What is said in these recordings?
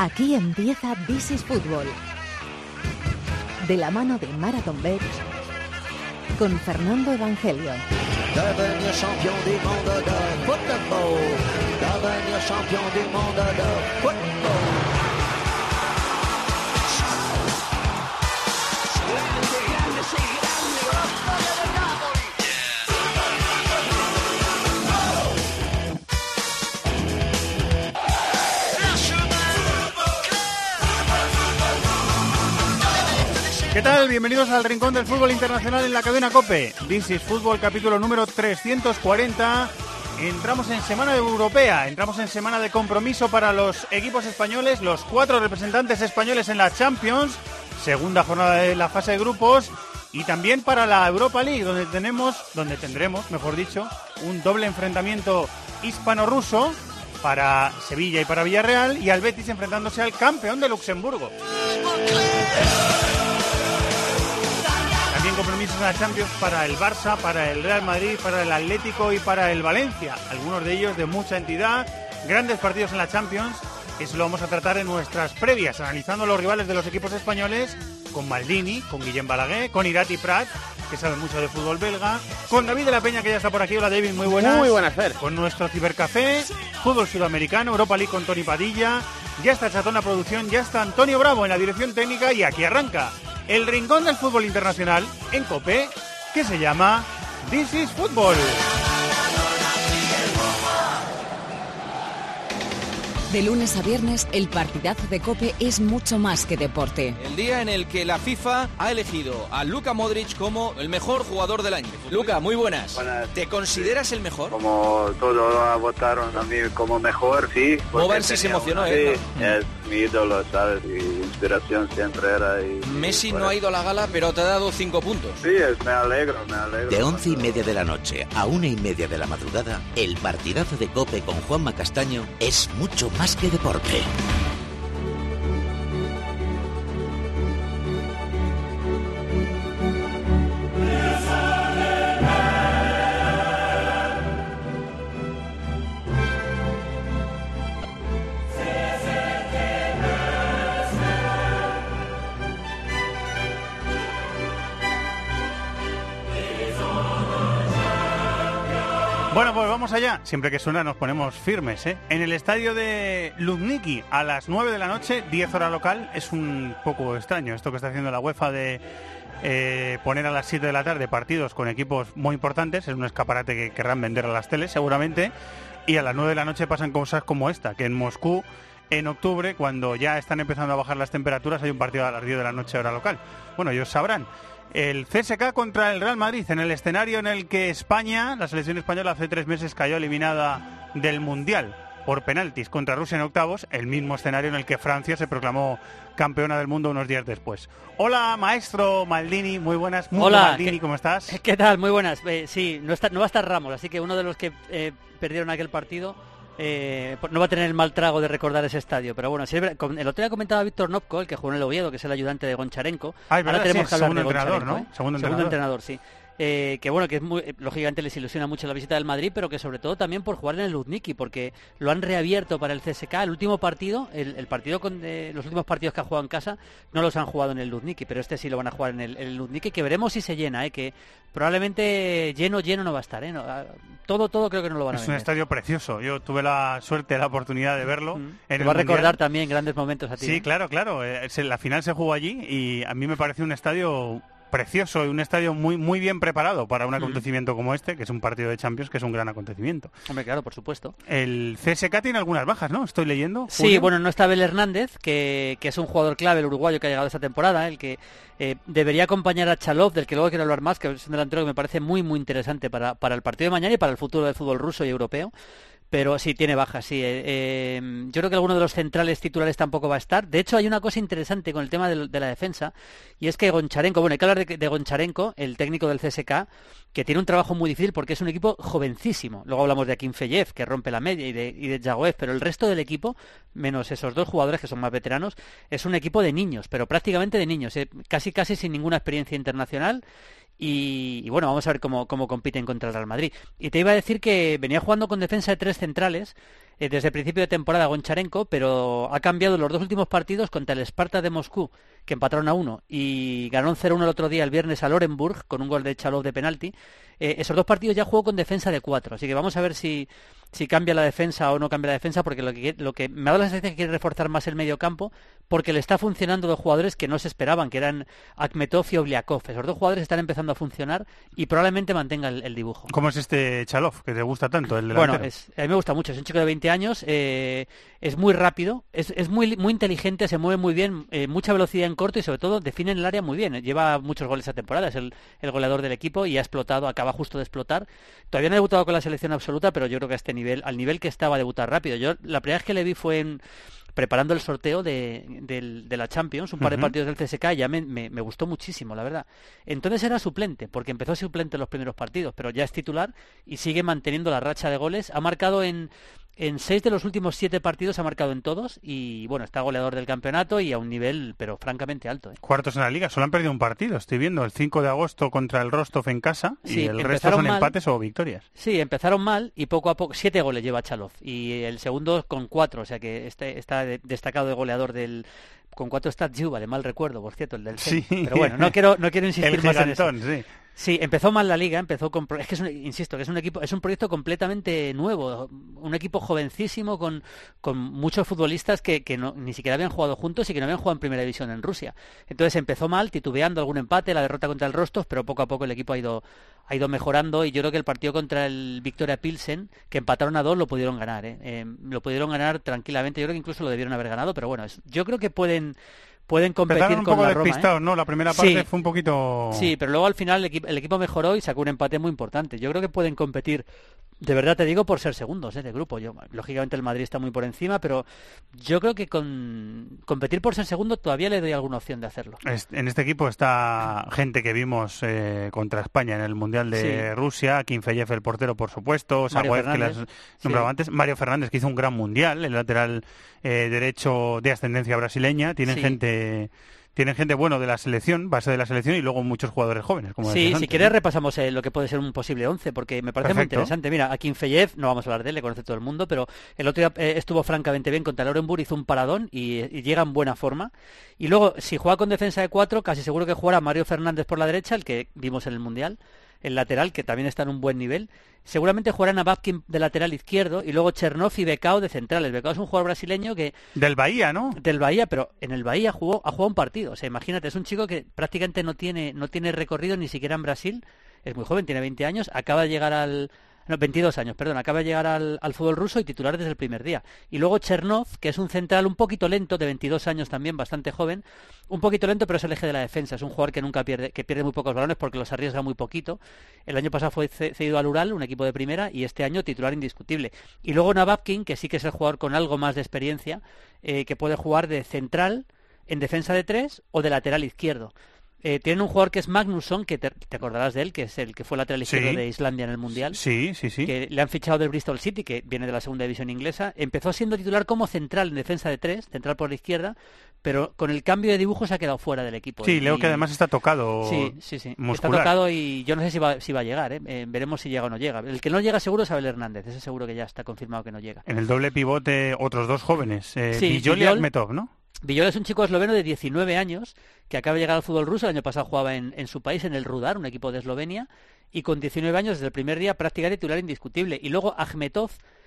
Aquí empieza This is Football. De la mano de Marathon Bets con Fernando Evangelio. Devenir champion du monde de football. Devenir champion du monde de football. ¿Qué tal? Bienvenidos al Rincón del Fútbol Internacional en la cadena COPE. This is Fútbol, capítulo número 340. Entramos en semana europea, entramos en semana de compromiso para los equipos españoles, los 4 representantes españoles en la Champions, segunda jornada de la fase de grupos, y también para la Europa League, donde tendremos, mejor dicho, un doble enfrentamiento hispano-ruso para Sevilla y para Villarreal, y al Betis enfrentándose al campeón de Luxemburgo. También compromisos en la Champions para el Barça, para el Real Madrid, para el Atlético y para el Valencia. Algunos de ellos de mucha entidad, grandes partidos en la Champions. Eso lo vamos a tratar en nuestras previas, analizando los rivales de los equipos españoles, con Maldini, con Guillem Balaguer, con Irati Prat, que sabe mucho de fútbol belga, con David de la Peña, que ya está por aquí. Hola David, muy buenas. Muy buenas, Fer. Con nuestro cibercafé, fútbol sudamericano, Europa League con Tony Padilla. Ya está Chatón la producción, ya está Antonio Bravo en la dirección técnica, y aquí arranca el Rincón del Fútbol Internacional en COPE, que se llama This is Football. De lunes a viernes, el partidazo de COPE es mucho más que deporte. El día en el que la FIFA ha elegido a Luka Modric como el mejor jugador del año. Luka, muy buenas. Buenas. ¿Te consideras el mejor? Como todos votaron a mí como mejor, sí. Boban sí se emocionó, sí, es mi ídolo, ¿sabes? Y inspiración siempre era. Messi no ha ido a la gala, pero te ha dado 5 puntos. Sí, me alegro. De 11:30 de la noche a 1:30 de la madrugada, el partidazo de COPE con Juanma Castaño es mucho más que deporte. Bueno, pues vamos allá. Siempre que suena nos ponemos firmes, ¿eh? En el estadio de Luzhniki a las 9 de la noche, 10 hora local. Es un poco extraño esto que está haciendo la UEFA de poner a las 7 de la tarde partidos con equipos muy importantes. Es un escaparate que querrán vender a las teles seguramente. Y a las 9 de la noche pasan cosas como esta, que en Moscú, en octubre, cuando ya están empezando a bajar las temperaturas, hay un partido a las 10 de la noche hora local. Bueno, ellos sabrán. El CSKA contra el Real Madrid, en el escenario en el que España, la selección española, hace 3 meses cayó eliminada del Mundial por penaltis contra Rusia en octavos, el mismo escenario en el que Francia se proclamó campeona del mundo unos días después. Hola, maestro Maldini, muy buenas. Hola, Maldini, ¿cómo estás? ¿Qué tal? Muy buenas. Sí, no va a estar Ramos, así que uno de los que perdieron aquel partido no va a tener el mal trago de recordar ese estadio, pero bueno, el otro día comentaba Víctor Nopko, el que jugó en el Oviedo, que es el ayudante de Goncharenko. Ahora tenemos que hablar de entrenador, ¿no? Segundo entrenador, sí. Que bueno, que es lógicamente les ilusiona mucho la visita del Madrid, pero que sobre todo también por jugar en el Luzhniki, porque lo han reabierto para el CSKA. El último partido, el partido los últimos partidos que ha jugado en casa no los han jugado en el Luzhniki, pero este sí lo van a jugar en el Luzhniki, que veremos si se llena, que probablemente lleno no va a estar, todo creo que no lo van a ver. Es un estadio precioso. Yo tuve la suerte, la oportunidad de verlo. Te va a recordar también grandes momentos a ti. Sí, claro. La final se jugó allí y a mí me pareció un estadio precioso y un estadio muy muy bien preparado para un acontecimiento como este, que es un partido de Champions, que es un gran acontecimiento. Hombre, claro, por supuesto. El CSKA tiene algunas bajas, ¿no? Estoy leyendo. Sí, Julio. bueno, no está Abel Hernández, que es un jugador clave, el uruguayo que ha llegado esta temporada, el que debería acompañar a Chalov, del que luego quiero hablar más, que es un delantero que me parece muy muy interesante para el partido de mañana y para el futuro del fútbol ruso y europeo. Pero sí, tiene bajas, sí. Yo creo que alguno de los centrales titulares tampoco va a estar. De hecho, hay una cosa interesante con el tema de la defensa, y es que Goncharenko, bueno, hay que hablar de Goncharenko, el técnico del CSKA, que tiene un trabajo muy difícil porque es un equipo jovencísimo. Luego hablamos de Akinfeyev, que rompe la media, y de Djagoev, pero el resto del equipo, menos esos dos jugadores que son más veteranos, es un equipo de niños, pero prácticamente de niños, casi sin ninguna experiencia internacional. Y bueno, vamos a ver cómo compiten contra el Real Madrid. Y te iba a decir que venía jugando con defensa de 3 centrales desde el principio de temporada Goncharenko, pero ha cambiado los 2 últimos partidos contra el Sparta de Moscú, que empataron a 1, y ganaron 0-1 el otro día, el viernes, al Orenburg, con un gol de Chalov de penalti. Esos 2 partidos ya jugó con defensa de 4, así que vamos a ver si cambia la defensa o no cambia la defensa, porque lo que me ha dado la sensación es que quiere reforzar más el medio campo, porque le está funcionando 2 jugadores que no se esperaban, que eran Akhmetov y Obliakov. Esos 2 jugadores están empezando a funcionar y probablemente mantenga el dibujo. ¿Cómo es este Chalov, que te gusta tanto, el delantero? Bueno, a mí me gusta mucho, es un chico de 20 años, es muy rápido, es muy inteligente, se mueve muy bien, mucha velocidad en corto y sobre todo define en el área muy bien. Lleva muchos goles esta temporada, es el goleador del equipo y ha explotado, acaba justo de explotar. Todavía no ha debutado con la selección absoluta, pero yo creo que a este nivel, al nivel que estaba, a debutar rápido. Yo la primera vez que le vi fue preparando el sorteo de la Champions, un par de partidos del CSKA, y ya me gustó muchísimo, la verdad. Entonces era suplente, porque empezó suplente en los primeros partidos, pero ya es titular y sigue manteniendo la racha de goles. Ha marcado en 6 de los últimos 7 partidos, ha marcado en todos, y bueno, está goleador del campeonato y a un nivel, pero francamente alto. Cuartos en la Liga, solo han perdido un partido, estoy viendo, el 5 de agosto contra el Rostov en casa, y el resto son empates o victorias. Sí, empezaron mal y poco a poco, 7 goles lleva Chalov, y el segundo con 4, o sea que está destacado de goleador con 4 está Juba, de mal recuerdo, por cierto, el del sí. Pero bueno, no quiero insistir el más gigantón, en eso. Sí. Sí, empezó mal la liga, es que insisto, que es un equipo, es un proyecto completamente nuevo, un equipo jovencísimo con muchos futbolistas que ni siquiera habían jugado juntos y que no habían jugado en primera división en Rusia. Entonces empezó mal, titubeando algún empate, la derrota contra el Rostov, pero poco a poco el equipo ha ido mejorando, y yo creo que el partido contra el Victoria Pilsen, que empataron a 2, lo pudieron ganar, lo pudieron ganar tranquilamente. Yo creo que incluso lo debieron haber ganado, pero bueno, yo creo que pueden competir un con poco la Roma. Despistados, ¿no? La primera parte fue un poquito... Sí, pero luego al final el equipo mejoró y sacó un empate muy importante. Yo creo que pueden competir, de verdad te digo, por ser segundos de grupo. Lógicamente el Madrid está muy por encima, pero yo creo que con competir por ser segundo todavía le doy alguna opción de hacerlo. En este equipo está gente que vimos contra España en el Mundial de Rusia, Akinfeyev, el portero, por supuesto, Saguaez, que las nombraba antes, Mario Fernández, que hizo un gran Mundial, el lateral derecho de ascendencia brasileña. Tienen gente bueno de la selección, base de la selección, y luego muchos jugadores jóvenes. Como sí, si quieres repasamos lo que puede ser un posible 11, porque me parece muy interesante. Mira, Akinfeyev, no vamos a hablar de él, le conoce todo el mundo, pero el otro día estuvo francamente bien contra el Orenburg, hizo un paradón y llega en buena forma. Y luego, si juega con defensa de 4, casi seguro que jugará Mario Fernández por la derecha, el que vimos en el Mundial, el lateral, que también está en un buen nivel. Seguramente jugarán a Babkin de lateral izquierdo y luego Chernov y Becao de centrales. Becao es un jugador brasileño que... Del Bahía, ¿no? Del Bahía, pero en el Bahía ha jugado un partido. O sea, imagínate, es un chico que prácticamente no tiene recorrido ni siquiera en Brasil. Es muy joven, tiene 20 años, acaba de llegar 22 años, perdón, acaba de llegar al fútbol ruso y titular desde el primer día. Y luego Chernov, que es un central un poquito lento, de 22 años también, bastante joven, un poquito lento, pero es el eje de la defensa. Es un jugador que nunca pierde muy pocos balones porque los arriesga muy poquito. El año pasado fue cedido al Ural, un equipo de primera, y este año titular indiscutible. Y luego Nababkin, que sí que es el jugador con algo más de experiencia, que puede jugar de central, en defensa de 3 o de lateral izquierdo. Tienen un jugador que es Magnusson, que te acordarás de él, que es el que fue lateral izquierdo de Islandia en el Mundial. Sí. Que le han fichado del Bristol City, que viene de la segunda división inglesa. Empezó siendo titular como central en defensa de 3, central por la izquierda, pero con el cambio de dibujo se ha quedado fuera del equipo. Sí, leo que además está tocado. Sí. Muscular. Está tocado y yo no sé si va a llegar. Veremos si llega o no llega. El que no llega seguro es Abel Hernández. Ese seguro que ya está confirmado que no llega. En el doble pivote, otros 2 jóvenes. Villol y Akhmetov, ¿no? Villol es un chico esloveno de 19 años que acaba de llegar al fútbol ruso. El año pasado jugaba en su país, en el Rudar, un equipo de Eslovenia, y con 19 años desde el primer día prácticamente titular indiscutible. Y luego Akhmetov,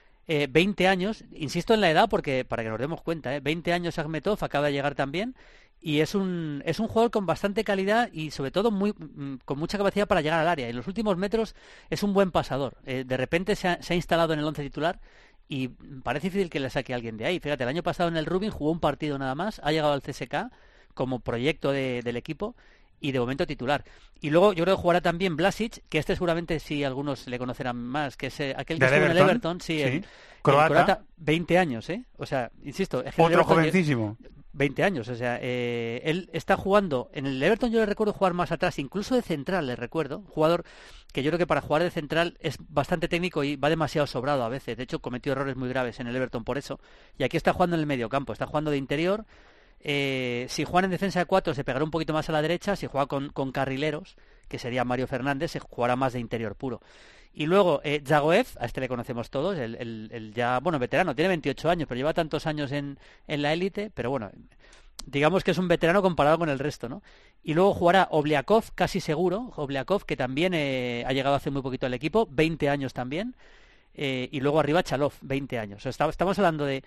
20 años, insisto en la edad porque para que nos demos cuenta, 20 años Akhmetov, acaba de llegar también, y es un jugador con bastante calidad y sobre todo con mucha capacidad para llegar al área. En los últimos metros es un buen pasador. De repente se ha instalado en el 11 titular y parece difícil que le saque a alguien de ahí. Fíjate, el año pasado en el Rubin jugó un partido nada más, ha llegado al CSKA como proyecto del equipo y de momento titular. Y luego yo creo que jugará también Vlasic, que seguramente sí algunos le conocerán más, que es aquel que estuvo en el Everton, el croata, 20 años, o sea, insisto, es que otro jovencísimo. 20 años, o sea, él está jugando en el Everton. Yo le recuerdo jugar más atrás, incluso de central, le recuerdo, un jugador que yo creo que para jugar de central es bastante técnico y va demasiado sobrado a veces. De hecho, cometió errores muy graves en el Everton por eso, y aquí está jugando en el medio campo, está jugando de interior. Si juegan en defensa de 4 se pegará un poquito más a la derecha. Si juega con carrileros, que sería Mario Fernández, se jugará más de interior puro. Y luego Dzagoev, a este le conocemos todos, el ya, bueno, veterano, tiene 28 años, pero lleva tantos años en la élite, pero bueno, digamos que es un veterano comparado con el resto, ¿no? Y luego jugará Obliakov, casi seguro, Obliakov, que también ha llegado hace muy poquito al equipo, 20 años también, y luego arriba Chalov, 20 años. O sea, estamos hablando de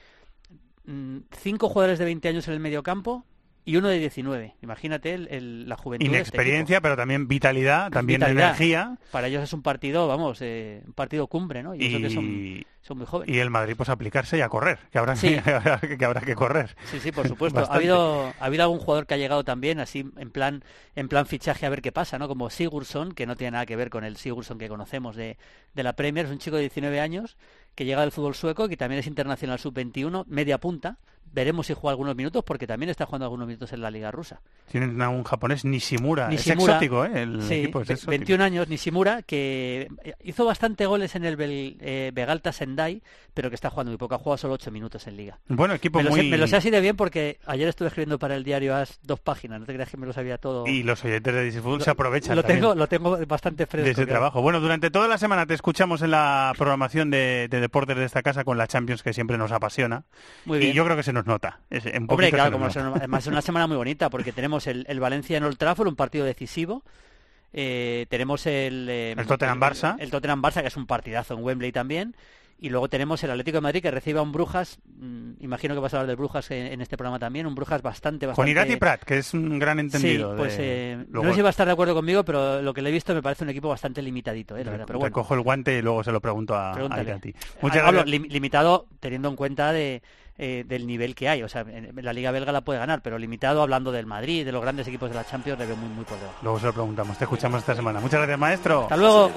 5 jugadores de 20 años en el mediocampo y uno de 19. Imagínate la juventud. Inexperiencia, de pero también vitalidad, también energía. Para ellos es un partido, vamos, un partido cumbre, ¿no? Y eso que son muy jóvenes. Y el Madrid, pues aplicarse y a correr, que habrá que correr. Sí, por supuesto. Ha habido algún jugador que ha llegado también, así en plan fichaje a ver qué pasa, ¿no? Como Sigurdsson, que no tiene nada que ver con el Sigurdsson que conocemos de la Premier, es un chico de 19 años que llega del fútbol sueco, que también es internacional sub-21, media punta. Veremos si juega algunos minutos, porque también está jugando algunos minutos en la Liga Rusa. Tienen a un japonés, Nishimura. Es exótico, ¿eh? El equipo es exótico. 21 años, Nishimura, que hizo bastante goles en el Vegalta Sendai, pero que está jugando muy poco. Ha jugado solo 8 minutos en Liga. Bueno, equipo me lo sé así de bien, porque ayer estuve escribiendo para el diario AS 2 páginas. No te creas que me lo sabía todo. Y los oyentes de DC Fútbol se aprovechan. Lo tengo bastante fresco. De ese trabajo. Bueno, durante toda la semana te escuchamos en la programación de deportes de esta casa con la Champions, que siempre nos apasiona. Muy bien. Y yo creo que se nos nota. Hombre, claro, además es una semana muy bonita, porque tenemos el Valencia en Old Trafford, un partido decisivo. Tenemos el Tottenham-Barça. El Tottenham-Barça, que es un partidazo en Wembley también. Y luego tenemos el Atlético de Madrid, que recibe a un Brujas. Imagino que vas a hablar del Brujas en este programa también. Un Brujas bastante... Con Irati Prat, que es un gran entendido. Sí, pues no sé si va a estar de acuerdo conmigo, pero lo que le he visto me parece un equipo bastante limitadito, la verdad. Pero bueno, cojo el guante y luego se lo pregunto a Irati. Muchas gracias. Limitado teniendo en cuenta del nivel que hay. O sea, en la Liga Belga la puede ganar, pero limitado hablando del Madrid, de los grandes equipos de la Champions, le veo muy, muy por debajo. Luego se lo preguntamos. Te escuchamos esta semana. Muchas gracias, maestro. Hasta luego.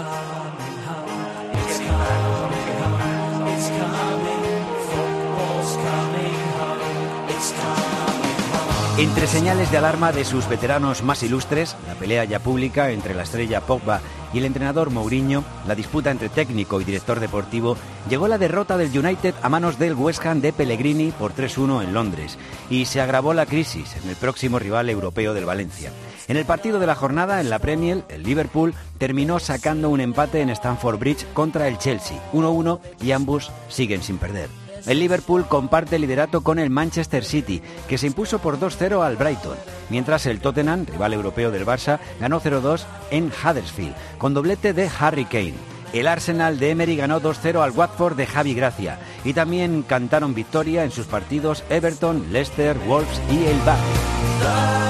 Entre señales de alarma de sus veteranos más ilustres, la pelea ya pública entre la estrella Pogba y el entrenador Mourinho, la disputa entre técnico y director deportivo, llegó la derrota del United a manos del West Ham de Pellegrini por 3-1 en Londres, y se agravó la crisis en el próximo rival europeo del Valencia. En el partido de la jornada en la Premier, el Liverpool terminó sacando un empate en Stamford Bridge contra el Chelsea, 1-1, y ambos siguen sin perder. El Liverpool comparte el liderato con el Manchester City, que se impuso por 2-0 al Brighton, mientras el Tottenham, rival europeo del Barça, ganó 0-2 en Huddersfield, con doblete de Harry Kane. El Arsenal de Emery ganó 2-0 al Watford de Javi Gracia, y también cantaron victoria en sus partidos Everton, Leicester, Wolves y el Burnley.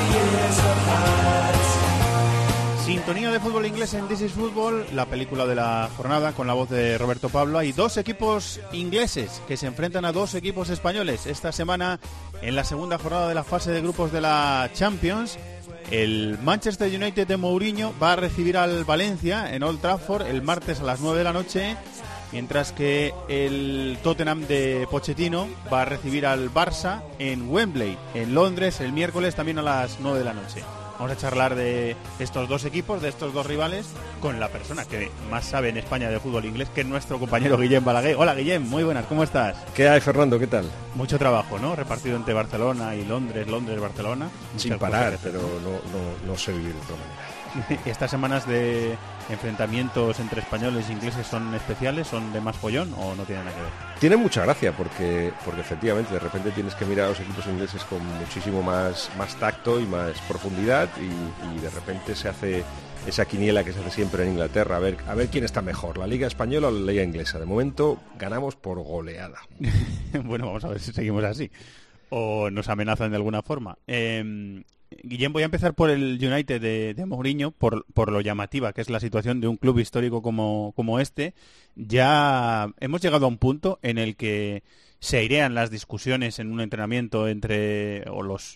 Sintonía de fútbol inglés en This is Football, la película de la jornada con la voz de Roberto Pablo. Hay 2 equipos ingleses que se enfrentan a 2 equipos españoles esta semana en la segunda jornada de la fase de grupos de la Champions. El Manchester United de Mourinho va a recibir al Valencia en Old Trafford el martes a las 9 de la noche, mientras que el Tottenham de Pochettino va a recibir al Barça en Wembley, en Londres, el miércoles también a las 9 de la noche. Vamos a charlar de estos 2 equipos, de estos 2 rivales, con la persona que más sabe en España de fútbol inglés, que es nuestro compañero Guillem Balaguer. Hola Guillem, muy buenas, ¿cómo estás? ¿Qué hay, Fernando? ¿Qué tal? Mucho trabajo, ¿no? Repartido entre Barcelona y Londres, Barcelona. Sin parar, pero no sé vivir de otra manera. ¿Estas semanas de enfrentamientos entre españoles e ingleses son especiales? ¿Son de más follón o no tienen nada que ver? Tiene mucha gracia porque efectivamente de repente tienes que mirar a los equipos ingleses con muchísimo más tacto y más profundidad y de repente se hace esa quiniela que se hace siempre en Inglaterra, a ver quién está mejor, la Liga Española o la Liga Inglesa. De momento ganamos por goleada. Bueno, vamos a ver si seguimos así o nos amenazan de alguna forma. Guillem, voy a empezar por el United de Mourinho, por lo llamativa que es la situación de un club histórico como este. Ya hemos llegado a un punto en el que se airean las discusiones en un entrenamiento entre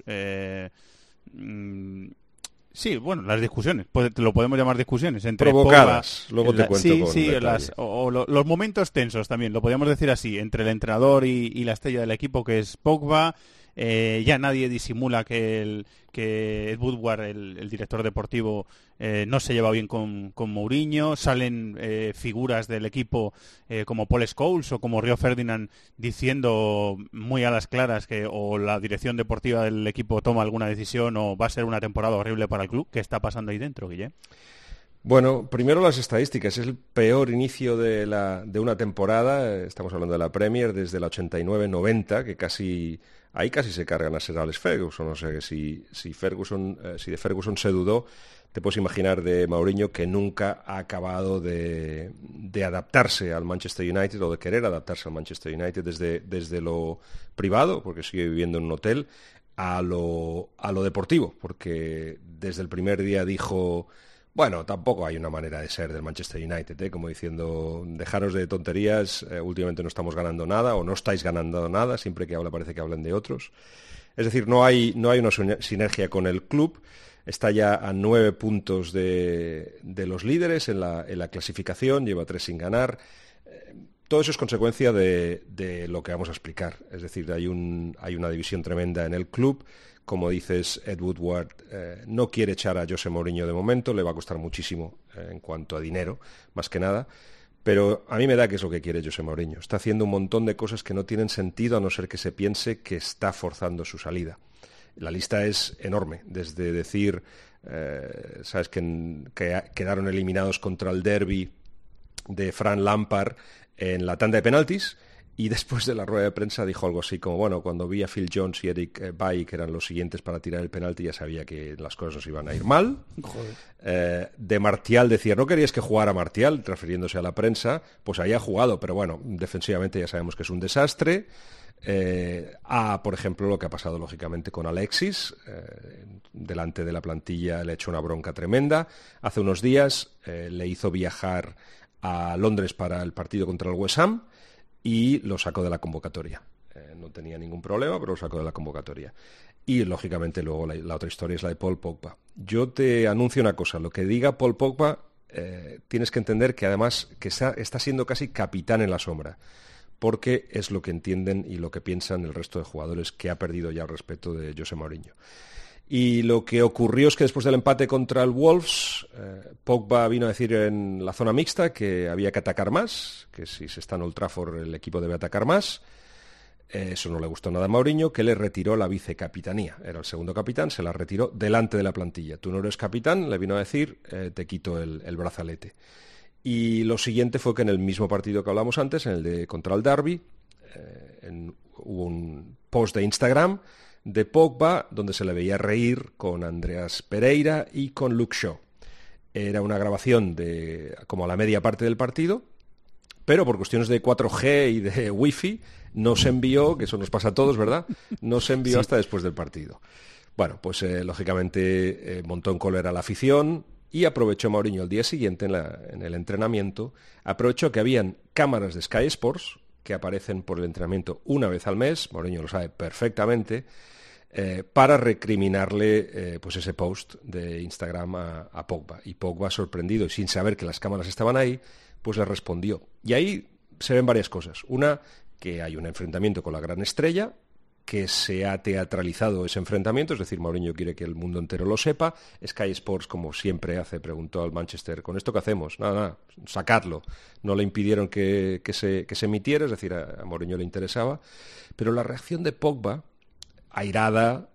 sí, bueno, las discusiones, lo podemos llamar discusiones entre provocadas, luego te cuento con detalle. Los momentos tensos también, lo podríamos decir así, entre el entrenador y la estrella del equipo, que es Pogba. ya nadie disimula que Ed Woodward, el director deportivo, no se lleva bien con Mourinho. Salen figuras del equipo como Paul Scholes o como Rio Ferdinand diciendo muy a las claras que o la dirección deportiva del equipo toma alguna decisión o va a ser una temporada horrible para el club. ¿Qué está pasando ahí dentro, Guille? Bueno, primero las estadísticas. Es el peor inicio de una temporada. Estamos hablando de la Premier desde la 89-90, que ahí casi se cargan a Sir Alex Ferguson. O sea que si de Ferguson se dudó, te puedes imaginar de Mourinho, que nunca ha acabado de adaptarse al Manchester United o de querer adaptarse al Manchester United desde lo privado, porque sigue viviendo en un hotel, a lo deportivo, porque desde el primer día dijo: bueno, tampoco hay una manera de ser del Manchester United, como diciendo, dejaros de tonterías, últimamente no estamos ganando nada o no estáis ganando nada, siempre que habla parece que hablan de otros. Es decir, no hay una sinergia con el club, está ya a 9 puntos de los líderes en la clasificación, lleva 3 sin ganar. Todo eso es consecuencia de lo que vamos a explicar, es decir, hay una división tremenda en el club. Como dices, Ed Woodward no quiere echar a José Mourinho de momento, le va a costar muchísimo en cuanto a dinero, más que nada, pero a mí me da que es lo que quiere José Mourinho. Está haciendo un montón de cosas que no tienen sentido a no ser que se piense que está forzando su salida. La lista es enorme, desde decir, sabes que quedaron eliminados contra el derbi de Frank Lampard en la tanda de penaltis. Y después de la rueda de prensa dijo algo así como, bueno, cuando vi a Phil Jones y Eric Bailly, que eran los siguientes para tirar el penalti, ya sabía que las cosas nos iban a ir mal. De Martial decía, ¿no querías que jugara Martial? Refiriéndose a la prensa, pues ahí ha jugado, pero bueno, defensivamente ya sabemos que es un desastre. Por ejemplo, lo que ha pasado lógicamente con Alexis, delante de la plantilla le ha hecho una bronca tremenda. Hace unos días le hizo viajar a Londres para el partido contra el West Ham, y lo sacó de la convocatoria. No tenía ningún problema, pero lo sacó de la convocatoria. Y, lógicamente, luego la otra historia es la de Paul Pogba. Yo te anuncio una cosa. Lo que diga Paul Pogba, tienes que entender que, además, que está siendo casi capitán en la sombra, porque es lo que entienden y lo que piensan el resto de jugadores, que ha perdido ya el respeto de José Mourinho. Y lo que ocurrió es que después del empate contra el Wolves, Pogba vino a decir en la zona mixta que había que atacar más, que si se está en Old Trafford el equipo debe atacar más. Eso no le gustó nada a Mourinho, que le retiró la vicecapitanía. Era el segundo capitán, se la retiró delante de la plantilla. Tú no eres capitán, le vino a decir, te quito el brazalete. Y lo siguiente fue que en el mismo partido que hablamos antes, en el de contra el Derby, hubo un post de Instagram de Pogba, donde se le veía reír con Andreas Pereira y con Luke Shaw. Era una grabación de como a la media parte del partido, pero por cuestiones de 4G y de Wi-Fi no se envió, que eso nos pasa a todos, ¿verdad? No se envió hasta después del partido. Bueno, pues lógicamente montó en cólera la afición y aprovechó Mourinho el día siguiente en el entrenamiento, aprovechó que habían cámaras de Sky Sports que aparecen por el entrenamiento una vez al mes, Mourinho lo sabe perfectamente, para recriminarle pues ese post de Instagram a Pogba. Y Pogba, sorprendido y sin saber que las cámaras estaban ahí, pues le respondió. Y ahí se ven varias cosas. Una, que hay un enfrentamiento con la gran estrella, que se ha teatralizado ese enfrentamiento, es decir, Mourinho quiere que el mundo entero lo sepa. Sky Sports, como siempre hace, preguntó al Manchester, ¿con esto qué hacemos? Nada, sacadlo. No le impidieron que se emitiera, es decir, a Mourinho le interesaba. Pero la reacción de Pogba, airada,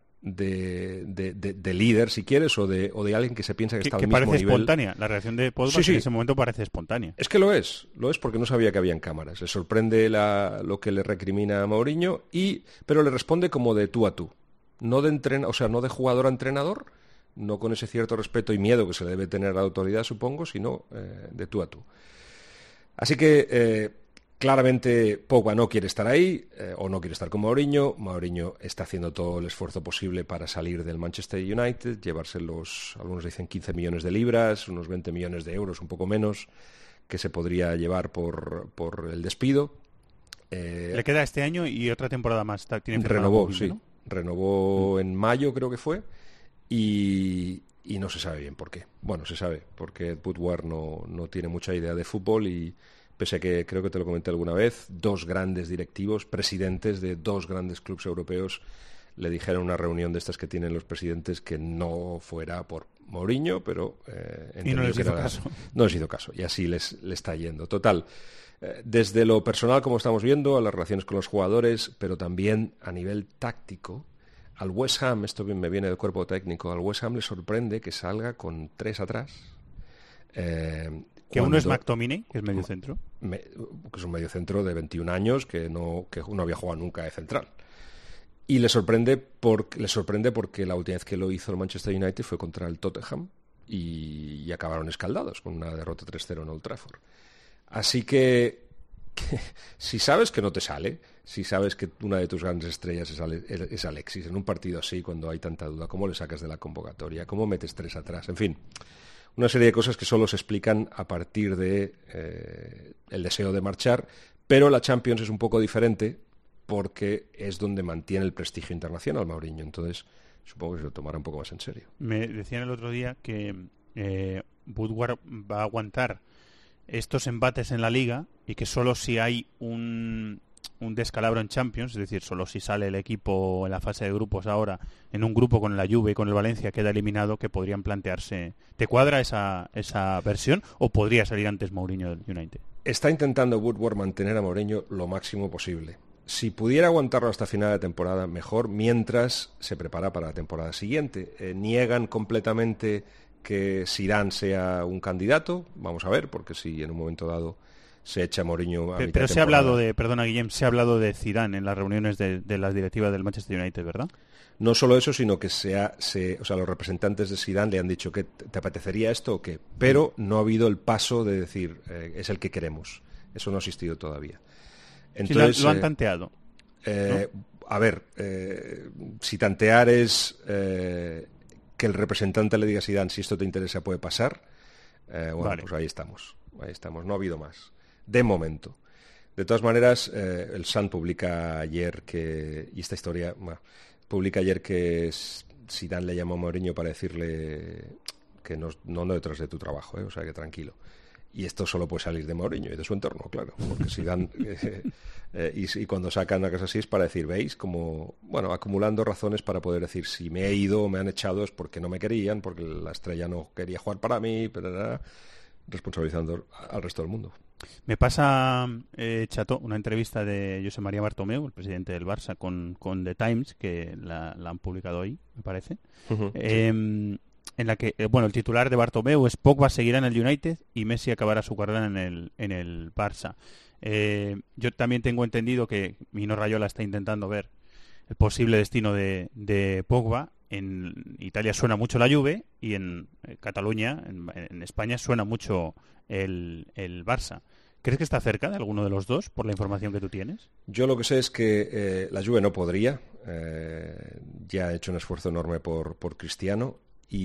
de líder, si quieres, o de alguien que se piensa que está al mismo nivel. Que parece espontánea. La reacción de Pogba en ese momento parece espontánea. Es que lo es porque no sabía que habían cámaras. Le sorprende lo que le recrimina a Mourinho, pero le responde como de tú a tú. No de jugador a entrenador, no con ese cierto respeto y miedo que se le debe tener a la autoridad, supongo, sino de tú a tú. Así que claramente Pogba no quiere estar ahí, o no quiere estar con Mourinho. Mourinho está haciendo todo el esfuerzo posible para salir del Manchester United, llevarse algunos dicen 15 millones de libras, unos 20 millones de euros, un poco menos, que se podría llevar por el despido. Le queda este año y otra temporada más. Renovó, sí. ¿No? Renovó en mayo, creo que fue, y no se sabe bien por qué. Bueno, se sabe, porque Woodward no tiene mucha idea de fútbol y pese a que, creo que te lo comenté alguna vez, 2 grandes directivos, presidentes de 2 grandes clubes europeos, le dijeron en una reunión de estas que tienen los presidentes que no fuera por Mourinho, pero y no les hizo caso. No les hizo caso, y así le está yendo. Total, desde lo personal, como estamos viendo, a las relaciones con los jugadores, pero también a nivel táctico, al West Ham, esto me viene del cuerpo técnico, al West Ham le sorprende que salga con 3 atrás. Que uno es McTominay, que es medio centro. Que es un medio centro de 21 años que no había jugado nunca de central. Y le sorprende porque la última vez que lo hizo el Manchester United fue contra el Tottenham y acabaron escaldados con una derrota 3-0 en Old Trafford. Así que si sabes que no te sale, si sabes que una de tus grandes estrellas es Alexis, en un partido así, cuando hay tanta duda, ¿cómo le sacas de la convocatoria? ¿Cómo metes 3 atrás? En fin, una serie de cosas que solo se explican a partir de el deseo de marchar, pero la Champions es un poco diferente porque es donde mantiene el prestigio internacional Mourinho, entonces supongo que se lo tomará un poco más en serio. Me decían el otro día que Woodward va a aguantar estos embates en la Liga y que solo si hay un descalabro en Champions, es decir, solo si sale el equipo en la fase de grupos ahora, en un grupo con la Juve y con el Valencia queda eliminado, que podrían plantearse. ¿Te cuadra esa versión o podría salir antes Mourinho del United? Está intentando Woodward mantener a Mourinho lo máximo posible. Si pudiera aguantarlo hasta final de temporada, mejor, mientras se prepara para la temporada siguiente. Niegan completamente que Zidane sea un candidato, vamos a ver, porque si en un momento dado se echa a Mourinho a mitad pero de se ha hablado temporada. Guillem, se ha hablado de Zidane en las reuniones de las directivas del Manchester United, ¿verdad? No solo eso, sino que los representantes de Zidane le han dicho que te apetecería esto o qué, pero no ha habido el paso de decir es el que queremos. Eso no ha existido todavía. Entonces, sí, lo han tanteado. ¿No? A ver, si tantear es que el representante le diga a Zidane si esto te interesa puede pasar, vale. Pues ahí estamos, no ha habido más, de momento. De todas maneras, el Sun publica ayer que Zidane le llamó a Mourinho para decirle que no detrás de tu trabajo, o sea que tranquilo. Y esto solo puede salir de Mourinho y de su entorno, claro, porque Zidane y cuando sacan una cosa así es para decir, ¿veis? Como, acumulando razones para poder decir, si me he ido o me han echado es porque no me querían, porque la estrella no quería jugar para mí, pero responsabilizando al resto del mundo. Me pasa, Chato, una entrevista de José María Bartomeu, el presidente del Barça, con The Times, que la han publicado hoy, me parece. Uh-huh, sí. En la que, el titular de Bartomeu es Pogba seguirá en el United y Messi acabará su carrera en el Barça. Yo también tengo entendido que Mino Raiola está intentando ver el posible destino de Pogba. En Italia suena mucho la Juve y en Cataluña, en España, suena mucho el Barça. ¿Crees que está cerca de alguno de los dos, por la información que tú tienes? Yo lo que sé es que la Juve no podría. Ya ha hecho un esfuerzo enorme por Cristiano.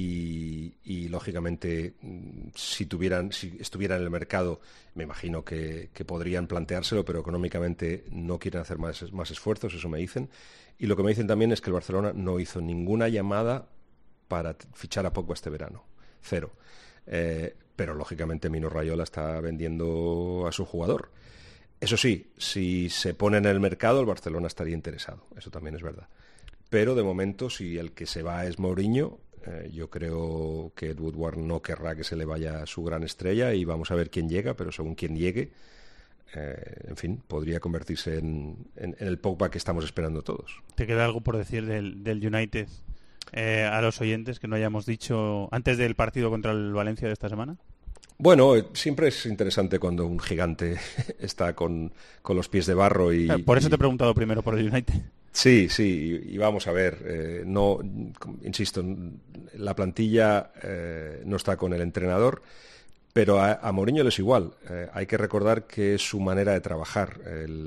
Y lógicamente si estuvieran en el mercado me imagino que podrían planteárselo, pero económicamente no quieren hacer más esfuerzos, eso me dicen. Y lo que me dicen también es que el Barcelona no hizo ninguna llamada para fichar a Pogba este verano, 0. Pero lógicamente Mino Raiola está vendiendo a su jugador. Eso sí, si se pone en el mercado el Barcelona estaría interesado, eso también es verdad. Pero de momento, si el que se va es Mourinho, yo creo que Ed Woodward no querrá que se le vaya su gran estrella y vamos a ver quién llega, pero según quién llegue, en fin, podría convertirse en el Pogba que estamos esperando todos. ¿Te queda algo por decir del United a los oyentes que no hayamos dicho antes del partido contra el Valencia de esta semana? Bueno, siempre es interesante cuando un gigante está con los pies de barro y... Por eso te he preguntado primero por el United. Sí, y vamos a ver, insisto, la plantilla no está con el entrenador, pero a Mourinho le es igual. Hay que recordar que es su manera de trabajar.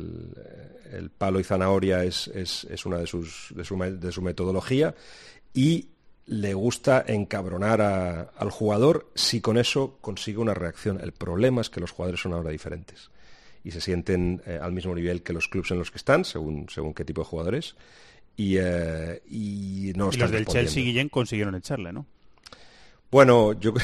El palo y zanahoria es una de su metodología y le gusta encabronar al jugador si con eso consigue una reacción. El problema es que los jugadores son ahora diferentes y se sienten al mismo nivel que los clubes en los que están, según qué tipo de jugadores, y no están. Y los del Chelsea, Guillén, consiguieron echarle, ¿no? Bueno, yo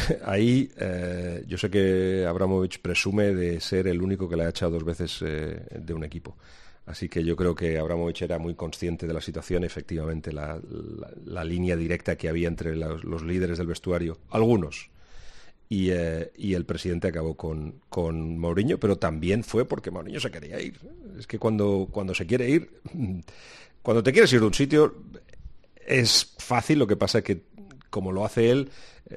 sé que Abramovich presume de ser el único que le ha echado 2 veces de un equipo. Así que yo creo que Abramovich era muy consciente de la situación. Efectivamente, la línea directa que había entre los líderes del vestuario, algunos, y el presidente acabó con Mourinho, pero también fue porque Mourinho se quería ir. Es que cuando se quiere ir, cuando te quieres ir de un sitio, es fácil. Lo que pasa es que, como lo hace él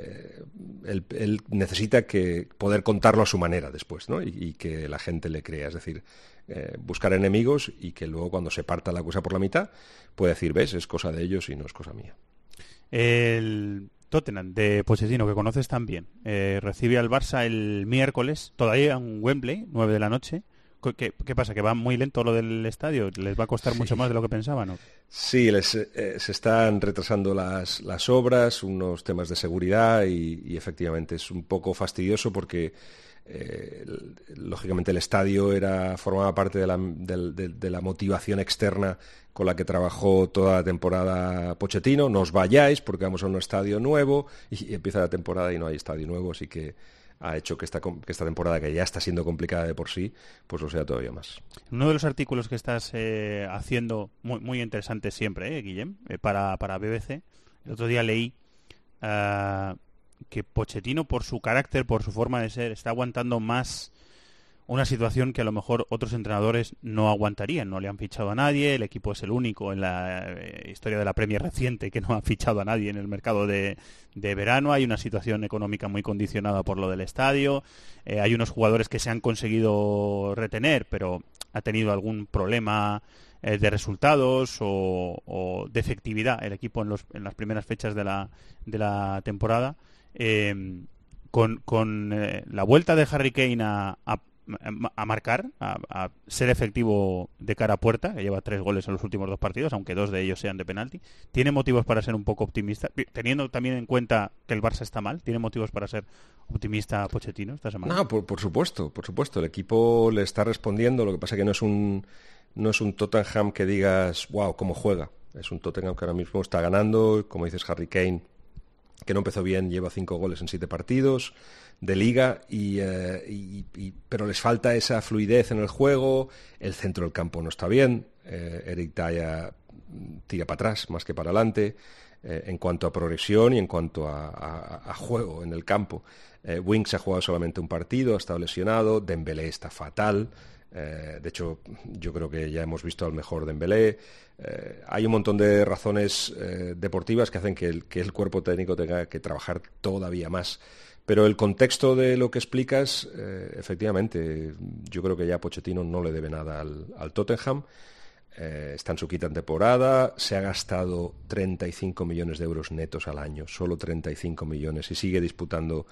necesita poder contarlo a su manera después, ¿no? Y que la gente le crea. Es decir, buscar enemigos y que luego, cuando se parta la cosa por la mitad, puede decir, ves, es cosa de ellos y no es cosa mía. El Tottenham de Pochettino, que conoces también, recibe al Barça el miércoles, todavía en Wembley, 9 de la noche. ¿Qué pasa? ¿Que va muy lento lo del estadio? ¿Les va a costar mucho más de lo que pensaban, no? Sí, se están retrasando las obras, unos temas de seguridad y efectivamente es un poco fastidioso porque lógicamente el estadio formaba parte de la motivación externa con la que trabajó toda la temporada Pochettino. No os vayáis porque vamos a un estadio nuevo y empieza la temporada y no hay estadio nuevo, así que ha hecho que esta temporada, que ya está siendo complicada de por sí, pues lo sea todavía más. Uno de los artículos que estás haciendo, muy, muy interesante siempre, Guillem, para BBC, el otro día leí que Pochettino, por su carácter, por su forma de ser, está aguantando más una situación que a lo mejor otros entrenadores no aguantarían. No le han fichado a nadie, el equipo es el único en la historia de la Premier reciente que no ha fichado a nadie en el mercado de verano. Hay una situación económica muy condicionada por lo del estadio, hay unos jugadores que se han conseguido retener, pero ha tenido algún problema de resultados o de efectividad el equipo en las primeras fechas de la temporada. Con la vuelta de Harry Kane a marcar, a ser efectivo de cara a puerta, que lleva 3 goles en los últimos 2 partidos, aunque 2 de ellos sean de penalti, ¿tiene motivos para ser un poco optimista? Teniendo también en cuenta que el Barça está mal, ¿tiene motivos para ser optimista Pochettino esta semana? No, por supuesto. El equipo le está respondiendo. Lo que pasa es que no es un Tottenham que digas, wow, cómo juega. Es un Tottenham que ahora mismo está ganando, como dices, Harry Kane, que no empezó bien, lleva 5 goles en 7 partidos de liga, pero les falta esa fluidez en el juego. El centro del campo no está bien. Eric Dyer tira para atrás más que para adelante en cuanto a progresión y en cuanto a juego en el campo. Winks ha jugado solamente un partido, ha estado lesionado. Dembélé está fatal. De hecho, yo creo que ya hemos visto al mejor Dembélé. Hay un montón de razones deportivas que hacen que el cuerpo técnico tenga que trabajar todavía más. Pero el contexto de lo que explicas, efectivamente, yo creo que ya Pochettino no le debe nada al Tottenham. Está en su quinta temporada, se ha gastado 35 millones de euros netos al año, solo 35 millones, y sigue disputando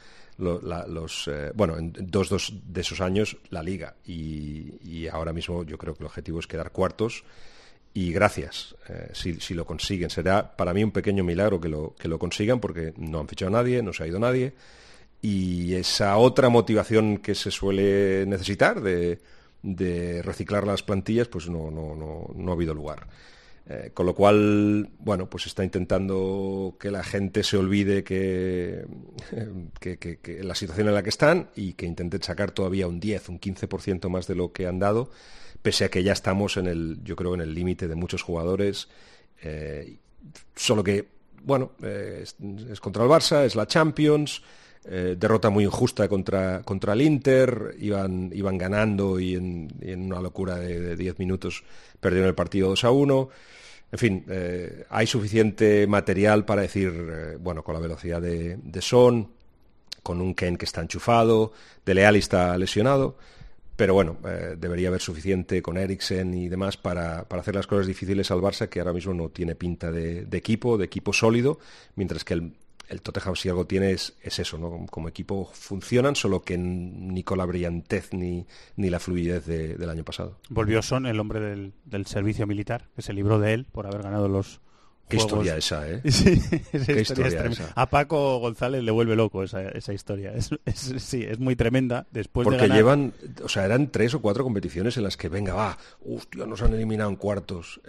en 2 de esos años la Liga. Y ahora mismo yo creo que el objetivo es quedar cuartos. Y gracias, si lo consiguen. Será para mí un pequeño milagro que lo consigan, porque no han fichado a nadie, no se ha ido nadie. Y esa otra motivación que se suele necesitar de reciclar las plantillas, pues no ha habido lugar. Con lo cual, bueno, pues está intentando que la gente se olvide que la situación en la que están y que intenten sacar todavía un 10, un 15% más de lo que han dado, pese a que ya estamos yo creo en el límite de muchos jugadores. Solo que, bueno, es contra el Barça, es la Champions. Derrota muy injusta contra el Inter, iban ganando y en una locura de 10 minutos perdieron el partido 2-1. En fin, hay suficiente material para decir, con la velocidad de Son, con un Kane que está enchufado, Dele Alli está lesionado, pero bueno, debería haber suficiente con Eriksen y demás para hacer las cosas difíciles al Barça, que ahora mismo no tiene pinta de equipo sólido, mientras que el Tottenham, si algo tiene, es eso, ¿no? Como equipo funcionan, solo que ni con la brillantez ni la fluidez del año pasado. Volvió Son, el hombre del servicio militar, que se libró de él por haber ganado los Qué juegos. historia esa, ¿eh? Sí, Qué historia esa. A Paco González le vuelve loco esa historia. Sí, es muy tremenda. Después Porque de ganar... eran 3 o 4 competiciones en las que, venga, hostia, nos han eliminado en cuartos,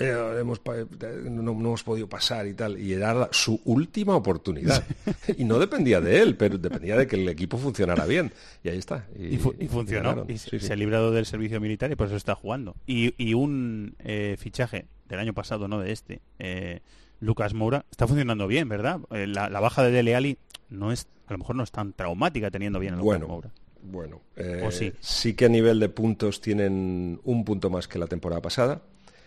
no hemos podido pasar y tal, y era su última oportunidad. Y no dependía de él, pero dependía de que el equipo funcionara bien. Y ahí está. Y funcionó. Y se ha librado del servicio militar y por eso está jugando. Y un fichaje del año pasado, no de este, Lucas Moura, está funcionando bien, ¿verdad? La baja de Dele Alli a lo mejor no es tan traumática teniendo bien a Lucas Moura. Bueno, sí. Sí que a nivel de puntos tienen un punto más que la temporada pasada,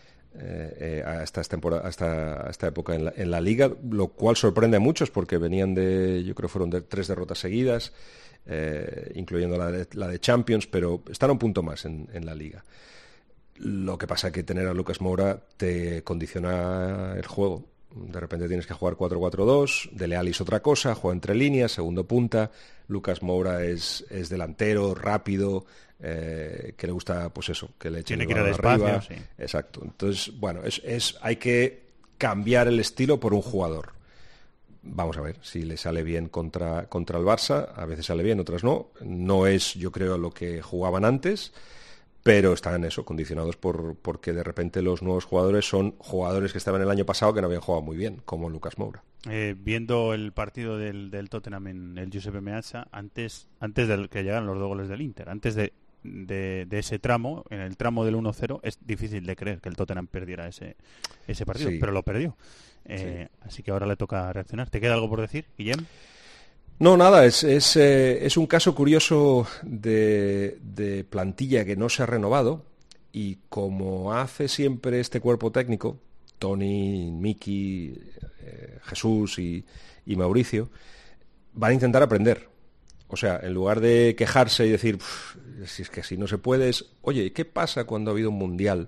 hasta esta época en la Liga, lo cual sorprende a muchos porque venían yo creo fueron de 3 derrotas seguidas, incluyendo la de Champions, pero están a un punto más en la Liga. Lo que pasa es que tener a Lucas Moura te condiciona el juego. De repente tienes que jugar 4-4-2, Dele Alli es otra cosa, juega entre líneas, segundo punta, Lucas Moura es delantero, rápido, que le gusta, pues eso, que le echen el balón arriba. Sí. Exacto. Entonces, bueno, hay que cambiar el estilo por un jugador. Vamos a ver si le sale bien contra el Barça, a veces sale bien, otras no. No es, yo creo, lo que jugaban antes, pero están condicionados porque de repente los nuevos jugadores son jugadores que estaban el año pasado que no habían jugado muy bien, como Lucas Moura. Viendo el partido del Tottenham en el Giuseppe Meazza, antes de que llegaran los 2 goles del Inter, antes de ese tramo, en el tramo del 1-0, es difícil de creer que el Tottenham perdiera ese partido, sí. Pero lo perdió. Sí. Así que ahora le toca reaccionar. ¿Te queda algo por decir, Guillem? No, nada, es un caso curioso de plantilla que no se ha renovado y como hace siempre este cuerpo técnico, Tony, Miki, Jesús y Mauricio, van a intentar aprender. O sea, en lugar de quejarse y decir, si es que así no se puede, oye, ¿qué pasa cuando ha habido un mundial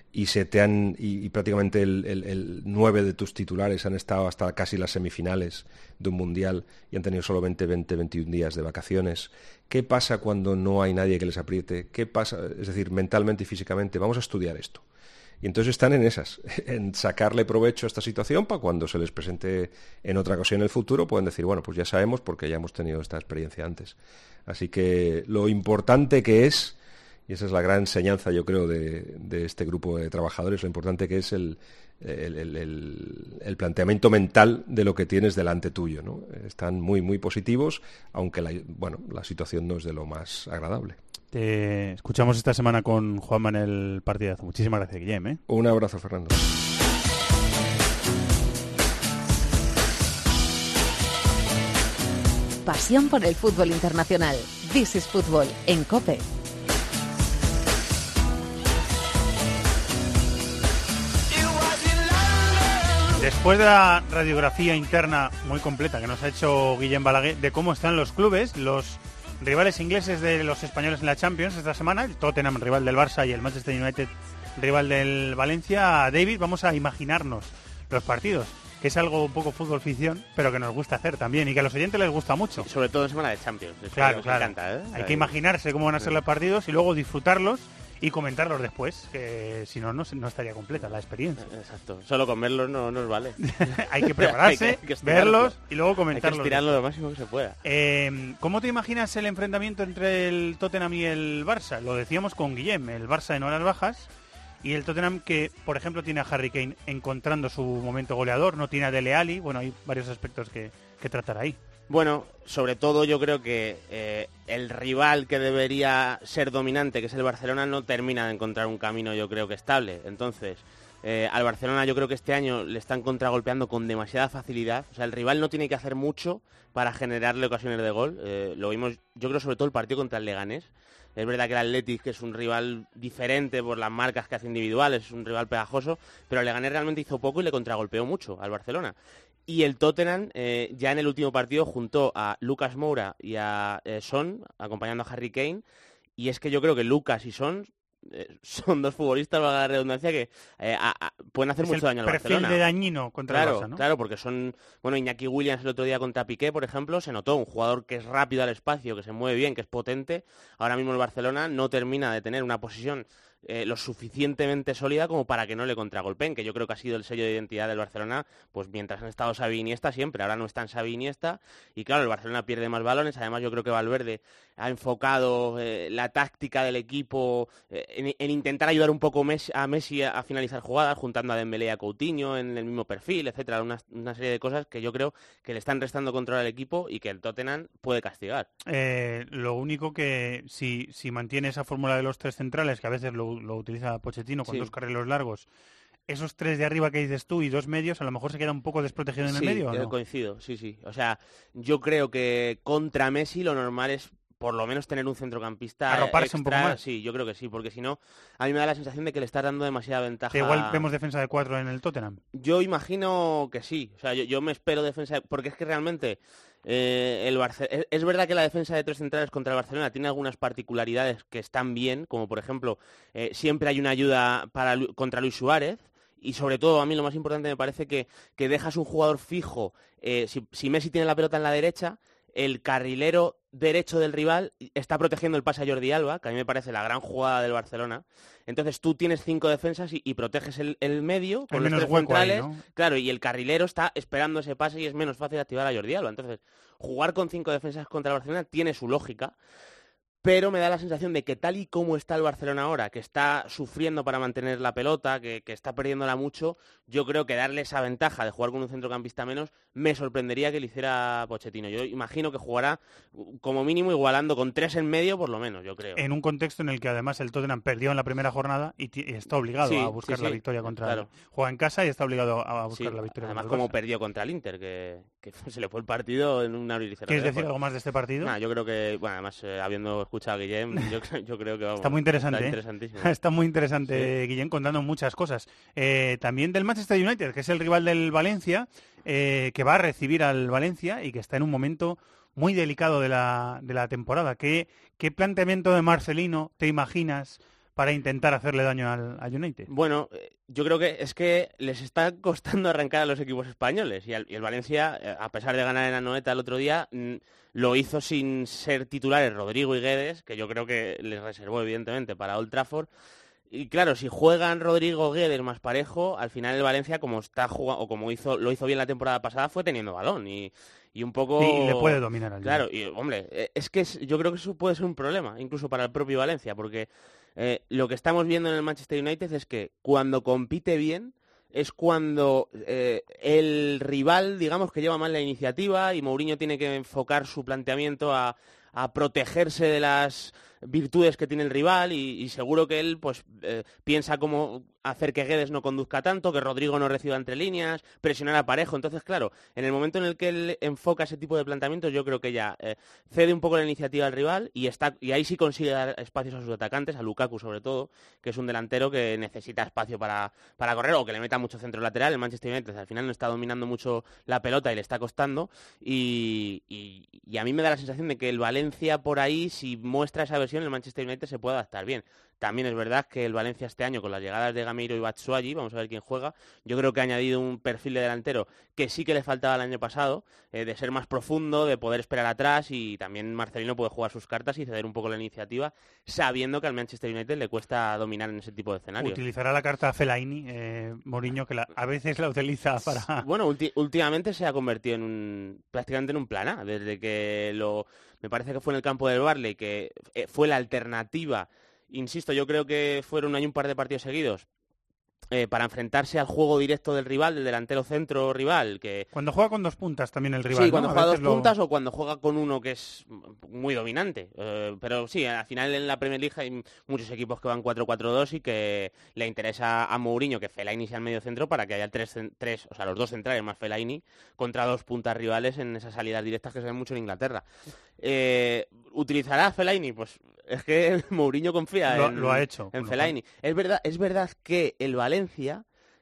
y prácticamente el 9 de tus titulares han estado hasta casi las semifinales de un mundial y han tenido solo 21 días de vacaciones? ¿Qué pasa cuando no hay nadie que les apriete? ¿Qué pasa? Es decir, mentalmente y físicamente. Vamos a estudiar esto. Y entonces están en sacarle provecho a esta situación para cuando se les presente en otra ocasión en el futuro, pueden decir, bueno, pues ya sabemos porque ya hemos tenido esta experiencia antes. Así que lo importante que es, y esa es la gran enseñanza, yo creo, de este grupo de trabajadores, lo importante que es el planteamiento mental de lo que tienes delante tuyo, ¿no? Están muy, muy positivos, aunque la situación no es de lo más agradable. Te escuchamos esta semana con Juanma en el partidazo. Muchísimas gracias, Guillem. Un abrazo, Fernando. Pasión por el fútbol internacional. This is Fútbol en COPE. Después de la radiografía interna muy completa que nos ha hecho Guillem Balaguer de cómo están los clubes, los rivales ingleses de los españoles en la Champions esta semana, el Tottenham rival del Barça y el Manchester United rival del Valencia, David, vamos a imaginarnos los partidos, que es algo un poco fútbol ficción, pero que nos gusta hacer también y que a los oyentes les gusta mucho. Sí, sobre todo en semana de Champions. Claro. Encanta, ¿eh? Hay que imaginarse cómo van a ser los partidos y luego disfrutarlos y comentarlos después, que si no estaría completa la experiencia. Exacto. Solo con verlos no nos vale. Hay que prepararse, hay que verlos y luego comentarlos. Hay que estirarlo lo máximo que se pueda. ¿Cómo te imaginas el enfrentamiento entre el Tottenham y el Barça? Lo decíamos con Guillem, el Barça en horas bajas y el Tottenham que, por ejemplo, tiene a Harry Kane encontrando su momento goleador, no tiene a Dele Alli. Bueno, hay varios aspectos que tratar ahí. Bueno, sobre todo yo creo que el rival que debería ser dominante, que es el Barcelona, no termina de encontrar un camino, yo creo que estable. Entonces, al Barcelona yo creo que este año le están contragolpeando con demasiada facilidad. O sea, el rival no tiene que hacer mucho para generarle ocasiones de gol. Lo vimos, yo creo, sobre todo el partido contra el Leganés. Es verdad que el Athletic, que es un rival diferente por las marcas que hace individuales, es un rival pegajoso, pero el Leganés realmente hizo poco y le contragolpeó mucho al Barcelona. Y el Tottenham, ya en el último partido, juntó a Lucas Moura y a Son, acompañando a Harry Kane. Y es que yo creo que Lucas y Son son dos futbolistas, valga la redundancia, que pueden hacer mucho daño al Barcelona. Perfil de dañino contra el Barça, ¿no? Claro, porque son... Bueno, Iñaki Williams el otro día contra Piqué, por ejemplo, se notó un jugador que es rápido al espacio, que se mueve bien, que es potente. Ahora mismo el Barcelona no termina de tener una posición lo suficientemente sólida como para que no le contragolpeen, que yo creo que ha sido el sello de identidad del Barcelona, pues mientras han estado Xavi y Iniesta siempre, ahora no están Xavi y Iniesta, y claro, el Barcelona pierde más balones, además yo creo que Valverde ha enfocado la táctica del equipo en intentar ayudar un poco a Messi a finalizar jugadas, juntando a Dembélé y a Coutinho en el mismo perfil, etcétera, una serie de cosas que yo creo que le están restando control al equipo y que el Tottenham puede castigar. Lo único que si mantiene esa fórmula de los tres centrales, que a veces lo utiliza Pochettino con dos carriles largos, esos tres de arriba que dices tú y dos medios, a lo mejor se queda un poco desprotegido en el medio, ¿o no? Coincido, sí. O sea, yo creo que contra Messi lo normal es por lo menos tener un centrocampista arroparse extra, un poco más. Sí, yo creo que sí, porque si no, a mí me da la sensación de que le está dando demasiada ventaja. Que igual vemos defensa de 4 en el Tottenham. Yo imagino que sí, o sea, yo me espero defensa, porque es que realmente es verdad que la defensa de 3 centrales contra el Barcelona tiene algunas particularidades que están bien, como por ejemplo, siempre hay una ayuda contra Luis Suárez. Y sobre todo, a mí lo más importante me parece que dejas un jugador fijo. Si Messi tiene la pelota en la derecha, el carrilero derecho del rival está protegiendo el pase a Jordi Alba, que a mí me parece la gran jugada del Barcelona. Entonces tú tienes 5 defensas y proteges el medio con los 3 centrales. Ahí, ¿no? Claro, y el carrilero está esperando ese pase y es menos fácil activar a Jordi Alba. Entonces, jugar con 5 defensas contra el Barcelona tiene su lógica. Pero me da la sensación de que tal y como está el Barcelona ahora, que está sufriendo para mantener la pelota, que está perdiéndola mucho, yo creo que darle esa ventaja de jugar con un centrocampista menos me sorprendería que lo hiciera Pochettino. Yo imagino que jugará como mínimo igualando con 3 en medio por lo menos, yo creo. En un contexto en el que además el Tottenham perdió en la primera jornada y está obligado a buscar la victoria contra él. Juega en casa y está obligado a buscar la victoria. Además como perdió contra el Inter, que se le fue el partido en un abrir y cerrar. ¿Quieres decir algo más de este partido? Nah, yo creo que, bueno, además habiendo escuchado a Guillem, yo creo que vamos. Está muy interesante. Está interesantísimo. Está muy interesante, Guillem, contando muchas cosas. También del Manchester United, que es el rival del Valencia, que va a recibir al Valencia y que está en un momento muy delicado de la temporada. ¿Qué planteamiento de Marcelino te imaginas para intentar hacerle daño al United? Bueno, yo creo que es que les está costando arrancar a los equipos españoles y el Valencia, a pesar de ganar en Anoeta el otro día, lo hizo sin ser titulares Rodrigo y Guedes, que yo creo que les reservó evidentemente para Old Trafford. Y claro, si juegan Rodrigo, Guedes más Parejo, al final el Valencia, como está jugando, o como lo hizo bien la temporada pasada, fue teniendo balón y un poco... Y le puede dominar al Claro, y hombre, es que yo creo que eso puede ser un problema, incluso para el propio Valencia, porque lo que estamos viendo en el Manchester United es que cuando compite bien es cuando el rival, digamos, que lleva más la iniciativa y Mourinho tiene que enfocar su planteamiento a protegerse de las virtudes que tiene el rival y seguro que él pues piensa cómo hacer que Guedes no conduzca tanto, que Rodrigo no reciba entre líneas, presionar a Parejo. Entonces, claro, en el momento en el que él enfoca ese tipo de planteamientos, yo creo que ya cede un poco la iniciativa al rival y ahí sí consigue dar espacios a sus atacantes, a Lukaku sobre todo, que es un delantero que necesita espacio para correr o que le meta mucho centro lateral. El Manchester United al final no está dominando mucho la pelota y le está costando y a mí me da la sensación de que el Valencia por ahí, si muestra esa versión, el Manchester United se puede adaptar bien. También es verdad que el Valencia este año, con las llegadas de Gameiro y Batshuayi, vamos a ver quién juega, yo creo que ha añadido un perfil de delantero que sí que le faltaba el año pasado, de ser más profundo, de poder esperar atrás, y también Marcelino puede jugar sus cartas y ceder un poco la iniciativa, sabiendo que al Manchester United le cuesta dominar en ese tipo de escenarios. Utilizará la carta Fellaini, Mourinho, que a veces la utiliza para... Bueno, últimamente se ha convertido prácticamente en un plan A, desde que me parece que fue en el campo del Barley, que fue la alternativa. Insisto, yo creo que fueron un par de partidos seguidos para enfrentarse al juego directo del rival, del delantero centro rival. Cuando juega con 2 puntas también el rival, sí, cuando ¿no? juega 2 puntas o cuando juega con uno que es muy dominante. Pero sí, al final en la Premier League hay muchos equipos que van 4-4-2 y que le interesa a Mourinho que Fellaini sea el medio centro para que haya tres, o sea, los 2 centrales más Fellaini contra 2 puntas rivales en esas salidas directas que se ven mucho en Inglaterra. ¿Utilizará a Fellaini? Pues es que Mourinho confía lo ha hecho, en Fellaini. Es verdad que el Valencia,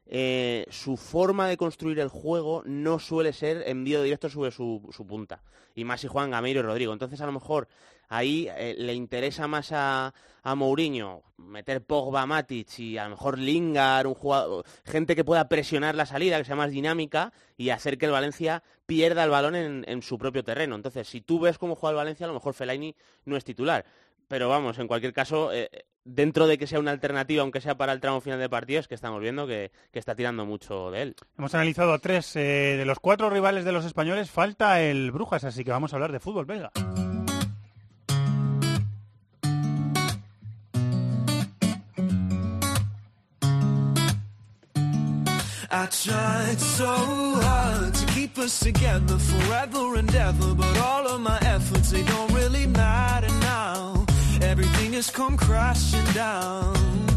su forma de construir el juego no suele ser envío directo sobre su punta. Y más si juegan Gameiro y Rodrigo. Entonces, a lo mejor ahí le interesa más a Mourinho meter Pogba, Matic y a lo mejor Lingard, un jugador, gente que pueda presionar la salida, que sea más dinámica y hacer que el Valencia pierda el balón en su propio terreno. Entonces, si tú ves cómo juega el Valencia, a lo mejor Fellaini no es titular. Pero vamos, en cualquier caso, dentro de que sea una alternativa, aunque sea para el tramo final de partido, es que estamos viendo que está tirando mucho de él. Hemos analizado a 3 de los 4 rivales de los españoles, falta el Brujas, así que vamos a hablar de fútbol belga. I tried so hard to keep us together forever and ever, but all of my efforts, they don't really matter now. Everything has come crashing down.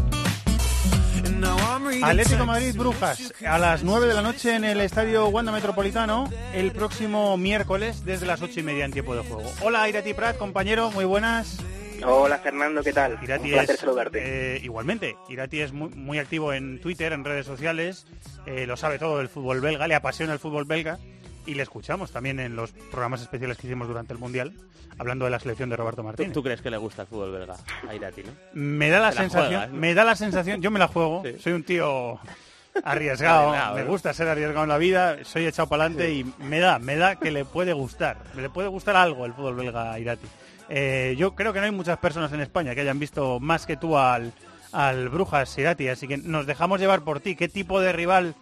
Atlético Madrid-Brujas a las 9 de la noche en el Estadio Wanda Metropolitano el próximo miércoles desde las 8:30 en tiempo de juego. Hola Irati Prat, compañero, muy buenas. Hola Fernando, ¿qué tal? Irati, un placer saludarte. Igualmente, Irati es muy activo en Twitter, en redes sociales, lo sabe todo del fútbol belga, le apasiona el fútbol belga y le escuchamos también en los programas especiales que hicimos durante el Mundial, hablando de la selección de Roberto Martínez. ¿Tú crees que le gusta el fútbol belga a Irati, no? Me da la sensación, yo me la juego, sí. Soy un tío arriesgado, me gusta ser arriesgado en la vida, soy echado para adelante y me da que le puede gustar algo el fútbol belga a Irati. Yo creo que no hay muchas personas en España que hayan visto más que tú al Brujas Irati, así que nos dejamos llevar por ti. ¿Qué tipo de rival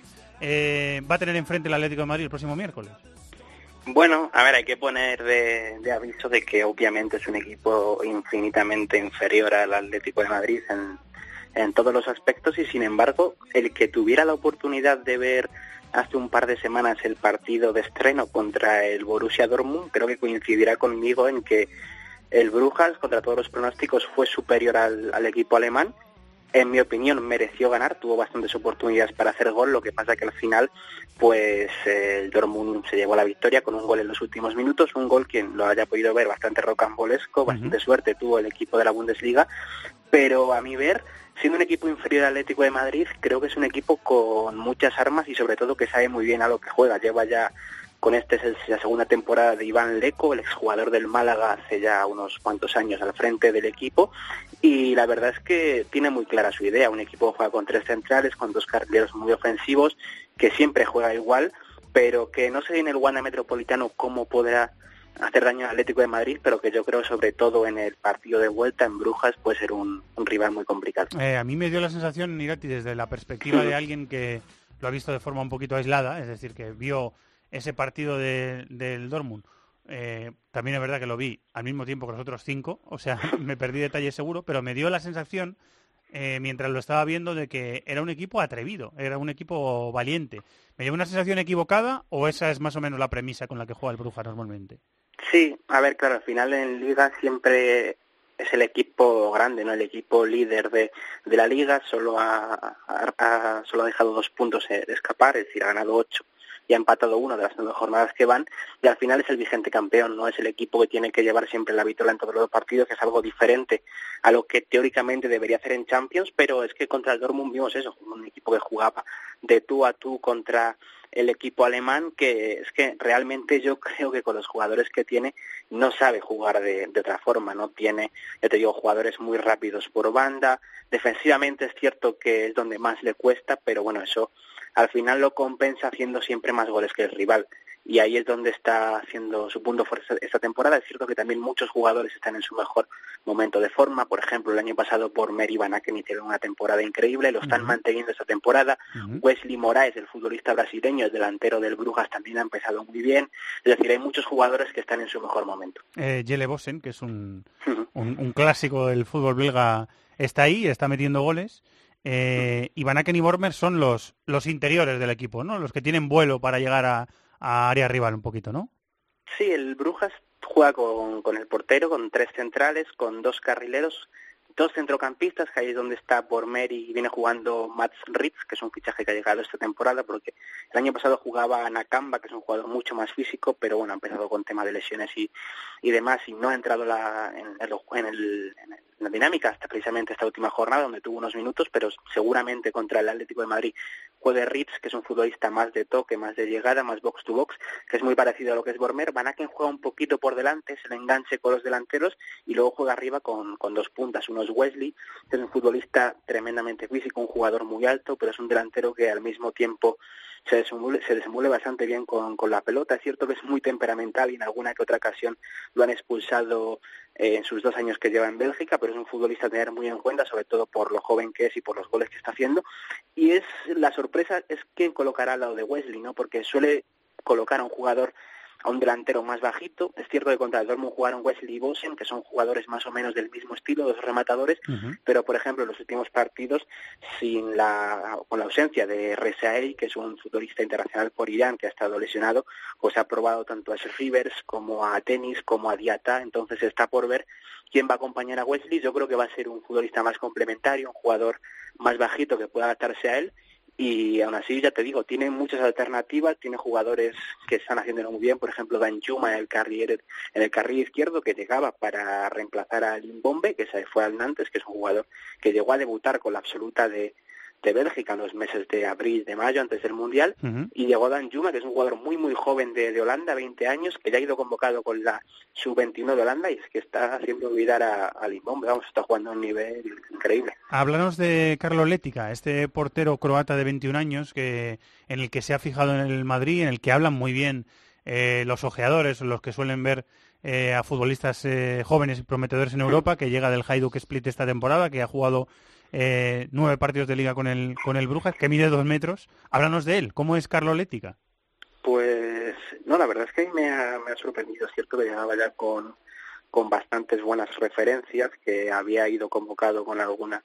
va a tener enfrente el Atlético de Madrid el próximo miércoles? Bueno, a ver, hay que poner de aviso de que obviamente es un equipo infinitamente inferior al Atlético de Madrid en todos los aspectos y sin embargo el que tuviera la oportunidad de ver hace un par de semanas el partido de estreno contra el Borussia Dortmund creo que coincidirá conmigo en que el Brujas, contra todos los pronósticos, fue superior al equipo alemán. En mi opinión, mereció ganar, tuvo bastantes oportunidades para hacer gol, lo que pasa que al final, pues el Dortmund se llevó la victoria con un gol en los últimos minutos, un gol quien lo haya podido ver bastante rocambolesco, bastante suerte tuvo el equipo de la Bundesliga, pero a mi ver, siendo un equipo inferior al Atlético de Madrid, creo que es un equipo con muchas armas y sobre todo que sabe muy bien a lo que juega, lleva ya... Con es la segunda temporada de Iván Leco, el exjugador del Málaga hace ya unos cuantos años al frente del equipo y la verdad es que tiene muy clara su idea, un equipo que juega con 3 centrales, con 2 carrileros muy ofensivos, que siempre juega igual, pero que no sé en el Wanda Metropolitano cómo podrá hacer daño al Atlético de Madrid, pero que yo creo sobre todo en el partido de vuelta en Brujas puede ser un rival muy complicado. A mí me dio la sensación, Irati, desde la perspectiva de alguien que lo ha visto de forma un poquito aislada, es decir, que vio ese partido del Dortmund, también es verdad que lo vi al mismo tiempo que los otros 5, o sea, me perdí detalles seguro, pero me dio la sensación, mientras lo estaba viendo, de que era un equipo atrevido, era un equipo valiente. ¿Me llevo una sensación equivocada o esa es más o menos la premisa con la que juega el Brujas normalmente? Sí, a ver, claro, al final en Liga siempre es el equipo grande, ¿no? El equipo líder de la Liga, solo ha dejado 2 puntos de escapar, es decir, ha ganado 8. Y ha empatado 1 de las 9 jornadas que van, y al final es el vigente campeón, no es el equipo que tiene que llevar siempre la vitola en todos los partidos, que es algo diferente a lo que teóricamente debería hacer en Champions, pero es que contra el Dortmund vimos eso, un equipo que jugaba de tú a tú contra el equipo alemán, que es que realmente yo creo que con los jugadores que tiene no sabe jugar de otra forma, no tiene, ya te digo, jugadores muy rápidos por banda, defensivamente es cierto que es donde más le cuesta, pero bueno, eso al final lo compensa haciendo siempre más goles que el rival. Y ahí es donde está haciendo su punto fuerte esta temporada. Es cierto que también muchos jugadores están en su mejor momento de forma. Por ejemplo, el año pasado por Mer y Van Aken hicieron una temporada increíble, lo están manteniendo esta temporada. Wesley Moraes, el futbolista brasileño, el delantero del Brujas, también ha empezado muy bien. Es decir, hay muchos jugadores que están en su mejor momento. Jelle Bossen, que es un clásico del fútbol belga, está ahí, está metiendo goles. Y Van Aken y Vormer son los interiores del equipo, ¿no? Los que tienen vuelo para llegar a área rival un poquito, ¿no? Sí, el Brujas juega con el portero, con 3 centrales, con 2 carrileros, 2 centrocampistas, que ahí es donde está Vormer y viene jugando Mats Ritz, que es un fichaje que ha llegado esta temporada, porque el año pasado jugaba Nakamba, que es un jugador mucho más físico, pero bueno, ha empezado con tema de lesiones y demás, y no ha entrado en la dinámica hasta precisamente esta última jornada, donde tuvo unos minutos, pero seguramente contra el Atlético de Madrid juegue Ritz, que es un futbolista más de toque, más de llegada, más box to box, que es muy parecido a lo que es Vormer. Van Aken juega un poquito por delante, es el enganche con los delanteros, y luego juega arriba con 2 puntas. Uno es Wesley, que es un futbolista tremendamente físico, un jugador muy alto, pero es un delantero que al mismo tiempo se desenvuelve bastante bien con la pelota. Es cierto que es muy temperamental y en alguna que otra ocasión lo han expulsado en sus 2 años que lleva en Bélgica, pero es un futbolista a tener muy en cuenta, sobre todo por lo joven que es y por los goles que está haciendo. Y la sorpresa es quién colocará al lado de Wesley, ¿no? Porque suele colocar a un jugador, a un delantero más bajito. Es cierto que contra el Dortmund jugaron Wesley y Bosen, que son jugadores más o menos del mismo estilo, 2 rematadores, pero por ejemplo en los últimos partidos, con la ausencia de Rezaei, que es un futbolista internacional por Irán, que ha estado lesionado, pues ha probado tanto a Rivers como a Tenis, como a Diata. Entonces está por ver quién va a acompañar a Wesley. Yo creo que va a ser un futbolista más complementario, un jugador más bajito que pueda adaptarse a él. Y aún así, ya te digo, tiene muchas alternativas, tiene jugadores que están haciéndolo muy bien, por ejemplo, Danjuma en el carril izquierdo, que llegaba para reemplazar a Limbombe, que se fue al Nantes, que es un jugador que llegó a debutar con la absoluta de Bélgica en los meses de abril, de mayo, antes del Mundial, y llegó Danjuma, que es un jugador muy muy joven de Holanda, 20 años, que ya ha ido convocado con la sub-21 de Holanda, y es que está haciendo olvidar a Limbombe. Vamos, está jugando a un nivel increíble. Háblanos de Carlo Letica, este portero croata de 21 años en el que se ha fijado en el Madrid, en el que hablan muy bien los ojeadores, los que suelen ver a futbolistas jóvenes y prometedores en Europa, que llega del Hajduk Split esta temporada, que ha jugado 9 partidos de liga con el Brujas, que mide 2 metros. Háblanos de él, ¿cómo es Carlo Letica? Pues no, la verdad es que a mí me ha sorprendido. Es cierto que llegaba ya con bastantes buenas referencias, que había ido convocado con alguna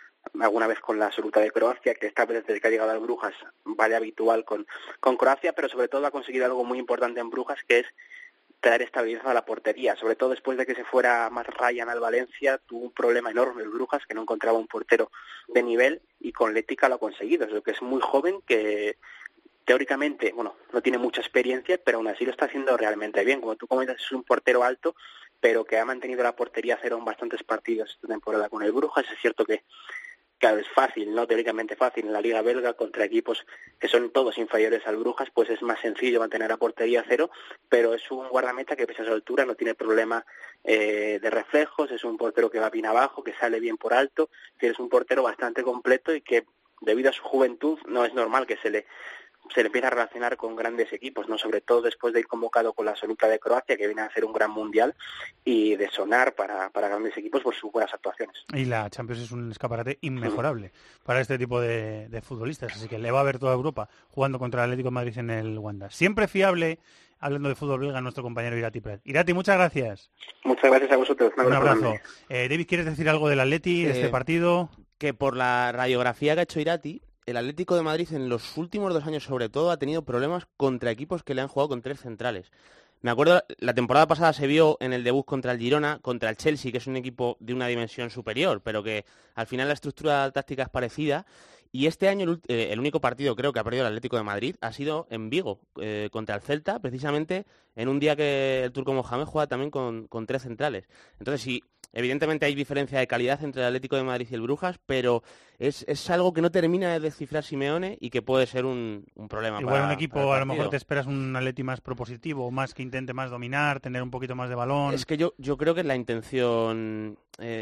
vez con la absoluta de Croacia, que esta vez desde que ha llegado al Brujas vaya habitual con Croacia, pero sobre todo ha conseguido algo muy importante en Brujas, que es traer estabilidad a la portería, sobre todo después de que se fuera más Ryan al Valencia. Tuvo un problema enorme el Brujas, que no encontraba un portero de nivel, y con Letica lo ha conseguido. Es lo que es muy joven, que teóricamente, bueno, no tiene mucha experiencia, pero aún así lo está haciendo realmente bien. Como tú comentas, es un portero alto, pero que ha mantenido la portería cero en bastantes partidos esta temporada con el Brujas. Es cierto que claro, es fácil, ¿no? Teóricamente fácil en la Liga Belga contra equipos que son todos inferiores al Brujas, pues es más sencillo mantener la portería cero, pero es un guardameta que pese a su altura no tiene problema de reflejos, es un portero que va bien abajo, que sale bien por alto, que es un portero bastante completo y que debido a su juventud no es normal que se le empieza a relacionar con grandes equipos, no, sobre todo después de ir convocado con la absoluta de Croacia, que viene a hacer un gran mundial, y de sonar para grandes equipos por sus buenas actuaciones. Y la Champions es un escaparate inmejorable para este tipo de futbolistas, así que le va a ver toda Europa jugando contra el Atlético de Madrid en el Wanda. Siempre fiable, hablando de fútbol belga, nuestro compañero Irati Prat. Irati, muchas gracias. Muchas gracias a vosotros. Un abrazo. David, ¿quieres decir algo del Atleti, de este partido? Que por la radiografía que ha hecho Irati, el Atlético de Madrid en los últimos 2 años sobre todo ha tenido problemas contra equipos que le han jugado con 3 centrales. Me acuerdo, la temporada pasada se vio en el debut contra el Girona, contra el Chelsea, que es un equipo de una dimensión superior, pero que al final la estructura táctica es parecida. Y este año el único partido creo que ha perdido el Atlético de Madrid ha sido en Vigo, contra el Celta, precisamente en un día que el turco Mohamed juega también con 3 centrales. Entonces sí, evidentemente hay diferencia de calidad entre el Atlético de Madrid y el Brujas, pero es algo que no termina de descifrar Simeone y que puede ser un problema. Igual un equipo, a lo mejor te esperas un Atleti más propositivo, más que intente más dominar, tener un poquito más de balón. Es que yo creo que es la intención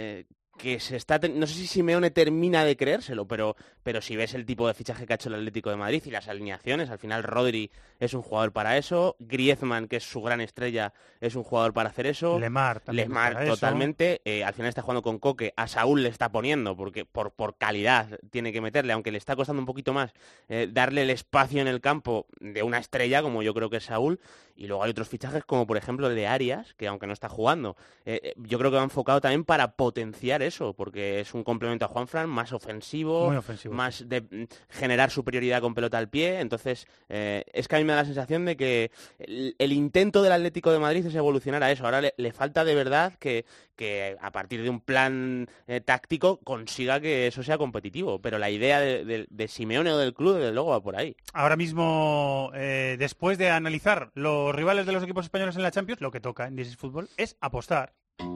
que se está... No sé si Simeone termina de creérselo, pero si ves el tipo de fichaje que ha hecho el Atlético de Madrid y las alineaciones, al final Rodri es un jugador para eso, Griezmann, que es su gran estrella, es un jugador para hacer eso, Lemar también para totalmente, al final está jugando con Coque, a Saúl le está poniendo, porque por calidad tiene que meterle, aunque le está costando un poquito más darle el espacio en el campo de una estrella, como yo creo que es Saúl, y luego hay otros fichajes como por ejemplo el de Arias, que aunque no está jugando, yo creo que va enfocado también para potenciar eso, porque es un complemento a Juanfran, más ofensivo, más de generar superioridad con pelota al pie. Entonces es que a mí me da la sensación de que el intento del Atlético de Madrid es evolucionar a eso. Ahora le falta de verdad que a partir de un plan táctico consiga que eso sea competitivo, pero la idea de Simeone o del club desde luego va por ahí. Ahora mismo, después de analizar los rivales de los equipos españoles en la Champions, lo que toca en This is Football es apostar.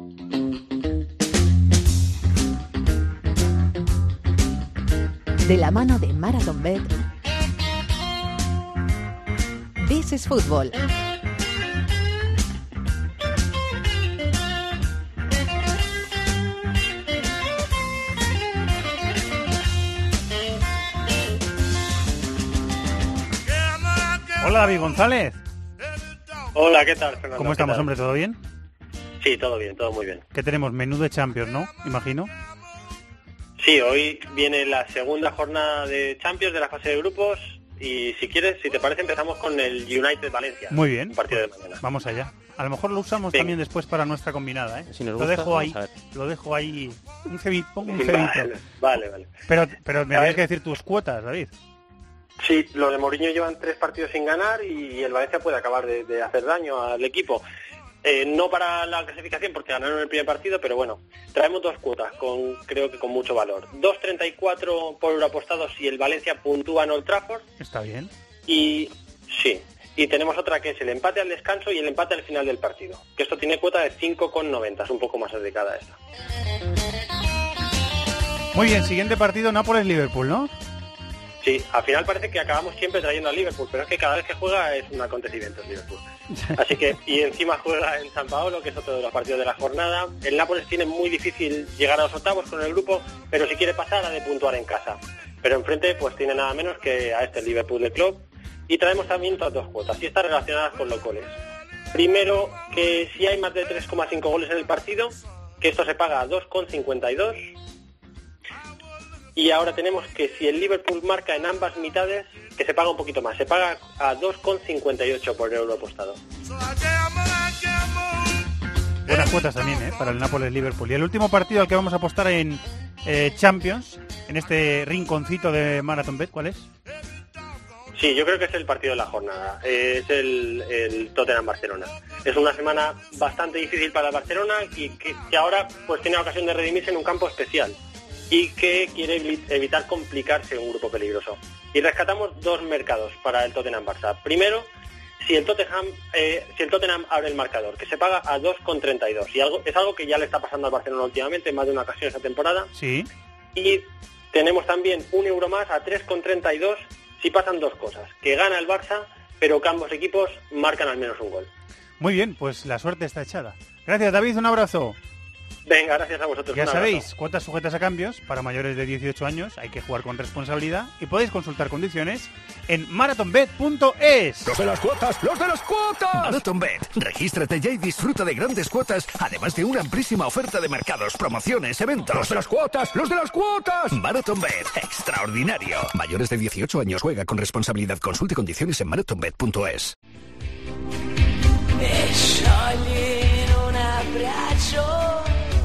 De la mano de Marathon Bet, This is Football. Hola, David González. Hola, ¿qué tal, Fernando? ¿Cómo estamos, hombre? ¿Todo bien? Sí, todo bien, todo muy bien. ¿Qué tenemos? Menú de Champions, ¿no? Imagino. Sí, hoy viene la segunda jornada de Champions de la fase de grupos y si quieres, si te parece, empezamos con el United Valencia. Muy bien. Un partido de mañana. Vamos allá. A lo mejor lo usamos también después para nuestra combinada, ¿eh? Si nos lo gusta, dejo ahí. Un cebito, pongo un cebito. Vale. Pero me habías que decir tus cuotas, David. Sí, los de Mourinho llevan 3 partidos sin ganar y el Valencia puede acabar de hacer daño al equipo. No para la clasificación porque ganaron el primer partido, pero bueno, traemos 2 cuotas, creo que con mucho valor. 2.34 por euro apostado si el Valencia puntúa en Old Trafford. Está bien. Y sí, y tenemos otra que es el empate al descanso y el empate al final del partido, que esto tiene cuota de 5,90, es un poco más dedicada a esta. Muy bien, siguiente partido, Nápoles-Liverpool, ¿no? Sí, al final parece que acabamos siempre trayendo a Liverpool, pero es que cada vez que juega es un acontecimiento el Liverpool. Así que, y encima juega en San Paolo, que es otro de los partidos de la jornada. El Nápoles tiene muy difícil llegar a los octavos con el grupo, pero si quiere pasar ha de puntuar en casa. Pero enfrente pues tiene nada menos que a este Liverpool del club. Y traemos también otras 2 cuotas, y están relacionadas con los goles. Primero, que si hay más de 3,5 goles en el partido, que esto se paga a 2,52. Y ahora tenemos que si el Liverpool marca en ambas mitades, que se paga un poquito más, se paga a 2,58 por euro apostado. Buenas cuotas también, para el Nápoles-Liverpool. Y el último partido al que vamos a apostar en Champions, en este rinconcito de Marathon Bet, ¿cuál es? Sí, yo creo que es el partido de la jornada, es el Tottenham-Barcelona. Es una semana bastante difícil para el Barcelona y que ahora pues tiene la ocasión de redimirse en un campo especial y que quiere evitar complicarse en un grupo peligroso. Y rescatamos 2 mercados para el Tottenham-Barça. Primero, si el Tottenham abre el marcador, que se paga a 2,32. Y es algo que ya le está pasando al Barcelona últimamente, en más de una ocasión esta temporada. Sí. Y tenemos también un euro más a 3,32 si pasan 2 cosas. Que gana el Barça, pero que ambos equipos marcan al menos un gol. Muy bien, pues la suerte está echada. Gracias, David, un abrazo. Venga, gracias a vosotros. Ya sabéis, cuotas sujetas a cambios para mayores de 18 años, hay que jugar con responsabilidad y podéis consultar condiciones en marathonbet.es. ¡Los de las cuotas! ¡Los de las cuotas! MarathonBet. Regístrate ya y disfruta de grandes cuotas, además de una amplísima oferta de mercados, promociones, eventos. ¡Los de las cuotas! ¡Los de las cuotas! MarathonBet. Extraordinario. Mayores de 18 años, juega con responsabilidad. Consulte condiciones en marathonbet.es. Un abbraccio.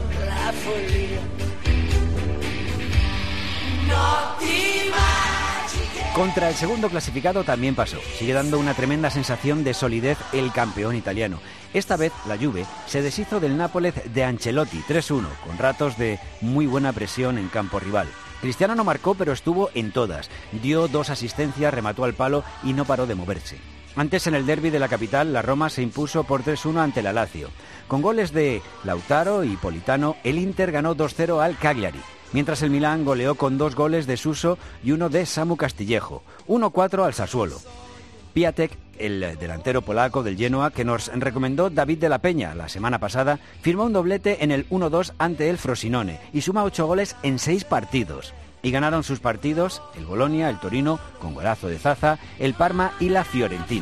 Contra el segundo clasificado también pasó. Sigue dando una tremenda sensación de solidez el campeón italiano. Esta vez la Juve se deshizo del Nápoles de Ancelotti 3-1, con ratos de muy buena presión en campo rival. Cristiano no marcó, pero estuvo en todas. Dio 2 asistencias, remató al palo y no paró de moverse. Antes, en el derbi de la capital, la Roma se impuso por 3-1 ante la Lazio. Con goles de Lautaro y Politano, el Inter ganó 2-0 al Cagliari, mientras el Milán goleó con 2 goles de Suso y uno de Samu Castillejo, 1-4 al Sassuolo. Piatek, el delantero polaco del Genoa, que nos recomendó David de la Peña la semana pasada, firmó un doblete en el 1-2 ante el Frosinone y suma 8 goles en 6 partidos. Y ganaron sus partidos el Bolonia, el Torino, con golazo de Zaza, el Parma y la Fiorentina.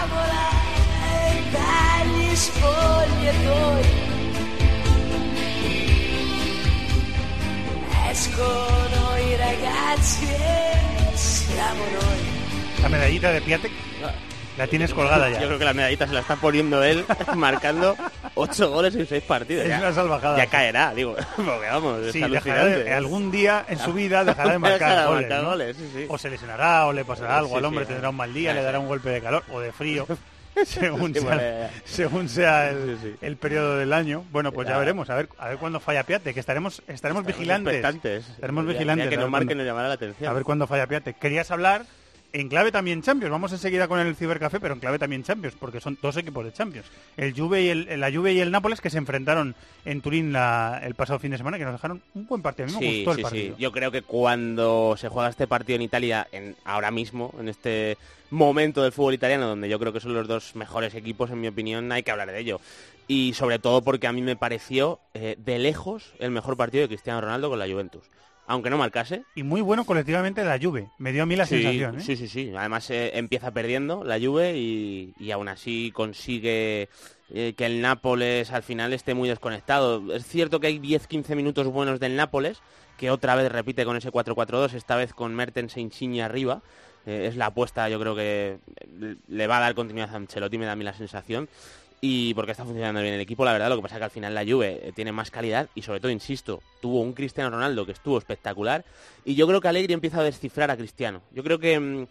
La medallita de Piatek la tienes colgada ya. Yo creo que la medallita se la está poniendo él, marcando 8 goles en 6 partidos. Es una salvajada. Ya caerá, digo, porque vamos, sí, alucinante. Algún día en su vida dejará de marcar goles, ¿no? goles, sí. O se lesionará, o le pasará algo Sí, al hombre, sí, tendrá un mal día, sí. le dará un golpe de calor o de frío. Según Sí, sea el periodo del año. Bueno, pues ya veremos, a ver cuándo falla Piatek, que estaremos vigilantes. Estaremos vigilantes. Ya que nos marquen nos llamará la atención. A ver cuándo falla Piatek. Querías hablar en clave también Champions. Vamos enseguida con el Cibercafé, pero en clave también Champions, porque son 2 equipos de Champions. La Juve y el Nápoles, que se enfrentaron en Turín el pasado fin de semana, que nos dejaron un buen partido. A mí me gustó el partido. Sí. Yo creo que cuando se juega este partido en Italia, ahora mismo, en este momento del fútbol italiano, donde yo creo que son los 2 mejores equipos, en mi opinión, hay que hablar de ello. Y sobre todo porque a mí me pareció, de lejos, el mejor partido de Cristiano Ronaldo con la Juventus. Aunque no marcase. Y muy bueno colectivamente la Juve. Me dio a mí la sensación, ¿eh? Sí. Además empieza perdiendo la Juve y aún así consigue que el Nápoles al final esté muy desconectado. Es cierto que hay 10-15 minutos buenos del Nápoles, que otra vez repite con ese 4-4-2, esta vez con Mertens e Insigne arriba. Es la apuesta, yo creo que le va a dar continuidad a Ancelotti, me da a mí la sensación. Y porque está funcionando bien el equipo, la verdad, lo que pasa es que al final la Juve tiene más calidad y sobre todo, insisto, tuvo un Cristiano Ronaldo que estuvo espectacular y yo creo que Allegri empieza a descifrar a Cristiano. Yo creo que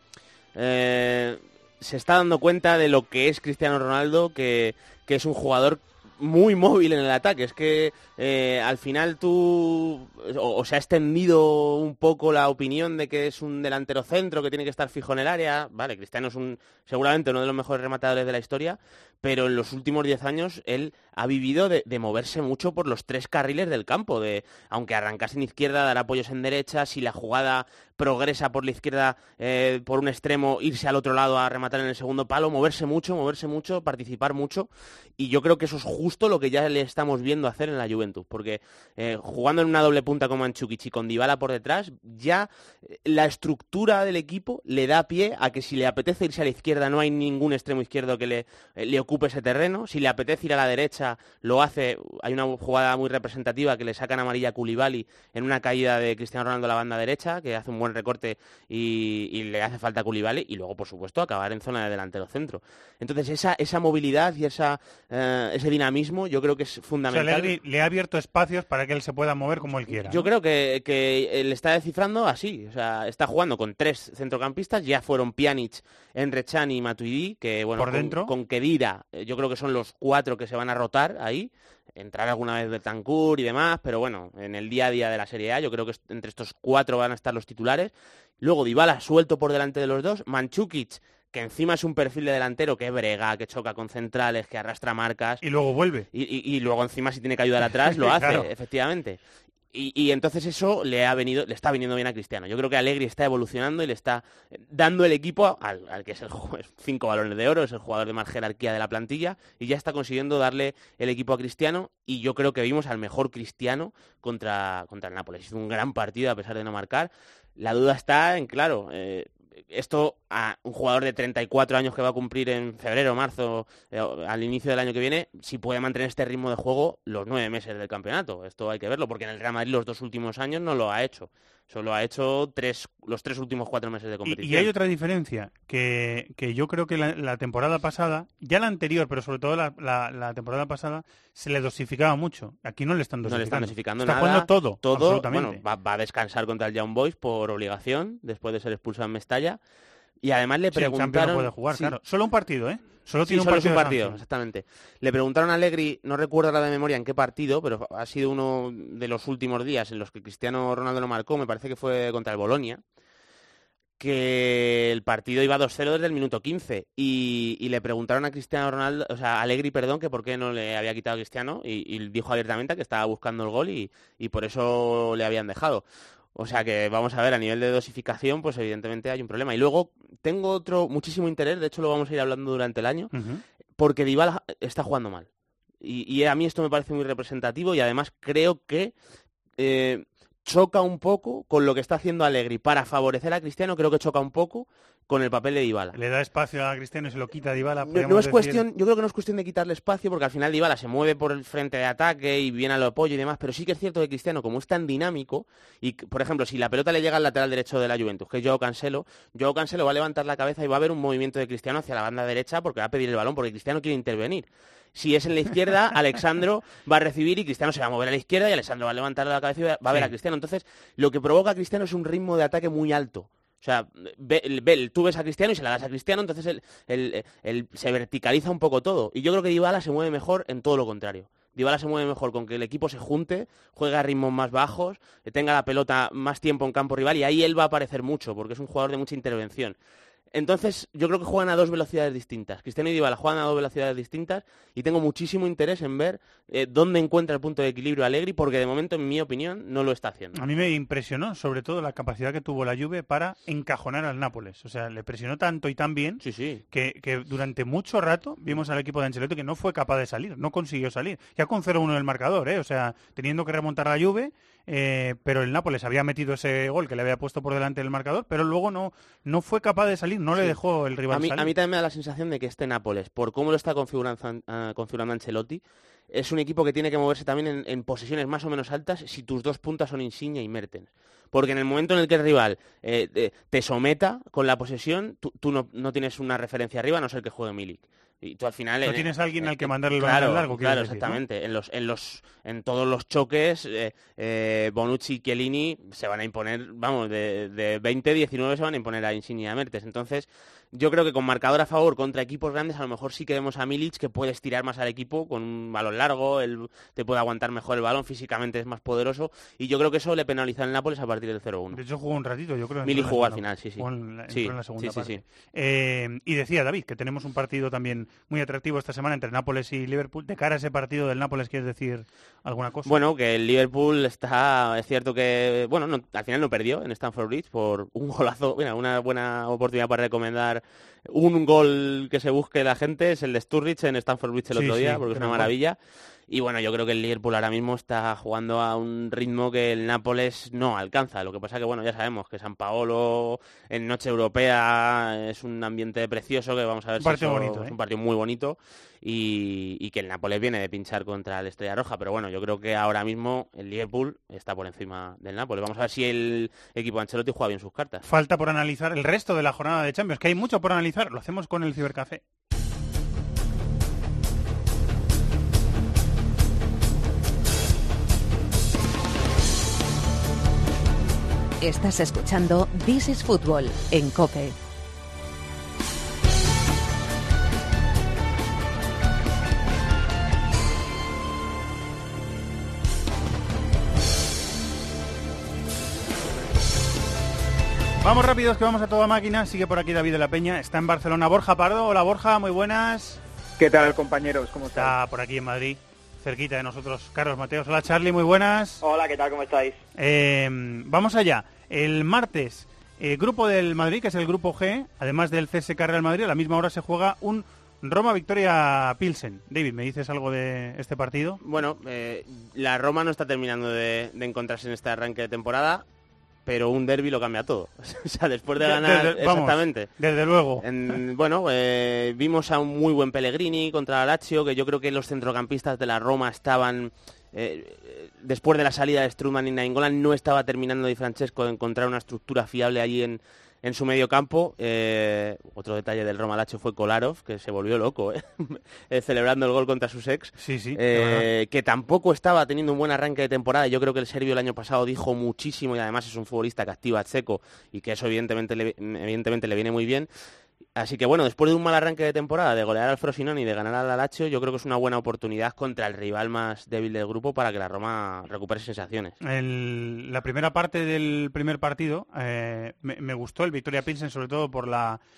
se está dando cuenta de lo que es Cristiano Ronaldo, que es un jugador muy móvil en el ataque. Es que al final se ha extendido un poco la opinión de que es un delantero centro que tiene que estar fijo en el área. Vale, Cristiano es seguramente uno de los mejores rematadores de la historia, pero en los últimos 10 años él ha vivido de moverse mucho por los 3 carriles del campo, aunque arrancase en izquierda, dar apoyos en derecha, si la jugada progresa por la izquierda por un extremo, irse al otro lado a rematar en el segundo palo, moverse mucho, participar mucho, y yo creo que eso es justo lo que ya le estamos viendo hacer en la Juventus, porque jugando en una doble punta con Mandžukić y con Dybala por detrás, ya la estructura del equipo le da pie a que si le apetece irse a la izquierda no hay ningún extremo izquierdo que le ocupe ese terreno, si le apetece ir a la derecha lo hace. Hay una jugada muy representativa que le sacan amarilla a Koulibaly en una caída de Cristiano Ronaldo a la banda derecha, que hace un buen recorte y le hace falta a Koulibaly, y luego por supuesto acabar en zona de delantero centro. Entonces esa movilidad y ese dinamismo yo creo que es fundamental. O sea, Allegri le ha abierto espacios para que él se pueda mover como él quiera. Yo creo que él está descifrando así, o sea, está jugando con 3 centrocampistas, ya fueron Pjanic, Emre Can y Matuidi, que bueno, por dentro, con Khedira, yo creo que son los 4 que se van a rotar ahí, entrar alguna vez Bentancur y demás, pero bueno, en el día a día de la Serie A yo creo que entre estos 4 van a estar los titulares. Luego Dybala suelto por delante de los 2, Mandžukić, que encima es un perfil de delantero que brega, que choca con centrales, que arrastra marcas. Y luego vuelve. Y luego encima si tiene que ayudar atrás lo hace, claro. Efectivamente. Y entonces eso le está viniendo bien a Cristiano. Yo creo que Allegri está evolucionando y le está dando el equipo al que es 5 balones de oro, es el jugador de más jerarquía de la plantilla, y ya está consiguiendo darle el equipo a Cristiano, y yo creo que vimos al mejor Cristiano contra el Nápoles. Hizo un gran partido a pesar de no marcar. La duda está en, claro, esto a un jugador de 34 años que va a cumplir en febrero, marzo, al inicio del año que viene, si puede mantener este ritmo de juego los 9 meses del campeonato. Esto hay que verlo, porque en el Real Madrid los 2 últimos años no lo ha hecho. Solo ha hecho los 3 últimos 4 meses de competición. Y hay otra diferencia, que yo creo que la temporada pasada, ya la anterior, pero sobre todo la temporada pasada, se le dosificaba mucho. Aquí no le están dosificando. No le están dosificando Está nada. Jugando todo, Bueno, absolutamente. va a descansar contra el Young Boys por obligación, después de ser expulsado en Mestalla. Y además le preguntaron... No puede jugar, sí. Claro. Solo un partido, ¿eh? Solo Tiene un partido, de exactamente. Le preguntaron a Allegri, no recuerdo ahora de memoria en qué partido, pero ha sido uno de los últimos días en los que Cristiano Ronaldo no marcó, me parece que fue contra el Bolonia, que el partido iba 2-0 desde el minuto 15 y le preguntaron a Cristiano Ronaldo, o sea, a Allegri, perdón, que por qué no le había quitado a Cristiano y dijo abiertamente que estaba buscando el gol y por eso le habían dejado. O sea que vamos a ver, a nivel de dosificación, pues evidentemente hay un problema. Y luego tengo otro muchísimo interés, de hecho lo vamos a ir hablando durante el año, porque Dybala está jugando mal. Y a mí esto me parece muy representativo y además creo que choca un poco con lo que está haciendo Allegri para favorecer a Cristiano, creo que choca un poco con el papel de Dybala. Le da espacio a Cristiano y se lo quita a Dybala. No es cuestión, yo creo que no es cuestión de quitarle espacio, porque al final Dybala se mueve por el frente de ataque y viene al apoyo y demás, pero sí que es cierto que Cristiano, como es tan dinámico, y por ejemplo, si la pelota le llega al lateral derecho de la Juventus, que es Joao Cancelo va a levantar la cabeza y va a haber un movimiento de Cristiano hacia la banda derecha porque va a pedir el balón, porque Cristiano quiere intervenir. Si es en la izquierda, Alexandro va a recibir y Cristiano se va a mover a la izquierda y Alexandro va a levantar la cabeza y va a ver a Cristiano. Entonces, lo que provoca a Cristiano es un ritmo de ataque muy alto. O sea, tú ves a Cristiano y se la das a Cristiano, entonces se verticaliza un poco todo. Y yo creo que Dybala se mueve mejor en todo lo contrario. Dybala se mueve mejor con que el equipo se junte, juegue a ritmos más bajos, tenga la pelota más tiempo en campo rival y ahí él va a aparecer mucho, porque es un jugador de mucha intervención. Entonces, yo creo que juegan a 2 velocidades distintas. Cristiano y Dybala juegan a 2 velocidades distintas y tengo muchísimo interés en ver dónde encuentra el punto de equilibrio Allegri, porque de momento, en mi opinión, no lo está haciendo. A mí me impresionó, sobre todo, la capacidad que tuvo la Juve para encajonar al Nápoles. O sea, le presionó tanto y tan bien que durante mucho rato vimos al equipo de Ancelotti que no fue capaz de salir, no consiguió salir. Ya con 0-1 el marcador, o sea, teniendo que remontar a la Juve, pero el Nápoles había metido ese gol que le había puesto por delante del marcador, pero luego no fue capaz de salir, no le dejó el rival salir. A mí también me da la sensación de que este Nápoles, por cómo lo está configurando Ancelotti, es un equipo que tiene que moverse también en posesiones más o menos altas si tus dos puntas son Insigne y Mertens. Porque en el momento en el que el rival te someta con la posesión, tú no tienes una referencia arriba, a no ser que juegue Milik. Y tú al final... No tienes a alguien al que mandar el balón largo. Claro, decir, exactamente. ¿No? En todos los choques, Bonucci y Chiellini se van a imponer, vamos, de 20-19 se van a imponer a Insigne y a Mertens. Entonces, yo creo que con marcador a favor contra equipos grandes, a lo mejor sí que vemos a Milic, que puede estirar más al equipo con un balón largo, él te puede aguantar mejor el balón, físicamente es más poderoso, y yo creo que eso le penaliza al Nápoles a partir del 0-1. De hecho, jugó un ratito, yo creo. Milic jugó al final, sí. Entró en la segunda parte. Sí. Y decía David que tenemos un partido también muy atractivo esta semana entre Nápoles y Liverpool. De cara a ese partido del Nápoles, ¿quieres decir alguna cosa? Bueno, que el Liverpool es cierto que, al final no perdió en Stamford Bridge por un golazo, una buena oportunidad para recomendar un gol que se busque la gente, es el de Sturridge en Stamford Bridge el otro día, porque es una maravilla. Y bueno, yo creo que el Liverpool ahora mismo está jugando a un ritmo que el Nápoles no alcanza. Lo que pasa que, ya sabemos que San Paolo en noche europea es un ambiente precioso, que vamos a ver si es un partido muy bonito, y que el Nápoles viene de pinchar contra el Estrella Roja. Pero bueno, yo creo que ahora mismo el Liverpool está por encima del Nápoles. Vamos a ver si el equipo de Ancelotti juega bien sus cartas. Falta por analizar el resto de la jornada de Champions, que hay mucho por analizar. Lo hacemos con el Cibercafé. Estás escuchando This is Football en COPE. Vamos rápidos, que vamos a toda máquina. Sigue por aquí David de la Peña. Está en Barcelona Borja Pardo. Hola Borja, muy buenas. ¿Qué tal, compañeros? ¿Cómo estás? Está por aquí en Madrid, cerquita de nosotros, Carlos Mateos. Hola Charlie, muy buenas. Hola, ¿qué tal? ¿Cómo estáis? Vamos allá. El martes, grupo del Madrid, que es el grupo G, además del CSKA Real Madrid, a la misma hora se juega un Roma Victoria Pilsen. David, ¿me dices algo de este partido? Bueno, la Roma no está terminando de encontrarse en este arranque de temporada, pero un derbi lo cambia todo. O sea, después de ganar... exactamente. Desde luego. Vimos a un muy buen Pellegrini contra la Lazio, que yo creo que los centrocampistas de la Roma estaban... después de la salida de Strootman y Nainggolan, no estaba terminando Di Francesco de encontrar una estructura fiable allí en su medio campo. Otro detalle del Roma Lazio fue Kolarov, que se volvió loco, celebrando el gol contra sus ex, que tampoco estaba teniendo un buen arranque de temporada. Yo creo que el serbio el año pasado dijo muchísimo, y además es un futbolista que activa a Checo, y que eso evidentemente le viene muy bien. Así que bueno, después de un mal arranque de temporada, de golear al Frosinone y de ganar al Lazio, yo creo que es una buena oportunidad contra el rival más débil del grupo para que la Roma recupere sensaciones. La primera parte del primer partido me gustó el Victoria Pilsen, sobre todo por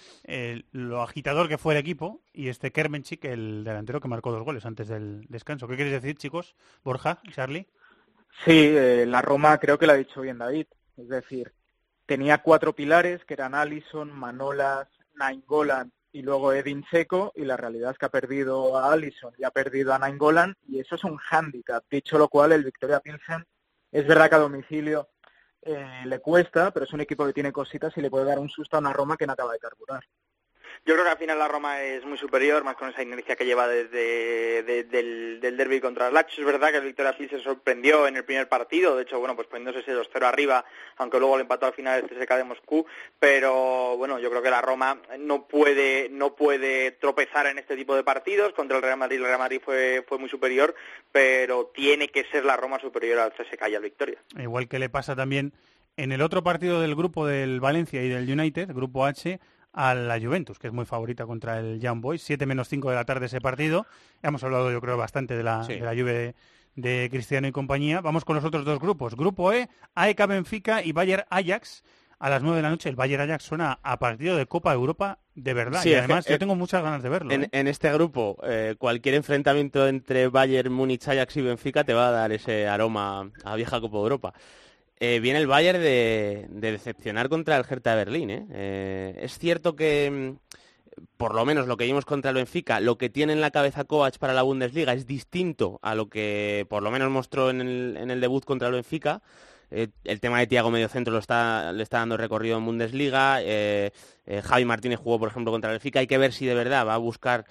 lo agitador que fue el equipo, y Kermenchik, el delantero que marcó 2 goles antes del descanso. ¿Qué quieres decir, chicos? Borja, Charlie. Sí, la Roma creo que lo ha dicho bien David. Es decir, tenía 4 pilares, que eran Alisson, Manolas, Nainggolan y luego Edin Dzeko, y la realidad es que ha perdido a Alisson y ha perdido a Nainggolan, y eso es un hándicap. Dicho lo cual, el Victoria Pilsen es verdad que a domicilio le cuesta, pero es un equipo que tiene cositas y le puede dar un susto a una Roma que no acaba de carburar. Yo creo que al final la Roma es muy superior, más con esa inercia que lleva desde del derbi contra el Lazio. Es verdad que el Victoria Pilsen sorprendió en el primer partido, de hecho, pues poniéndose ese 2-0 arriba, aunque luego le empató al final el CSKA de Moscú, pero bueno, yo creo que la Roma no puede tropezar en este tipo de partidos. Contra el Real Madrid fue muy superior, pero tiene que ser la Roma superior al CSKA y al Victoria. Igual que le pasa también en el otro partido del grupo del Valencia y del United, grupo H, a la Juventus, que es muy favorita contra el Young Boys, 7:05 de la tarde ese partido. Ya hemos hablado, yo creo, bastante de la Juve de Cristiano y compañía. Vamos con los otros dos grupos. Grupo E, AEK Benfica y Bayer Ajax, a las 9 de la noche. El Bayer Ajax suena a partido de Copa Europa de verdad, y además yo tengo muchas ganas de verlo. En este grupo, cualquier enfrentamiento entre Bayern Múnich, Ajax y Benfica te va a dar ese aroma a vieja Copa Europa. Viene el Bayern de decepcionar contra el Hertha de Berlín. Es cierto que por lo menos lo que vimos contra el Benfica, lo que tiene en la cabeza Kovac para la Bundesliga es distinto a lo que por lo menos mostró en el debut contra el Benfica. El tema de Thiago mediocentro le está dando recorrido en Bundesliga. Javi Martínez jugó, por ejemplo, contra el Benfica. Hay que ver si de verdad va a buscar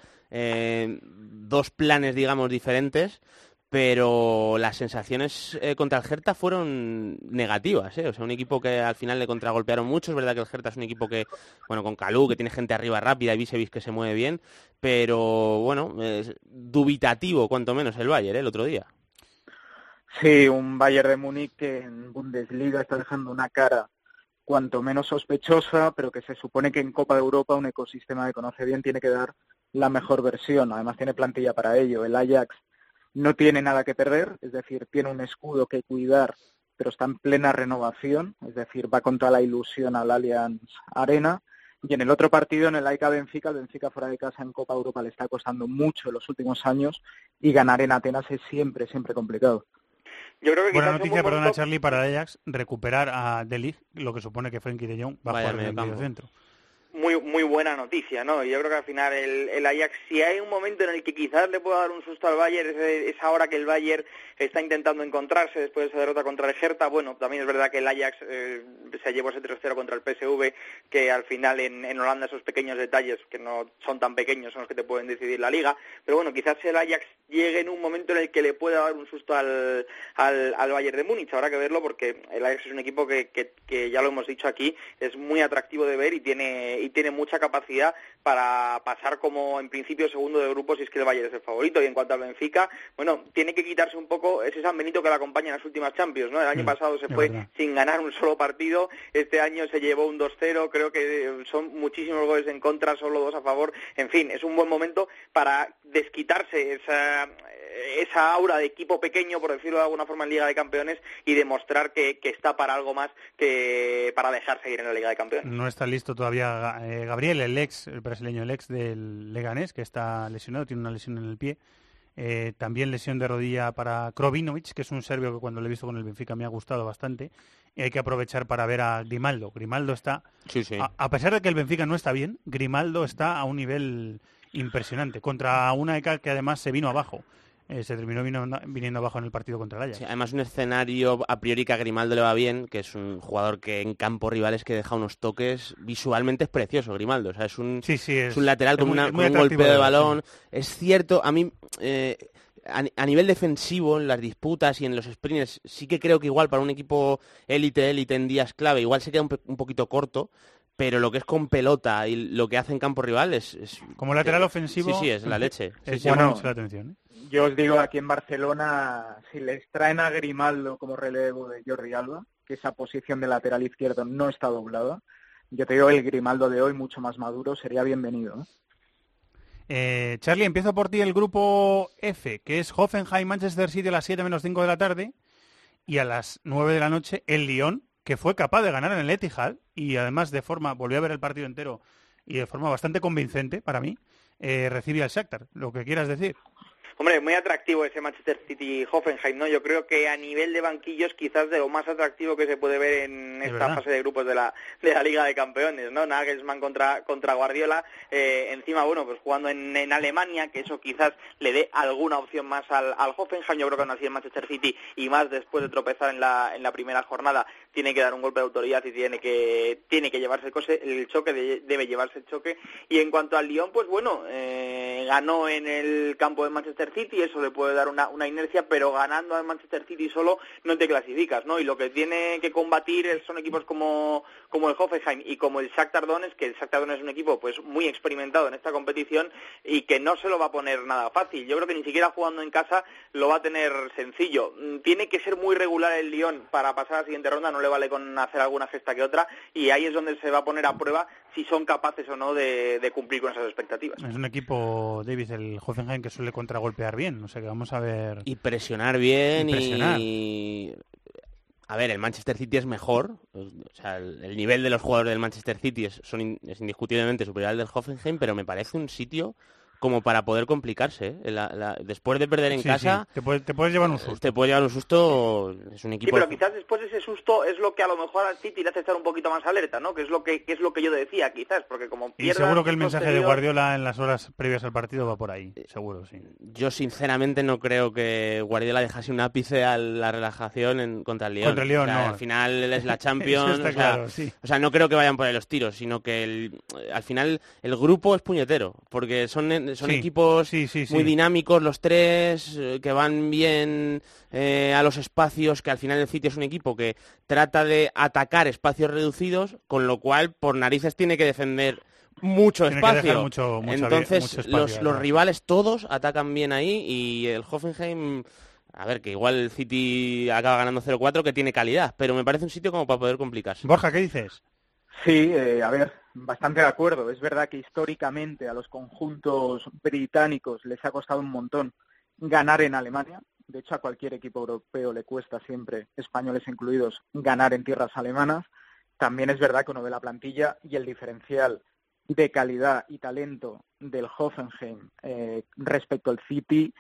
dos planes, digamos, diferentes. Pero las sensaciones contra el Hertha fueron negativas, ¿eh? O sea, un equipo que al final le contragolpearon mucho. Es verdad que el Hertha es un equipo que, bueno, con Kalou, que tiene gente arriba rápida, y Bisevic que se mueve bien, pero, bueno, es dubitativo, cuanto menos, el Bayern, el otro día. Sí, un Bayern de Múnich que en Bundesliga está dejando una cara cuanto menos sospechosa, pero que se supone que en Copa de Europa, un ecosistema que conoce bien, tiene que dar la mejor versión. Además tiene plantilla para ello. El Ajax no tiene nada que perder, es decir, tiene un escudo que cuidar, pero está en plena renovación, es decir, va contra la ilusión al Allianz Arena. Y en el otro partido, en el AEK Benfica, el Benfica fuera de casa en Copa Europa le está costando mucho en los últimos años, y ganar en Atenas es siempre complicado. Yo creo que buena noticia, perdona Charlie, para Ajax, recuperar a De Ligt, lo que supone que Frenkie de Jong va a jugar en el mediocentro. Muy buena noticia, ¿no? Yo creo que al final el Ajax, si hay un momento en el que quizás le pueda dar un susto al Bayern, es ahora que el Bayern está intentando encontrarse después de esa derrota contra el Hertha. Bueno, también es verdad que el Ajax se llevó ese 3-0 contra el PSV, que al final en Holanda esos pequeños detalles, que no son tan pequeños, son los que te pueden decidir la liga. Pero bueno, quizás el Ajax llegue en un momento en el que le pueda dar un susto al Bayern de Múnich. Habrá que verlo, porque el Ajax es un equipo que ya lo hemos dicho aquí, es muy atractivo de ver y tiene mucha capacidad para pasar como en principio segundo de grupo si es que el Bayern es el favorito. Y en cuanto al Benfica, bueno, tiene que quitarse un poco ese San Benito que le acompaña en las últimas Champions, ¿no? El año pasado se fue sin ganar un solo partido, este año se llevó un 2-0, creo que son muchísimos goles en contra, solo 2 a favor. En fin, es un buen momento para desquitarse esa aura de equipo pequeño, por decirlo de alguna forma, en Liga de Campeones, y demostrar que está para algo más que para dejarse ir en la Liga de Campeones. No está listo todavía Gabriel, el brasileño, el ex del Leganés, que está lesionado, tiene una lesión en el pie. También lesión de rodilla para Krovinovic, que es un serbio que cuando lo he visto con el Benfica me ha gustado bastante. Y hay que aprovechar para ver a Grimaldo. Grimaldo está, sí. A pesar de que el Benfica no está bien, Grimaldo está a un nivel impresionante, contra una AEK que además se vino abajo. Se terminó viniendo abajo en el partido contra el Ajax. Sí, además un escenario a priori que a Grimaldo le va bien, que es un jugador que en campo rivales que deja unos toques, visualmente es precioso Grimaldo, o sea, es un lateral con un golpeo de balón. Sí. Es cierto, a mí a nivel defensivo en las disputas y en los sprints sí que creo que igual para un equipo élite en días clave igual se queda un poquito corto. Pero lo que es con pelota y lo que hace en campo rival es como lateral ofensivo. Sí, es la leche. Llama mucho la atención. Yo os digo, aquí en Barcelona, si les traen a Grimaldo como relevo de Jordi Alba, que esa posición de lateral izquierdo no está doblada, yo te digo, el Grimaldo de hoy, mucho más maduro, sería bienvenido. Charlie, empiezo por ti el grupo F, que es Hoffenheim, Manchester City a las 7 menos 5 de la tarde, y a las 9 de la noche el Lyon, que fue capaz de ganar en el Etihad, y además volví a ver el partido entero, y de forma bastante convincente para mí, recibe al Shakhtar. Lo que quieras decir. Hombre, muy atractivo ese Manchester City-Hoffenheim, ¿no? Yo creo que a nivel de banquillos quizás de lo más atractivo que se puede ver en esta fase de grupos de la Liga de Campeones, ¿no? Nagelsmann contra Guardiola, encima, bueno, pues jugando en Alemania, que eso quizás le dé alguna opción más al Hoffenheim. Yo creo que aún así el Manchester City, y más después de tropezar en la primera jornada, tiene que dar un golpe de autoridad y tiene que llevarse el choque, debe llevarse el choque. Y en cuanto al Lyon, pues bueno, ganó en el campo de Manchester City, eso le puede dar una inercia, pero ganando al Manchester City solo no te clasificas, ¿no? Y lo que tiene que combatir son equipos como el Hoffenheim y como el Shakhtar Donetsk, que el Shakhtar Donetsk es un equipo pues muy experimentado en esta competición y que no se lo va a poner nada fácil. Yo creo que ni siquiera jugando en casa lo va a tener sencillo. Tiene que ser muy regular el Lyon para pasar a la siguiente ronda, no le vale con hacer alguna gesta que otra, y ahí es donde se va a poner a prueba si son capaces o no de cumplir con esas expectativas. Es un equipo, David, el Hoffenheim, que suele contragolpear bien, o sea que vamos a ver... Y presionar bien y... A ver, el Manchester City es mejor, o sea, el nivel de los jugadores del Manchester City es indiscutiblemente superior al del Hoffenheim, pero me parece un sitio como para poder complicarse. Después de perder en casa... Te puedes llevar un susto. Te puedes llevar un susto, es un equipo... Sí, pero quizás después de ese susto es lo que a lo mejor al City le hace estar un poquito más alerta, ¿no? Que es lo que yo decía, quizás, porque como Y seguro que el mensaje de Guardiola en las horas previas al partido va por ahí, seguro, sí. Yo sinceramente no creo que Guardiola dejase un ápice a la relajación contra el Lyon. Contra el Lyon, no. Al final es la Champions, Eso está claro, sí. O sea, no creo que vayan por ahí los tiros, sino que al final el grupo es puñetero, porque son equipos muy dinámicos los tres, que van bien a los espacios, que al final el City es un equipo que trata de atacar espacios reducidos, con lo cual por narices tiene que defender mucho espacio. Entonces los rivales todos atacan bien ahí, y el Hoffenheim, a ver, que igual el City acaba ganando 0-4, que tiene calidad, pero me parece un sitio como para poder complicarse. Borja, ¿qué dices? Sí, a ver, bastante de acuerdo. Es verdad que históricamente a los conjuntos británicos les ha costado un montón ganar en Alemania. De hecho, a cualquier equipo europeo le cuesta siempre, españoles incluidos, ganar en tierras alemanas. También es verdad que uno ve la plantilla y el diferencial de calidad y talento del Hoffenheim respecto al City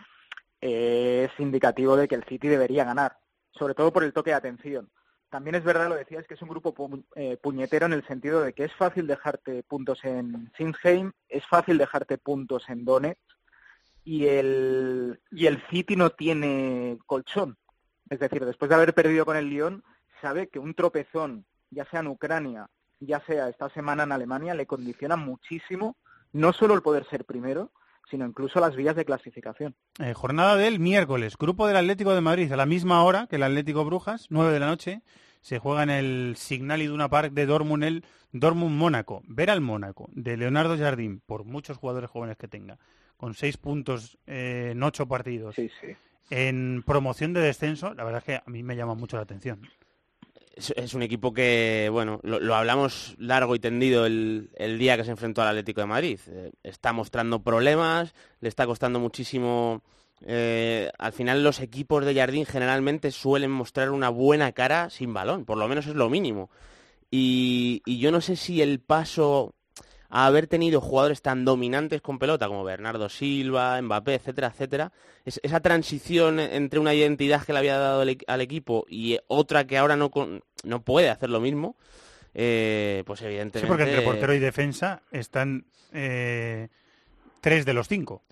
es indicativo de que el City debería ganar, sobre todo por el toque de atención. También es verdad, lo decías, que es un grupo puñetero en el sentido de que es fácil dejarte puntos en Sinsheim, es fácil dejarte puntos en Donetsk, y el City no tiene colchón. Es decir, después de haber perdido con el Lyon, sabe que un tropezón, ya sea en Ucrania, ya sea esta semana en Alemania, le condiciona muchísimo, no solo el poder ser primero, sino incluso las vías de clasificación. Jornada del miércoles, grupo del Atlético de Madrid, a la misma hora que el Atlético Brujas, 9 de la noche, se juega en el Signal Iduna Park de Dortmund, el Dortmund-Mónaco. Ver al Mónaco de Leonardo Jardim, por muchos jugadores jóvenes que tenga, con 6 puntos en 8 partidos, en promoción de descenso, la verdad es que a mí me llama mucho la atención. Es un equipo que, bueno, lo hablamos largo y tendido el día que se enfrentó al Atlético de Madrid. Está mostrando problemas, le está costando muchísimo. Al final los equipos de Jardín generalmente suelen mostrar una buena cara sin balón, por lo menos es lo mínimo. Y yo no sé si el paso a haber tenido jugadores tan dominantes con pelota como Bernardo Silva, Mbappé, etcétera, etcétera, esa transición entre una identidad que le había dado al equipo y otra que ahora no puede hacer lo mismo, pues evidentemente... Sí, porque entre portero y defensa están 3 de los 5.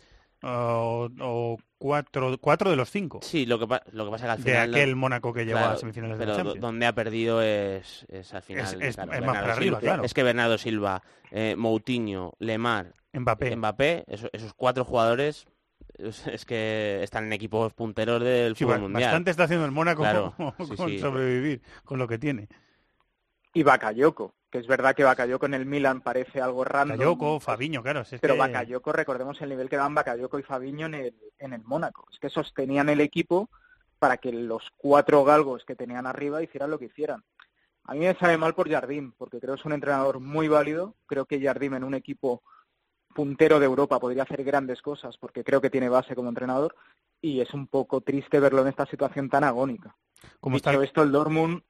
O 4 de los 5. Sí, lo que pasa es que al final... De aquel Mónaco que llegó a semifinales de la Champions. Pero donde ha perdido es al final... Es más para arriba, claro. Es que Bernardo Silva, Moutinho, Lemar, Mbappé, esos 4 jugadores... Es que están en equipos punteros del fútbol mundial. Bastante está haciendo el Mónaco con sí. sobrevivir, con lo que tiene. Y Bakayoko, que es verdad que Bakayoko en el Milan parece algo random. Bakayoko, Fabinho, claro. Pero Bakayoko, recordemos el nivel que daban Bakayoko y Fabinho en el Mónaco. Es que sostenían el equipo para que los 4 galgos que tenían arriba hicieran lo que hicieran. A mí me sabe mal por Jardim, porque creo que es un entrenador muy válido. Creo que Jardim en un equipo puntero de Europa podría hacer grandes cosas, porque creo que tiene base como entrenador, y es un poco triste verlo en esta situación tan agónica. Dicho esto, el Dortmund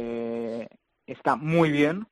está muy bien.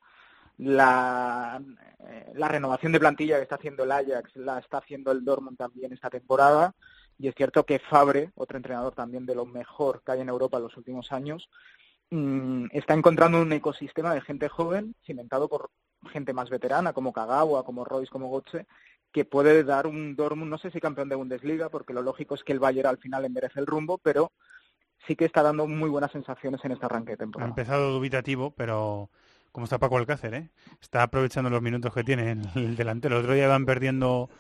La renovación de plantilla que está haciendo el Ajax la está haciendo el Dortmund también esta temporada, y es cierto que Favre, otro entrenador también de lo mejor que hay en Europa en los últimos años, está encontrando un ecosistema de gente joven, cimentado por gente más veterana como Kagawa, como Royce, como Götze, que puede dar un Dortmund, no sé si campeón de Bundesliga, porque lo lógico es que el Bayern al final enderece el rumbo, pero sí que está dando muy buenas sensaciones en este arranque de temporada. Ha empezado dubitativo, pero como está Paco Alcácer, está aprovechando los minutos que tiene el delantero. El otro día iban perdiendo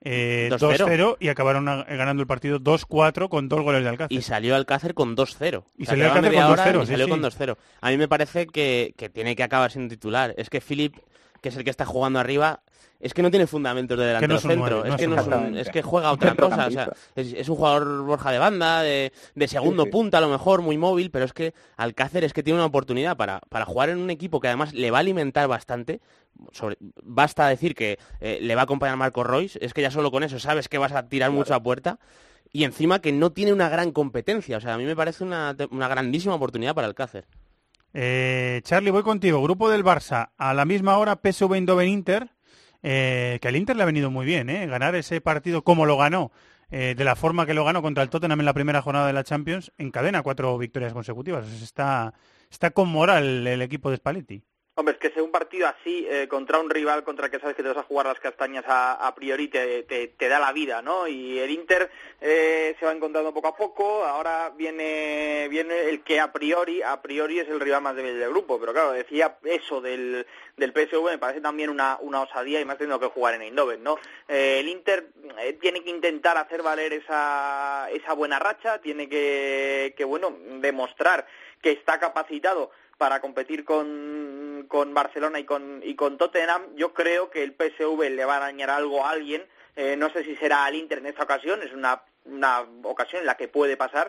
2-0 y acabaron ganando el partido 2-4 con 2 goles de Alcácer. Y salió Alcácer con 2-0. Y salió Alcácer con 2-0. Salió con 2-0. A mí me parece que tiene que acabar siendo titular. Es que Philip, que es el que está jugando arriba, es que no tiene fundamentos de delantero centro. Es que juega otra cosa. O sea, es un jugador Borja de banda, de segundo punta a lo mejor, muy móvil, pero es que Alcácer es que tiene una oportunidad para jugar en un equipo que además le va a alimentar bastante. Basta decir que le va a acompañar Marco Royce, es que ya solo con eso sabes que vas a tirar mucho a puerta, y encima que no tiene una gran competencia. O sea, a mí me parece una grandísima oportunidad para Alcácer. Charlie, voy contigo. Grupo del Barça, a la misma hora PSV Eindhoven Inter. que al Inter le ha venido muy bien, ganar ese partido como lo ganó, de la forma que lo ganó contra el Tottenham en la primera jornada de la Champions, encadena 4 victorias consecutivas. Está con moral el equipo de Spalletti. Hombre, es que sea un partido así contra un rival contra el que sabes que te vas a jugar las castañas a priori te da la vida, ¿no? Y el Inter se va encontrando poco a poco. Ahora viene el que a priori es el rival más débil del grupo. Pero claro, decía eso del PSV, me parece también una osadía, y más teniendo que jugar en Eindhoven, ¿no? El Inter tiene que intentar hacer valer esa buena racha, tiene que demostrar que está capacitado para competir con Barcelona y con Tottenham. Yo creo que el PSV le va a dañar algo a alguien. No sé si será al Inter en esta ocasión, es una ocasión en la que puede pasar,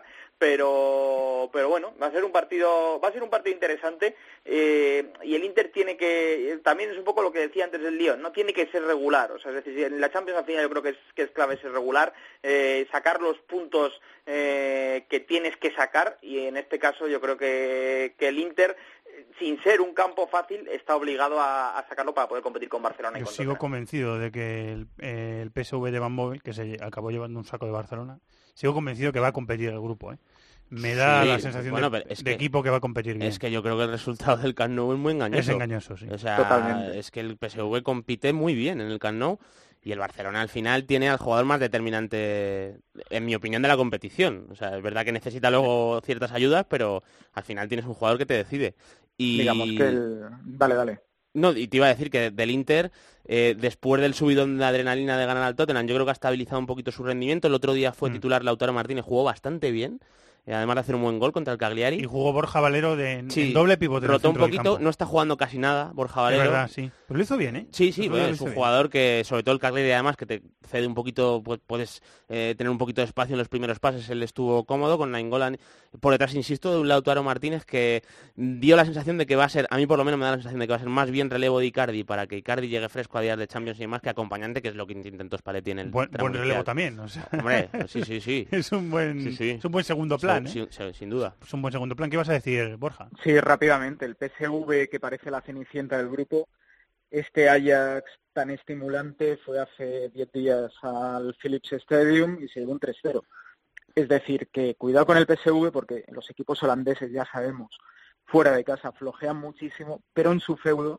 pero bueno, va a ser un partido interesante, y el Inter tiene que, también es un poco lo que decía antes del Lyon, no tiene que ser regular, o sea, es decir, en la Champions al final yo creo que es clave ser regular, sacar los puntos que tienes que sacar, y en este caso yo creo que el Inter, sin ser un campo fácil, está obligado a sacarlo para poder competir con Barcelona. Yo sigo convencido de que el PSV de Van Bommel, que se acabó llevando un saco de Barcelona, sigo convencido que va a competir el grupo, Me da la sensación de equipo que va a competir bien. Es que yo creo que el resultado del Camp Nou es muy engañoso. Es engañoso, sí. O sea, totalmente. Es que el PSV compite muy bien en el Camp Nou, y el Barcelona al final tiene al jugador más determinante, en mi opinión, de la competición. O sea, es verdad que necesita luego ciertas ayudas, pero al final tienes un jugador que te decide. Y digamos que Dale. No, y te iba a decir que del Inter, después del subidón de adrenalina de ganar al Tottenham, yo creo que ha estabilizado un poquito su rendimiento. El otro día fue titular Lautaro Martínez, jugó bastante bien, además de hacer un buen gol contra el Cagliari. Y jugó Borja Valero en doble pivote. Rotó un poquito, no está jugando casi nada Borja Valero. Es verdad, sí. Pero lo hizo bien, ¿eh? Sí, es un jugador que, sobre todo el Cagliari, además, que te cede un poquito, pues puedes tener un poquito de espacio en los primeros pases. Él estuvo cómodo con Nainggolan por detrás, insisto, de un Lautaro Martínez que dio la sensación de que va a ser, a mí por lo menos me da la sensación de que va a ser más bien relevo de Icardi, para que Icardi llegue fresco a días de Champions y demás, que acompañante, que es lo que intentó Spalletti en el buen relevo también, o sea. Hombre, sí. Es un buen segundo plan, sin duda. Es un buen segundo plan. ¿Qué ibas a decir, Borja? Sí, rápidamente. El PSV, que parece la cenicienta del grupo, este Ajax tan estimulante, fue hace 10 días al Philips Stadium y se llevó un 3-0. Es decir, que cuidado con el PSV, porque los equipos holandeses, ya sabemos, fuera de casa flojean muchísimo, pero en su feudo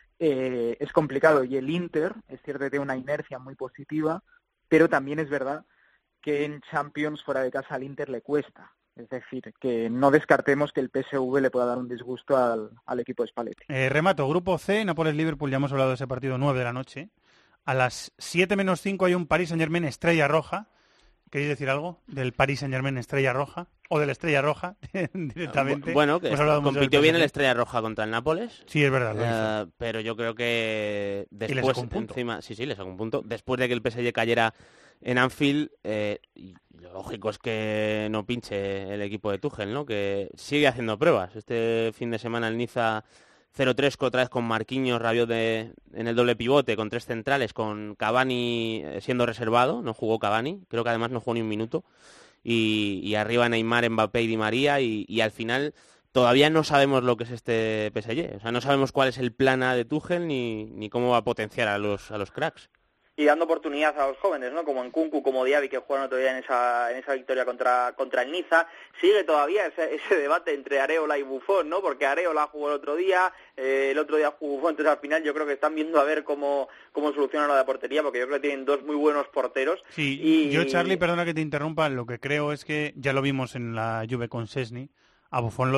es complicado. Y el Inter, es cierto que tiene una inercia muy positiva, pero también es verdad que en Champions fuera de casa al Inter le cuesta. Es decir, que no descartemos que el PSV le pueda dar un disgusto al equipo de Spalletti. Remato, Grupo C, Nápoles-Liverpool, ya hemos hablado de ese partido, 9 de la noche. A las 7 menos 5 hay un Paris Saint-Germain Estrella Roja. ¿Queréis decir algo del Paris Saint-Germain Estrella Roja? ¿O del Estrella Roja directamente? Bueno, que compitió bien el Estrella Roja contra el Nápoles. Sí, es verdad. Pero yo creo que después, le sacó un punto. Encima, sí, le sacó un punto. Después de que el PSG cayera en Anfield, lo lógico es que no pinche el equipo de Tuchel, ¿no? Que sigue haciendo pruebas. Este fin de semana el Niza 0-3 otra vez con Marquinhos, Rabiot en el doble pivote, con 3 centrales, con Cavani siendo reservado, no jugó Cavani, creo que además no jugó ni un minuto, y arriba Neymar, Mbappé y Di María, y al final todavía no sabemos lo que es este PSG, o sea, no sabemos cuál es el plan A de Tuchel ni cómo va a potenciar a los cracks. Y dando oportunidad a los jóvenes, ¿no? Como Nkunku, como Diaby, que jugaron otro día en esa victoria contra el Niza. Sigue todavía ese debate entre Areola y Buffon, ¿no? Porque Areola jugó el otro día jugó Buffon, entonces al final yo creo que están viendo a ver cómo solucionan la de portería, porque yo creo que tienen 2 muy buenos porteros. Sí, yo, Charlie, perdona que te interrumpa, lo que creo es que, ya lo vimos en la Juve con Szczęsny, a Buffon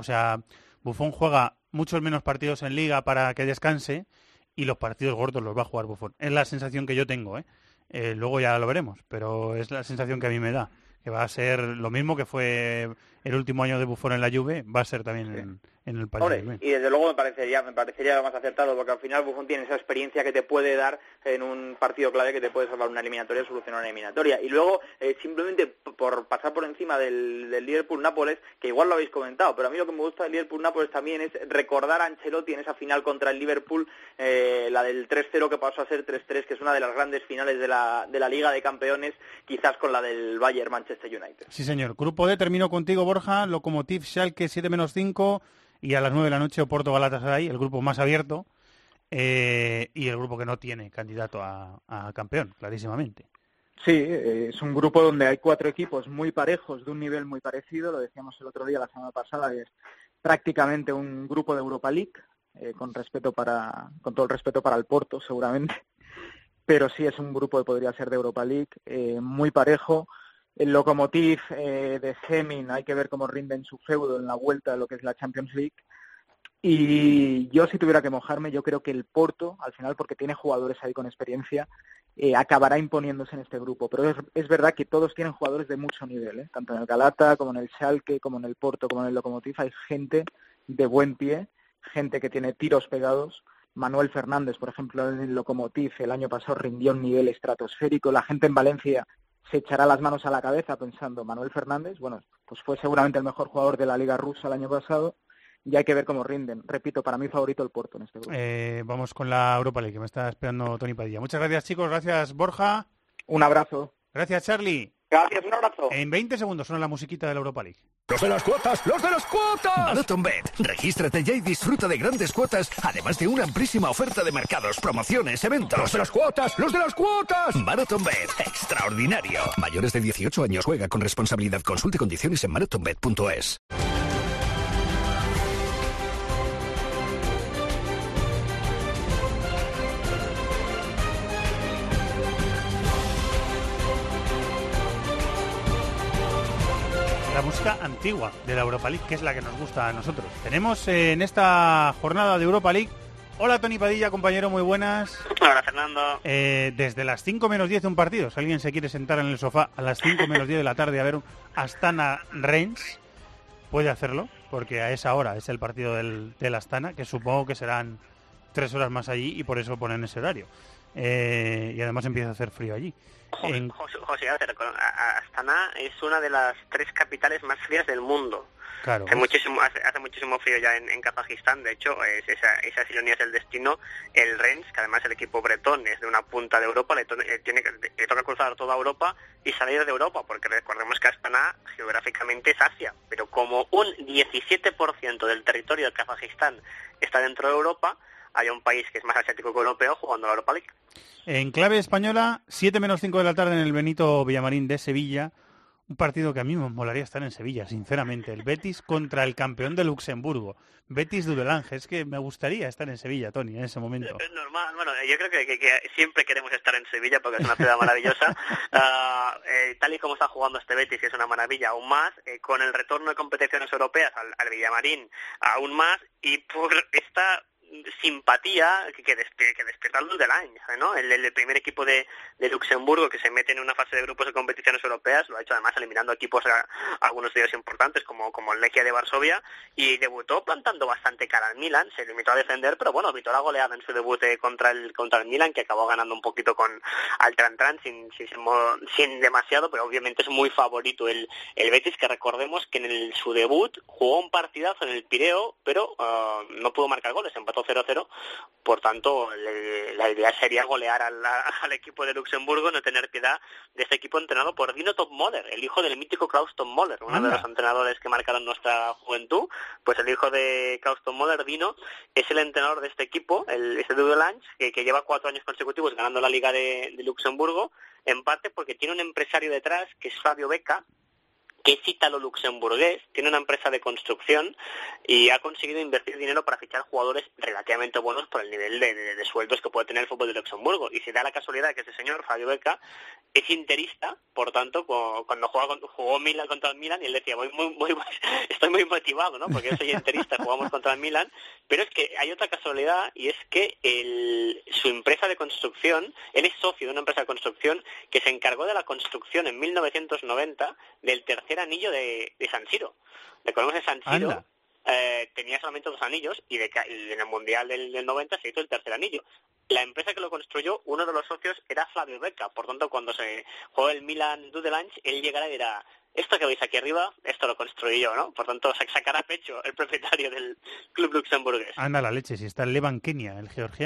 Buffon juega muchos menos partidos en Liga para que descanse, y los partidos gordos los va a jugar Buffon. Es la sensación que yo tengo, luego ya lo veremos, pero es la sensación que a mí me da, que va a ser lo mismo que fue el último año de Buffon en la Juve, va a ser también en el Paris Saint-Germain. Y desde luego me parecería lo más acertado, porque al final Buffon tiene esa experiencia que te puede dar en un partido clave, que te puede salvar una eliminatoria, solucionar una eliminatoria. Y luego, simplemente por pasar por encima del Liverpool-Nápoles, que igual lo habéis comentado, pero a mí lo que me gusta del Liverpool-Nápoles también es recordar a Ancelotti en esa final contra el Liverpool, la del 3-0 que pasó a ser 3-3, que es una de las grandes finales de la Liga de Campeones, quizás con la del Bayern-Manchester United. Sí, señor. Grupo D, termino contigo, Borja. Lokomotiv Schalke 7 menos 5, y a las 9 de la noche Oporto Galatasaray, el grupo más abierto. y el grupo que no tiene candidato a campeón, clarísimamente. Sí, es un grupo donde hay 4 equipos muy parejos, de un nivel muy parecido, lo decíamos el otro día, la semana pasada, es prácticamente un grupo de Europa League, con todo el respeto para el Porto, seguramente, pero sí es un grupo que podría ser de Europa League, muy parejo. El Lokomotiv de Semin, hay que ver cómo rinden su feudo en la vuelta de lo que es la Champions League. Y yo, si tuviera que mojarme, yo creo que el Porto, al final, porque tiene jugadores ahí con experiencia, acabará imponiéndose en este grupo. Pero es verdad que todos tienen jugadores de mucho nivel, tanto en el Galata, como en el Schalke, como en el Porto, como en el Lokomotiv. Hay gente de buen pie, gente que tiene tiros pegados. Manuel Fernández, por ejemplo, en el Lokomotiv el año pasado rindió un nivel estratosférico. La gente en Valencia se echará las manos a la cabeza pensando, Manuel Fernández, bueno, pues fue seguramente el mejor jugador de la Liga Rusa el año pasado. Y hay que ver cómo rinden. Repito, para mí favorito el Porto en este grupo. Vamos con la Europa League, que me está esperando Tony Padilla. Muchas gracias, chicos. Gracias, Borja. Un abrazo. Gracias, Charlie. Gracias, un abrazo. En 20 segundos suena la musiquita de la Europa League. ¡Los de las cuotas! ¡Los de las cuotas! MarathonBet. Regístrate ya y disfruta de grandes cuotas, además de una amplísima oferta de mercados, promociones, eventos. ¡Los de las cuotas! ¡Los de las cuotas! MarathonBet. Extraordinario. Mayores de 18 años. Juega con responsabilidad. Consulte condiciones en marathonbet.es. La música antigua de la Europa League, que es la que nos gusta a nosotros. Tenemos en esta jornada de Europa League... Hola, Tony Padilla, compañero, muy buenas. Hola, Fernando. Desde las 5 menos 10 de un partido, si alguien se quiere sentar en el sofá a las 5 menos 10 de la tarde a ver un Astana Reims, puede hacerlo, porque a esa hora es el partido del Astana, que supongo que serán 3 horas más allí y por eso ponen ese horario. Y además empieza a hacer frío allí. José, Astana es una de las 3 capitales más frías del mundo. Claro. Hace muchísimo frío ya en Kazajistán. De hecho, esas ironías del destino. El Rennes, que además el equipo bretón es de una punta de Europa, le toca cruzar toda Europa y salir de Europa, porque recordemos que Astana geográficamente es Asia, pero como un 17% del territorio de Kazajistán está dentro de Europa, hay un país que es más asiático que europeo jugando la Europa League. En clave española, 7 menos 5 de la tarde en el Benito Villamarín de Sevilla. Un partido que a mí me molaría estar en Sevilla, sinceramente. El Betis contra el campeón de Luxemburgo. Betis Dudelange. Es que me gustaría estar en Sevilla, Tony, en ese momento. Normal. Bueno, yo creo que siempre queremos estar en Sevilla porque es una ciudad maravillosa. Tal y como está jugando este Betis, que es una maravilla, aún más. Con el retorno de competiciones europeas al Villamarín, aún más. Y por esta simpatía que despierta el Dudelange, ¿no? El primer equipo de Luxemburgo que se mete en una fase de grupos de competiciones europeas, lo ha hecho además eliminando equipos algunos de ellos importantes como el Lechia de Varsovia, y debutó plantando bastante cara al Milan, se limitó a defender, pero bueno, evitó la goleada en su debut contra el Milan, que acabó ganando un poquito al Tran sin demasiado, pero obviamente es muy favorito el Betis, que recordemos que en su debut jugó un partidazo en el Pireo, pero no pudo marcar goles, empató 0-0, por tanto la idea sería golear al equipo de Luxemburgo, no tener piedad de este equipo entrenado por Dino Toppmöller, el hijo del mítico Klaus Toppmöller, uno de los entrenadores que marcaron nuestra juventud. Pues el hijo de Klaus Toppmöller, Dino, es el entrenador de este equipo, este Dudelange, que lleva 4 años consecutivos ganando la Liga de Luxemburgo, en parte porque tiene un empresario detrás, que es Fabio Becca, que es ítalo-luxemburgués, tiene una empresa de construcción y ha conseguido invertir dinero para fichar jugadores relativamente buenos por el nivel de sueldos que puede tener el fútbol de Luxemburgo. Y se da la casualidad que ese señor, Fabio Becca, es interista, por tanto, cuando jugó Milan contra el Milan, y él decía, estoy muy motivado, ¿no? Porque yo soy interista, jugamos contra el Milan, pero es que hay otra casualidad, y es que su empresa de construcción, él es socio de una empresa de construcción que se encargó de la construcción en 1990 del tercer anillo de San Siro. Recordemos que San Siro tenía solamente 2 anillos y en el Mundial del 90 se hizo el tercer anillo. La empresa que lo construyó, uno de los socios era Flavio Becca, por tanto cuando se jugó el Milan Dudelange, él llegará y dirá, esto que veis aquí arriba, esto lo construí yo, ¿no? Por tanto sacará pecho el propietario del club luxemburgués. Anda la leche, si está el Levan Kenia, el georgiano.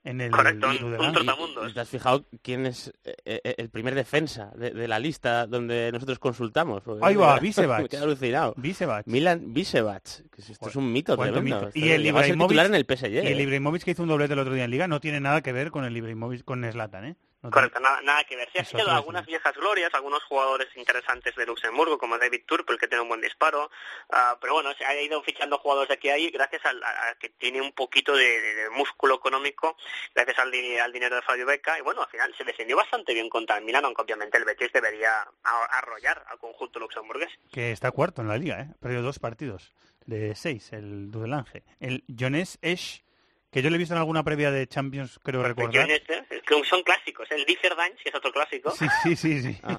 en el Correcto, Dudelange. un trotamundos. ¿Te has fijado quién es el primer defensa de la lista donde nosotros consultamos? Porque Ahí va, Bisevac. Me quedé alucinado. Bisevac. Milan Bisevac. Esto es un mito tremendo. Y el Ibrahimovic titular en el PSG. Y el Ibrahimovic que hizo un doblete el otro día en Liga no tiene nada que ver con el Ibrahimovic, con Zlatan, ¿eh? No Correcto, nada que ver. Sí, ha sido algunas viejas glorias, algunos jugadores interesantes de Luxemburgo, como David Turpel, que tiene un buen disparo, pero bueno, se ha ido fichando jugadores de aquí a ahí gracias a que tiene un poquito de músculo económico, gracias al dinero de Fabio Becca, y bueno, al final se defendió bastante bien contra el Milán, aunque obviamente el Betis debería arrollar al conjunto luxemburgués. Que está cuarto en la Liga, ¿eh? Perdió 2 partidos de 6, el Dudelange. El Jones Esch, que yo le he visto en alguna previa de Champions, creo recordar. Que son clásicos, el Differdange, que es otro clásico. Sí. Ah.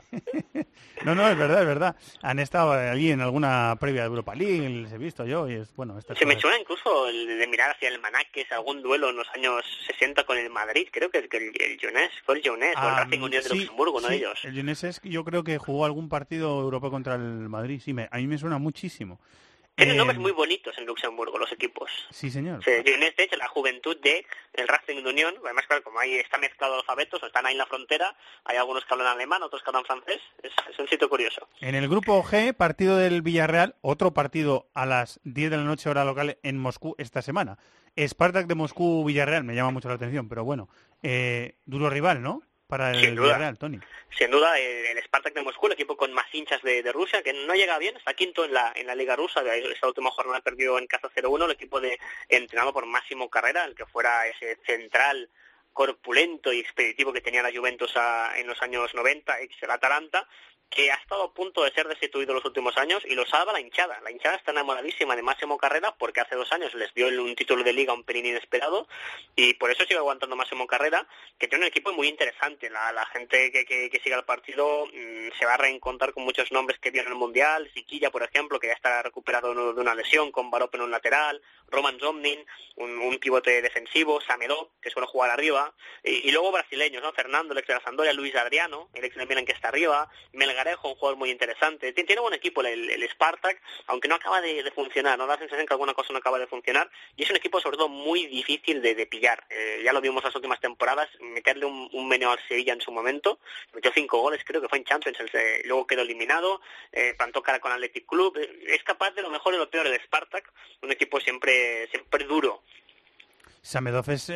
No, es verdad. Han estado allí en alguna previa de Europa League, les he visto yo, y es bueno. Me suena incluso el de mirar hacia el Manaques, algún duelo en los años 60 con el Madrid, creo que el Jones, fue el Jones, o el Racing Unión de Luxemburgo, uno de ellos. El Jones yo creo que jugó algún partido europeo contra el Madrid, sí, a mí me suena muchísimo. Tienen nombres muy bonitos en Luxemburgo, los equipos. Sí, señor. Sí, en este hecho, la juventud de el Racing de Unión, además, claro, como ahí está mezclado alfabetos, están ahí en la frontera, hay algunos que hablan alemán, otros que hablan francés, es un sitio curioso. En el grupo G, partido del Villarreal, otro partido a las 10 de la noche hora local en Moscú esta semana. Spartak de Moscú-Villarreal, me llama mucho la atención, pero bueno, duro rival, ¿no? Para el Villarreal, Tony. Sin duda, el Spartak de Moscú, el equipo con más hinchas de Rusia, que no llega bien, está quinto en la Liga Rusa, esta última jornada perdió en casa 0-1, el equipo entrenado por Máximo Carrera, el que fuera ese central corpulento y expeditivo que tenía la Juventus en los años 90, ex el Atalanta, que ha estado a punto de ser destituido los últimos años y lo salva la hinchada. La hinchada está enamoradísima de Máximo Carrera porque hace 2 años les dio un título de Liga un pelín inesperado y por eso sigue aguantando Máximo Carrera, que tiene un equipo muy interesante. La gente que siga el partido se va a reencontrar con muchos nombres que vio en el Mundial. Siquilla, por ejemplo, que ya está recuperado de una lesión, con Barop en un lateral, Roman Zomnin, un pivote defensivo, Samedov, que suele jugar arriba, y luego brasileños, ¿no? Fernando, el ex de la Sampdoria, Luis Adriano, el ex de Milan, que está arriba, Melgarejo, un jugador muy interesante. Tiene buen equipo el Spartak, aunque no acaba de funcionar, no da la sensación que alguna cosa no acaba de funcionar, y es un equipo sobre todo muy difícil de pillar. Ya lo vimos las últimas temporadas, meterle un meneo al Sevilla en su momento, metió 5 goles, creo que fue en Champions, luego quedó eliminado, plantó cara con Athletic Club, es capaz de lo mejor y lo peor el Spartak, un equipo siempre duro. Samedov es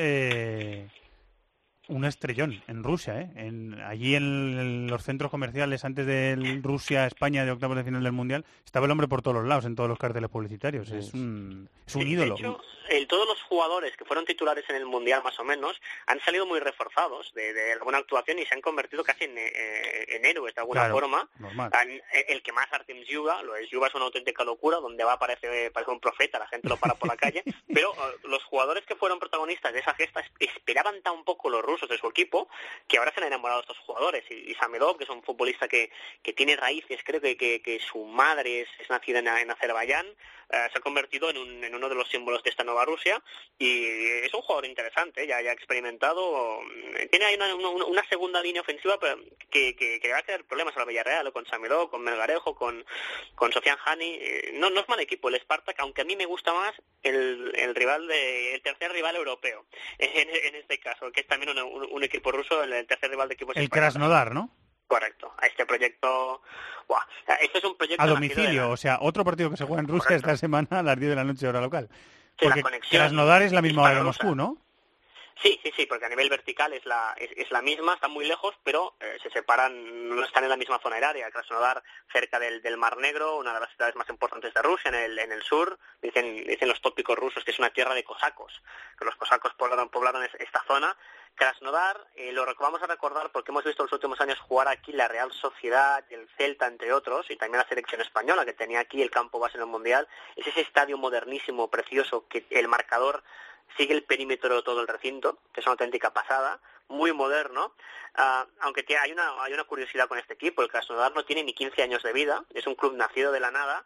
un estrellón en Rusia, allí en los centros comerciales antes del Rusia-España de octavos de final del Mundial estaba el hombre por todos los lados en todos los carteles publicitarios. Es un ídolo. De hecho, todos los jugadores que fueron titulares en el Mundial más o menos han salido muy reforzados de alguna actuación y se han convertido casi en héroes de alguna forma. El que más Artem Yuga, Yuga es una auténtica locura, donde va parece un profeta, la gente lo para por la calle, pero los jugadores que fueron protagonistas de esa gesta esperaban tan poco los rusos de su equipo que ahora se han enamorado de estos jugadores. Y Samedov, que es un futbolista que tiene raíces, creo que su madre es nacida en Azerbaiyán, se ha convertido en uno de los símbolos de esta nueva Rusia y es un jugador interesante, ya experimentado. Tiene ahí una segunda línea ofensiva pero que le va a crear problemas al Villarreal, con Samedov, con Melgarejo, con Sofian Hani. No es mal equipo el Spartak, aunque a mí me gusta más el tercer rival europeo en este caso, que es también un equipo ruso, el tercer rival de equipos el españoles. Krasnodar, ¿no? Correcto, a este proyecto... Esto es un proyecto... A domicilio, o sea, otro partido que se juega en Rusia esta semana a las 10 de la noche hora local. Porque Krasnodar es la misma hora que Moscú, ¿no? Sí, porque a nivel vertical es la misma, están muy lejos, pero se separan, no están en la misma zona horaria. Krasnodar, cerca del Mar Negro, una de las ciudades más importantes de Rusia, en el sur, dicen los tópicos rusos que es una tierra de cosacos, que los cosacos poblaron esta zona. Krasnodar, vamos a recordar porque hemos visto en los últimos años jugar aquí la Real Sociedad, el Celta, entre otros, y también la selección española, que tenía aquí el campo base en el Mundial. Es ese estadio modernísimo, precioso, que el marcador sigue el perímetro de todo el recinto, que es una auténtica pasada, muy moderno, aunque hay una curiosidad con este equipo. El Krasnodar no tiene ni 15 años de vida, es un club nacido de la nada,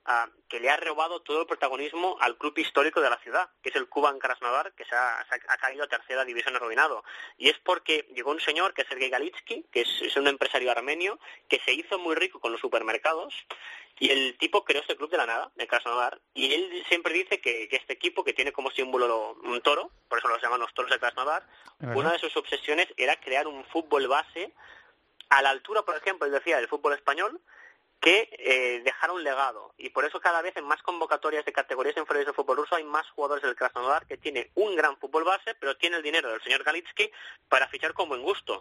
que le ha robado todo el protagonismo al club histórico de la ciudad, que es el Kuban Krasnodar, que ha caído a tercera división arruinado. Y es porque llegó un señor, que es Sergei Galitsky, que es un empresario armenio, que se hizo muy rico con los supermercados, y el tipo creó este club de la nada, de Krasnodar, y él siempre dice que este equipo, que tiene como símbolo un toro, por eso los llaman los toros de Krasnodar, una de sus obsesiones era crear un fútbol base a la altura, por ejemplo, él decía, del fútbol español, que dejara un legado, y por eso cada vez en más convocatorias de categorías inferiores del fútbol ruso hay más jugadores del Krasnodar que tiene un gran fútbol base, pero tiene el dinero del señor Galitsky para fichar con buen gusto,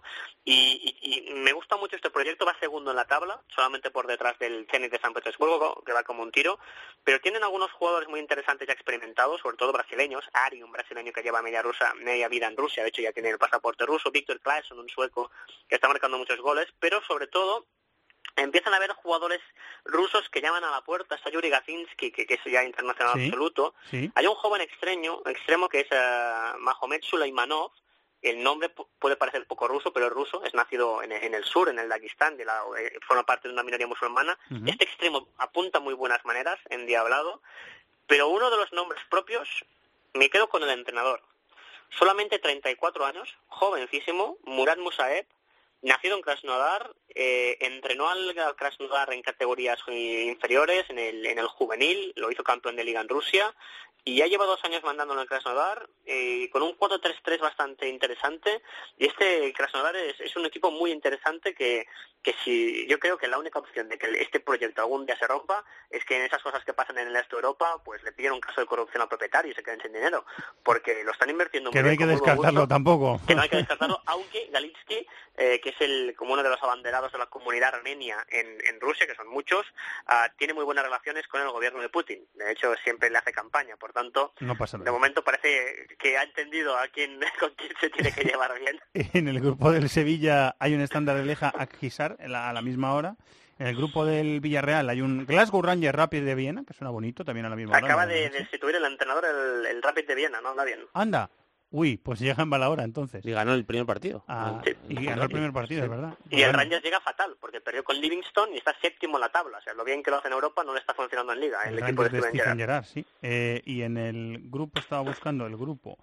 y me gusta mucho este proyecto. Va segundo en la tabla, solamente por detrás del Zenit de San Petersburgo, que va como un tiro, pero tienen algunos jugadores muy interesantes ya experimentados, sobre todo brasileños. Ari, un brasileño que lleva media vida en Rusia, de hecho ya tiene el pasaporte ruso. Víctor Claesson, un sueco que está marcando muchos goles, pero sobre todo empiezan a haber jugadores rusos que llaman a la puerta. Está Yuri Gazinsky, que es ya internacional absoluto. Sí. Hay un joven extremo que es Mahomet Suleimanov. El nombre puede parecer poco ruso, pero es ruso. Es nacido en el sur, en el Dagestán, forma parte de una minoría musulmana. Este extremo apunta muy buenas maneras, endiablado. Pero uno de los nombres propios, me quedo con el entrenador. Solamente 34 años, jovencísimo, Murat Musaev, nacido en Krasnodar, entrenó al Krasnodar en categorías inferiores, en el juvenil, lo hizo campeón de liga en Rusia, y ya lleva 2 años mandando en el Krasnodar, con un 4-3-3 bastante interesante, y este Krasnodar es un equipo muy interesante que si yo creo que la única opción de que este proyecto algún día se rompa es que en esas cosas que pasan en el este de Europa, pues le piden un caso de corrupción al propietario y se queden sin dinero, porque lo están invirtiendo muy bien. Que no hay que descartarlo tampoco. Que no hay que descartarlo, aunque Galitsky, que es como uno de los abanderados de la comunidad armenia en Rusia, que son muchos, tiene muy buenas relaciones con el gobierno de Putin. De hecho, siempre le hace campaña. Por tanto, no pasa nada. De momento parece que ha entendido con quién se tiene que llevar bien. En el grupo del Sevilla hay un estándar de Leja Akhisar a la misma hora. En el grupo del Villarreal hay un Glasgow Rangers Rapid de Viena, que suena bonito, también a la misma hora. Acaba de destituir el entrenador el Rapid de Viena, ¿no? Anda bien. Anda. Uy, pues llega en mala hora entonces. Y ganó el primer partido. Y ganó el primer partido, es verdad. Y el Rangers llega fatal, porque perdió con Livingston y está séptimo en la tabla. O sea, lo bien que lo hace en Europa no le está funcionando en Liga. El equipo de Steven Gerrard, sí. Y en el grupo, estaba buscando el grupo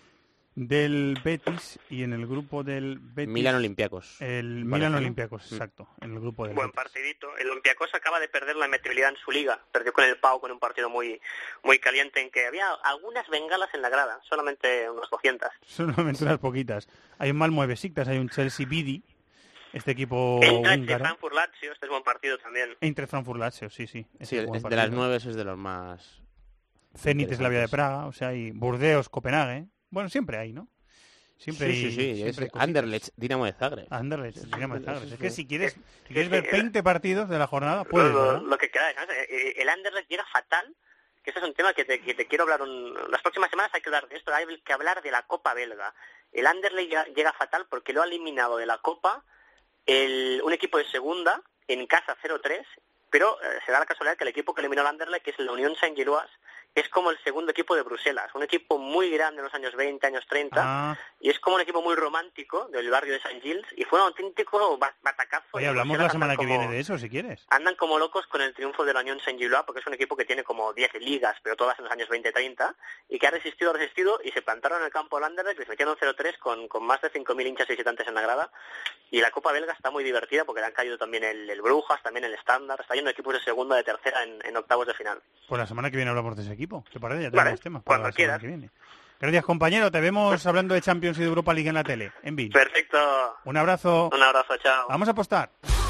del Betis, y en el grupo del Betis... Milan Olympiacos. El Milan Olympiacos, exacto. En el grupo del Buen Betis. Partidito. El Olympiacos acaba de perder la inmetibilidad en su liga. Perdió con el Pau, con un partido muy muy caliente, en que había algunas bengalas en la grada. Solamente unas 200. Solamente unas poquitas. Hay un Malmö Besiktas, hay un Chelsea Bidi. Este equipo húngaro. Frankfurt Lazio, este es buen partido también. Entre Frankfurt Lazio, sí. Sí, de las 9 es de los más... Zenit es la Vía de Praga, o sea, hay Burdeos, Copenhague. Bueno, siempre hay, ¿no? Siempre hay Anderlecht, Dinamo de Zagreb. Anderlecht, Dinamo de Zagreb. Es que si quieres ver 20 partidos de la jornada, puedes, ¿no? Lo que queda, ¿sabes? El Anderlecht llega fatal, que ese es un tema que te quiero hablar. Las próximas semanas hay que hablar de esto, hay que hablar de la Copa belga. El Anderlecht llega fatal porque lo ha eliminado de la Copa un equipo de segunda, en casa 0-3, pero se da la casualidad que el equipo que eliminó al Anderlecht, que es la Unión Saint-Gilloise, es como el segundo equipo de Bruselas, un equipo muy grande en los años 20, años 30, y es como un equipo muy romántico del barrio de Saint Gilles, y fue un auténtico batacazo. Oye, hablamos la semana que viene de eso, si quieres. Andan como locos con el triunfo de la Unión Saint-Gilloise, porque es un equipo que tiene como 10 ligas, pero todas en los años 20-30, y que ha resistido, y se plantaron en el campo del Anderlecht, les metieron 0-3 con más de 5.000 hinchas y visitantes en la grada, y la Copa belga está muy divertida, porque le han caído también el Brujas, también el Standard, está yendo equipos de segunda, de tercera en octavos de final. Pues la semana que viene hablamos de ese equipo, ¿te parece? Ya tenemos temas cuando quieras. Gracias, compañero. Te vemos hablando de Champions y de Europa League en la tele, en BIN. Perfecto. Un abrazo. Un abrazo, chao. Vamos a apostar.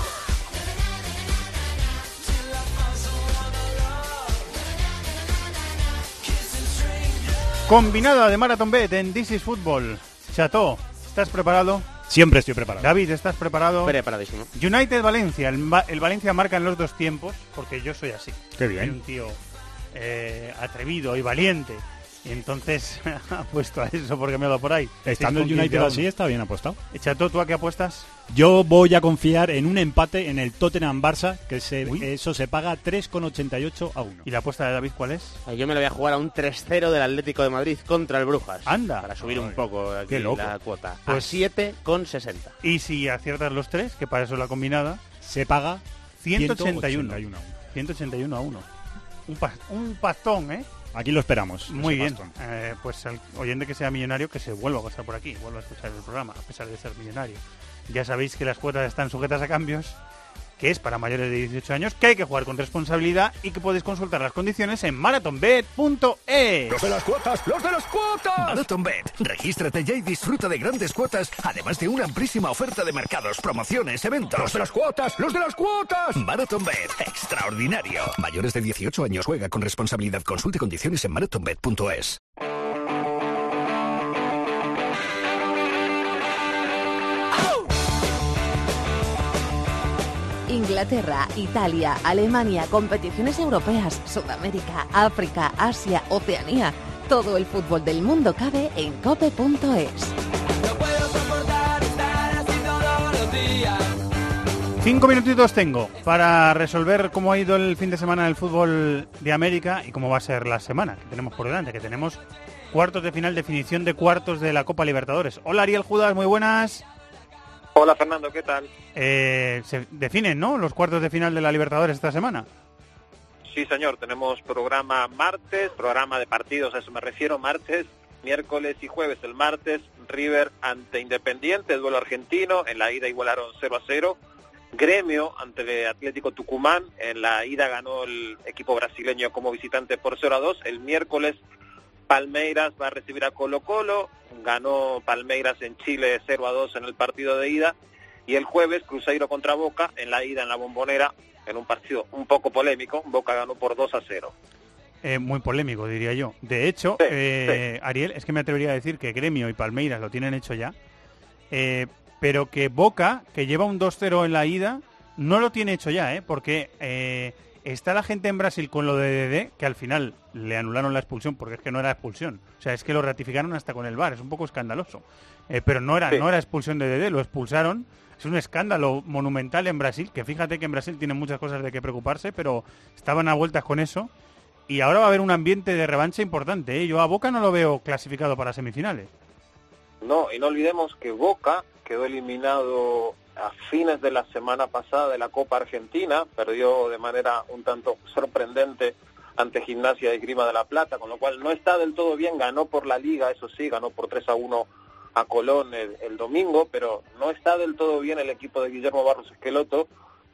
Combinada de Marathon Bet en This is Football. Chato, ¿estás preparado? Siempre estoy preparado. David, ¿estás preparado? Preparadísimo. United Valencia. El Valencia marca en los 2 tiempos, porque yo soy así. Qué bien. Soy un tío atrevido y valiente. Y entonces ha puesto a eso porque me ha dado por ahí. Estando el United así, está bien apostado. Chato, ¿tú a qué apuestas? Yo voy a confiar en un empate en el Tottenham-Barça, que eso se paga 3,88 a 1. ¿Y la apuesta de David cuál es? Yo me lo voy a jugar a un 3-0 del Atlético de Madrid contra el Brujas. ¡Anda! Para subir un poco aquí la cuota. Pues a 7,60. Y si aciertas los 3, que para eso es la combinada, se paga 181 a 1. un pastón, ¿eh? Aquí lo esperamos. Muy bien. Pues el oyente que sea millonario, que se vuelva a pasar por aquí, vuelva a escuchar el programa, a pesar de ser millonario. Ya sabéis que las cuotas están sujetas a cambios, que es para mayores de 18 años, que hay que jugar con responsabilidad y que podéis consultar las condiciones en marathonbet.es. ¡Los de las cuotas! ¡Los de las cuotas! Marathonbet. Regístrate ya y disfruta de grandes cuotas, además de una amplísima oferta de mercados, promociones, eventos. ¡Los de las cuotas! ¡Los de las cuotas! Marathonbet. Extraordinario. Mayores de 18 años, juega con responsabilidad. Consulte condiciones en marathonbet.es. Inglaterra, Italia, Alemania, competiciones europeas, Sudamérica, África, Asia, Oceanía. Todo el fútbol del mundo cabe en cope.es. 5 minutitos tengo para resolver cómo ha ido el fin de semana del fútbol de América y cómo va a ser la semana que tenemos por delante, que tenemos cuartos de final, definición de cuartos de la Copa Libertadores. Hola Ariel Judas, muy buenas. Hola Fernando, ¿qué tal? Se definen, ¿no?, los cuartos de final de la Libertadores esta semana. Sí, señor, tenemos programa martes, programa de partidos, a eso me refiero, martes, miércoles y jueves. El martes, River ante Independiente, duelo argentino, en la ida igualaron 0-0. Gremio ante el Atlético Tucumán, en la ida ganó el equipo brasileño como visitante por 0-2. El miércoles, Palmeiras va a recibir a Colo-Colo, ganó Palmeiras en Chile 0-2 en el partido de ida, y el jueves Cruzeiro contra Boca, en la ida en la Bombonera, en un partido un poco polémico. Boca ganó por 2-0. Muy polémico, diría yo. De hecho, sí. Ariel, es que me atrevería a decir que Gremio y Palmeiras lo tienen hecho ya, pero que Boca, que lleva un 2-0 en la ida, no lo tiene hecho ya, porque está la gente en Brasil con lo de Dedé, que al final le anularon la expulsión, porque es que no era expulsión. O sea, es que lo ratificaron hasta con el VAR, es un poco escandaloso. Pero no era expulsión de Dedé, lo expulsaron. Es un escándalo monumental en Brasil, que fíjate que en Brasil tienen muchas cosas de qué preocuparse, pero estaban a vueltas con eso. Y ahora va a haber un ambiente de revancha importante, ¿eh? Yo a Boca no lo veo clasificado para semifinales. No, y no olvidemos que Boca quedó eliminado a fines de la semana pasada de la Copa Argentina, perdió de manera un tanto sorprendente ante Gimnasia de Esgrima de La Plata, con lo cual no está del todo bien. Ganó por la Liga, eso sí, ganó por 3-1 a Colón el domingo, pero no está del todo bien el equipo de Guillermo Barros Esqueloto.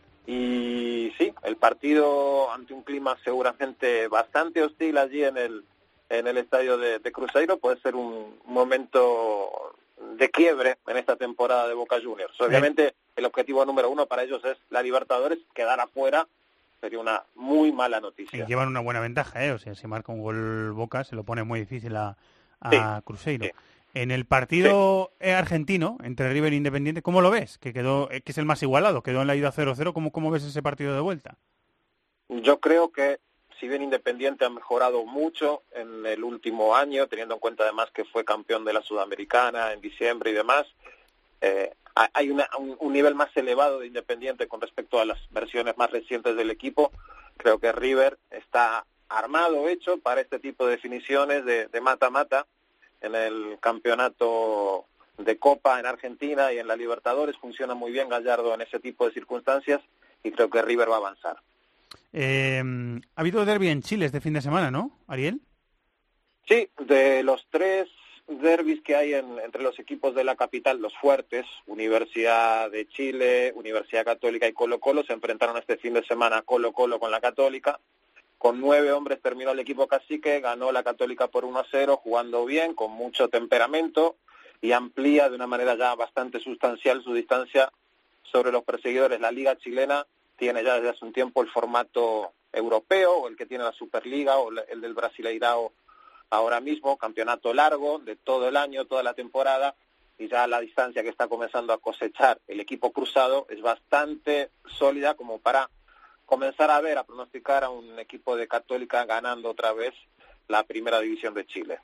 Y sí, el partido ante un clima seguramente bastante hostil allí en el estadio de Cruzeiro puede ser un momento de quiebre en esta temporada de Boca Juniors. Obviamente el objetivo número uno para ellos es la Libertadores. Quedar afuera sería una muy mala noticia. Y llevan una buena ventaja, o sea, si marca un gol Boca se lo pone muy difícil a Cruzeiro. Sí. En el partido argentino entre River e Independiente, ¿cómo lo ves? Que es el más igualado, quedó en la ida 0-0. ¿Cómo ves ese partido de vuelta? Yo creo que si bien Independiente ha mejorado mucho en el último año, teniendo en cuenta además que fue campeón de la Sudamericana en diciembre y demás, hay un nivel más elevado de Independiente con respecto a las versiones más recientes del equipo. Creo que River está armado, hecho para este tipo de definiciones de mata-mata en el campeonato de Copa en Argentina y en la Libertadores. Funciona muy bien Gallardo en ese tipo de circunstancias y creo que River va a avanzar. Ha habido derbi en Chile este fin de semana, ¿no, Ariel? Sí, de los 3 derbis que hay entre los equipos de la capital, los fuertes, Universidad de Chile, Universidad Católica y Colo-Colo, se enfrentaron este fin de semana Colo-Colo con la Católica. Con 9 hombres terminó el equipo cacique, ganó la Católica por 1-0, jugando bien, con mucho temperamento, y amplía de una manera ya bastante sustancial su distancia sobre los perseguidores. La Liga chilena tiene ya desde hace un tiempo el formato europeo, o el que tiene la Superliga, o el del Brasileirao ahora mismo, campeonato largo de todo el año, toda la temporada, y ya la distancia que está comenzando a cosechar el equipo cruzado es bastante sólida como para comenzar a pronosticar a un equipo de Católica ganando otra vez la primera división de Chile.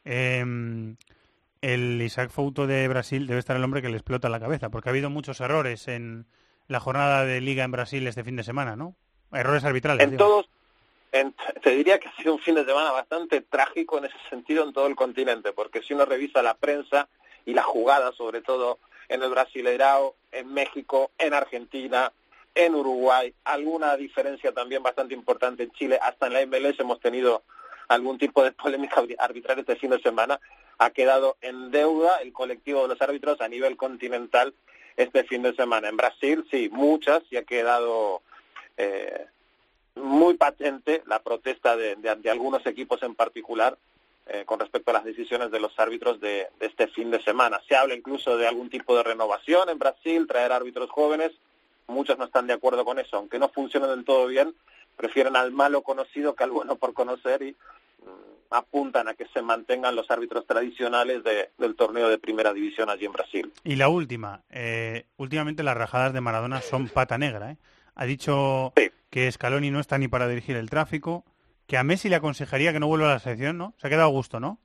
El Isaac Fouto de Brasil debe estar el hombre que le explota la cabeza, porque ha habido muchos errores en la jornada de Liga en Brasil este fin de semana, ¿no? Errores arbitrales. Te diría que ha sido un fin de semana bastante trágico en ese sentido en todo el continente, porque si uno revisa la prensa y la jugada, sobre todo en el Brasileirao, en México, en Argentina, en Uruguay, alguna diferencia también bastante importante en Chile, hasta en la MLS hemos tenido algún tipo de polémica arbitral este fin de semana. Ha quedado en deuda el colectivo de los árbitros a nivel continental este fin de semana. En Brasil, sí, muchas, y ha quedado muy patente la protesta de algunos equipos en particular con respecto a las decisiones de los árbitros de este fin de semana. Se habla incluso de algún tipo de renovación en Brasil, traer árbitros jóvenes. Muchos no están de acuerdo con eso, aunque no funcione del todo bien, prefieren al malo conocido que al bueno por conocer y apuntan a que se mantengan los árbitros tradicionales del torneo de primera división allí en Brasil. Y la última, últimamente las rajadas de Maradona son pata negra, ¿eh? Ha dicho que Scaloni no está ni para dirigir el tráfico, que a Messi le aconsejaría que no vuelva a la selección, ¿no? Se ha quedado a gusto, ¿no?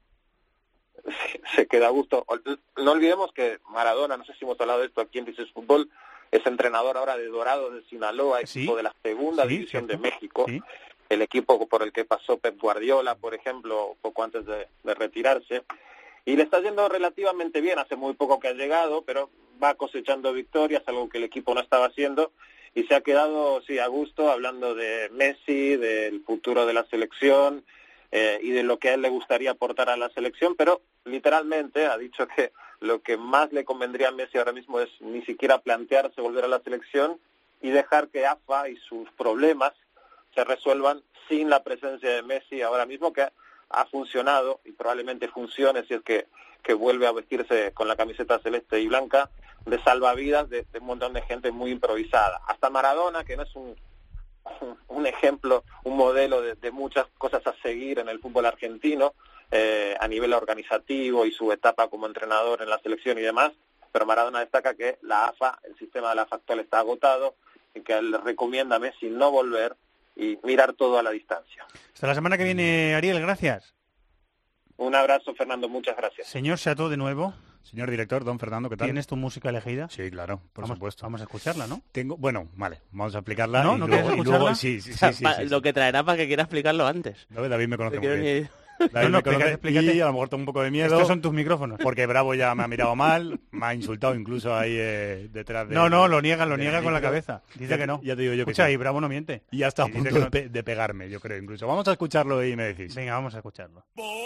Se queda a gusto. No olvidemos que Maradona, no sé si hemos hablado de esto aquí en Dices Fútbol, es entrenador ahora de Dorados de Sinaloa, equipo de la segunda división de México, el equipo por el que pasó Pep Guardiola, por ejemplo, poco antes de retirarse, y le está yendo relativamente bien. Hace muy poco que ha llegado, pero va cosechando victorias, algo que el equipo no estaba haciendo, y se ha quedado, sí, a gusto, hablando de Messi, del futuro de la selección, y de lo que a él le gustaría aportar a la selección, pero literalmente ha dicho que lo que más le convendría a Messi ahora mismo es ni siquiera plantearse volver a la selección y dejar que AFA y sus problemas se resuelvan sin la presencia de Messi ahora mismo, que ha funcionado y probablemente funcione si es que vuelve a vestirse con la camiseta celeste y blanca, de salvavidas de un montón de gente muy improvisada. Hasta Maradona, que no es un ejemplo, un modelo de muchas cosas a seguir en el fútbol argentino, a nivel organizativo y su etapa como entrenador en la selección y demás, pero Maradona destaca que la AFA, el sistema de la AFA actual está agotado y que él recomienda a Messi no volver y mirar todo a la distancia. Hasta la semana que viene, Ariel, gracias. Un abrazo, Fernando, muchas gracias. Señor Chateau, de nuevo. Señor director, don Fernando, ¿qué tal? ¿Tienes tu música elegida? Sí, claro, por supuesto. Vamos a escucharla, ¿no? Bueno, vale, vamos a explicarla. ¿No? ¿No quieres escucharla? Sí. Lo que traerá para que quiera explicarlo antes. No, David me conoce muy bien. Explícate. Y a lo mejor tengo un poco de miedo. Estos son tus micrófonos. Porque Bravo ya me ha mirado mal, me ha insultado incluso ahí detrás de... No, lo niega con la cabeza. Dice que no. Ya te digo yo que escucha, y Bravo no miente. Y ya está a punto de pegarme, yo creo, incluso. Vamos a escucharlo y me decís. Venga, vamos a escucharlo.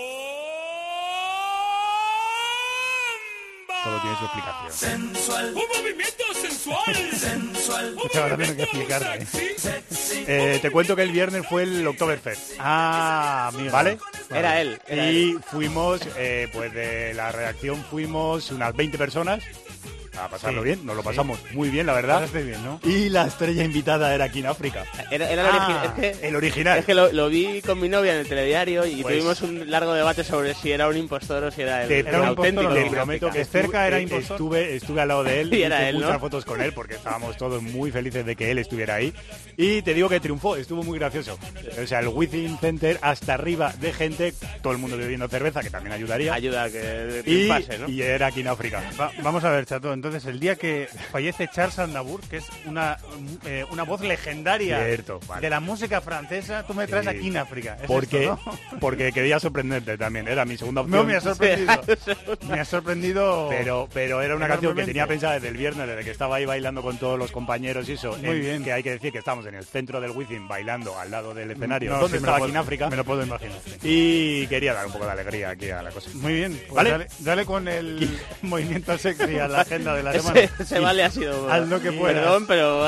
Todo tiene su explicación. Sensual, un movimiento sensual. Sensual, ahora tengo que explicarme. Te cuento que el viernes fue el Oktoberfest. Amigo. ¿Vale? Era él. Y fuimos, pues de la redacción fuimos unas 20 personas a pasarlo bien, nos lo pasamos muy bien, la verdad. Bien, ¿no? Y la estrella invitada era King África. Era el original. El original. Es que lo vi con mi novia en el telediario y tuvimos un largo debate sobre si era un impostor o si era el auténtico. Te prometo que cerca era impostor. Estuve al lado de él y hice él, muchas ¿no? fotos con él porque estábamos todos muy felices de que él estuviera ahí. Y te digo que triunfó, estuvo muy gracioso. O sea, el Within Center hasta arriba de gente, todo el mundo bebiendo cerveza, que también ayudaría. Ayuda a que triunfase, ¿no? Y era King África. Vamos a ver, Chato, entonces el día que fallece Charles Aznavour, que es una voz legendaria de la música francesa, tú me traes aquí en África. Porque quería sorprenderte también, era mi segunda opción. No, me ha sorprendido. Me ha sorprendido. Pero era una canción que tenía pensada desde el viernes, desde que estaba ahí bailando con todos los compañeros y eso. Muy bien. Que hay que decir que estamos en el centro del Wizzing bailando al lado del escenario. ¿Dónde estaba aquí en África? Me lo puedo imaginar. Y quería dar un poco de alegría aquí a la cosa. Muy bien. Pues ¿Vale? Dale con el movimiento sexy a la agenda de la semana. Ese vale ha sido... Haz lo que puedas. Perdón, pero...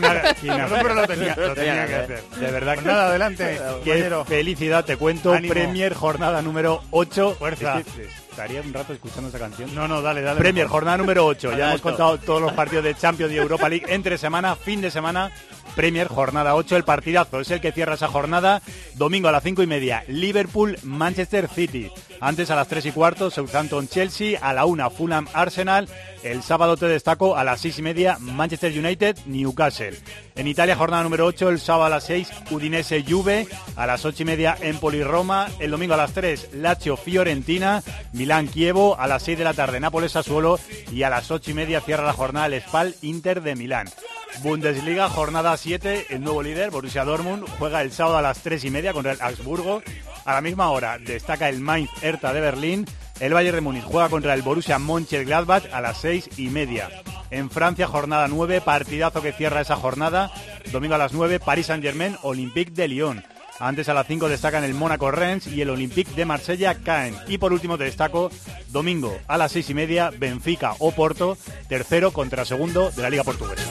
pero lo tenía que hacer. De verdad. Pues nada, adelante. Qué felicidad, te cuento. Ánimo. Premier, jornada número 8. Fuerza. Estaría un rato escuchando esa canción. No, dale. Premier, jornada número 8. Ya hemos contado todos los partidos de Champions y Europa League entre semana, fin de semana. Premier, jornada 8, el partidazo es el que cierra esa jornada. Domingo a las 5:30, Liverpool, Manchester City. Antes a las 3:15, Southampton, Chelsea. A la 1, Fulham, Arsenal. El sábado te destaco a las 6:30, Manchester United, Newcastle. En Italia, jornada número 8, el sábado a las 6, Udinese, Juve. A las 8:30, Empoli, Roma. El domingo a las 3, Lazio, Fiorentina. Milán, Kievo. A las 6 de la tarde, Nápoles, Sassuolo. Y a las 8:30 cierra la jornada el Spal, Inter de Milán. Bundesliga, jornada 7, el nuevo líder, Borussia Dortmund, juega el sábado a las 3:30 contra el Augsburgo. A la misma hora destaca el Mainz Hertha de Berlín. El Bayern de Múnich juega contra el Borussia Mönchengladbach a las 6:30. En Francia, jornada 9, partidazo que cierra esa jornada. Domingo a las 9, Paris Saint-Germain, Olympique de Lyon. Antes a las 5 destacan el Mónaco-Rennes y el Olympique de Marsella-Caen. Y por último te destaco, domingo a las 6:30, Benfica-Oporto, tercero contra segundo de la Liga Portuguesa.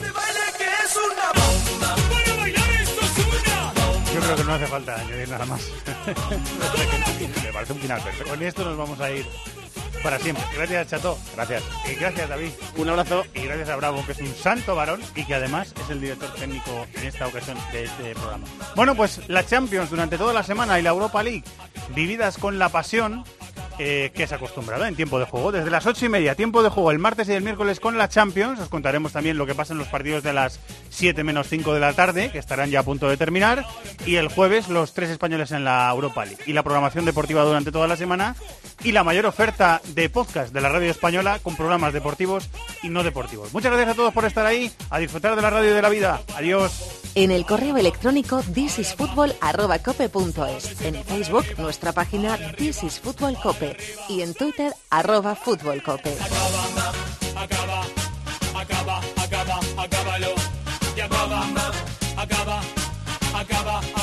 Yo creo que no hace falta añadir nada más. Me parece un final perfecto. Con esto nos vamos a ir para siempre. Gracias, Chato. Gracias. Y gracias, David. Un abrazo. Y gracias a Bravo, que es un santo varón y que además es el director técnico en esta ocasión de este programa. Bueno, pues la Champions durante toda la semana y la Europa League vividas con la pasión que es acostumbrada en tiempo de juego. Desde las 8:30, tiempo de juego el martes y el miércoles con la Champions. Os contaremos también lo que pasa en los partidos de las 7 menos 5 de la tarde, que estarán ya a punto de terminar. Y el jueves los 3 españoles en la Europa League. Y la programación deportiva durante toda la semana. Y la mayor oferta de podcast de la radio española con programas deportivos y no deportivos. Muchas gracias a todos por estar ahí. A disfrutar de la radio y de la vida. Adiós. En el correo electrónico thisisfutbol@cope.es. En Facebook, nuestra página thisisfutbolcope. Y en Twitter, @futbolcope. Acábalo.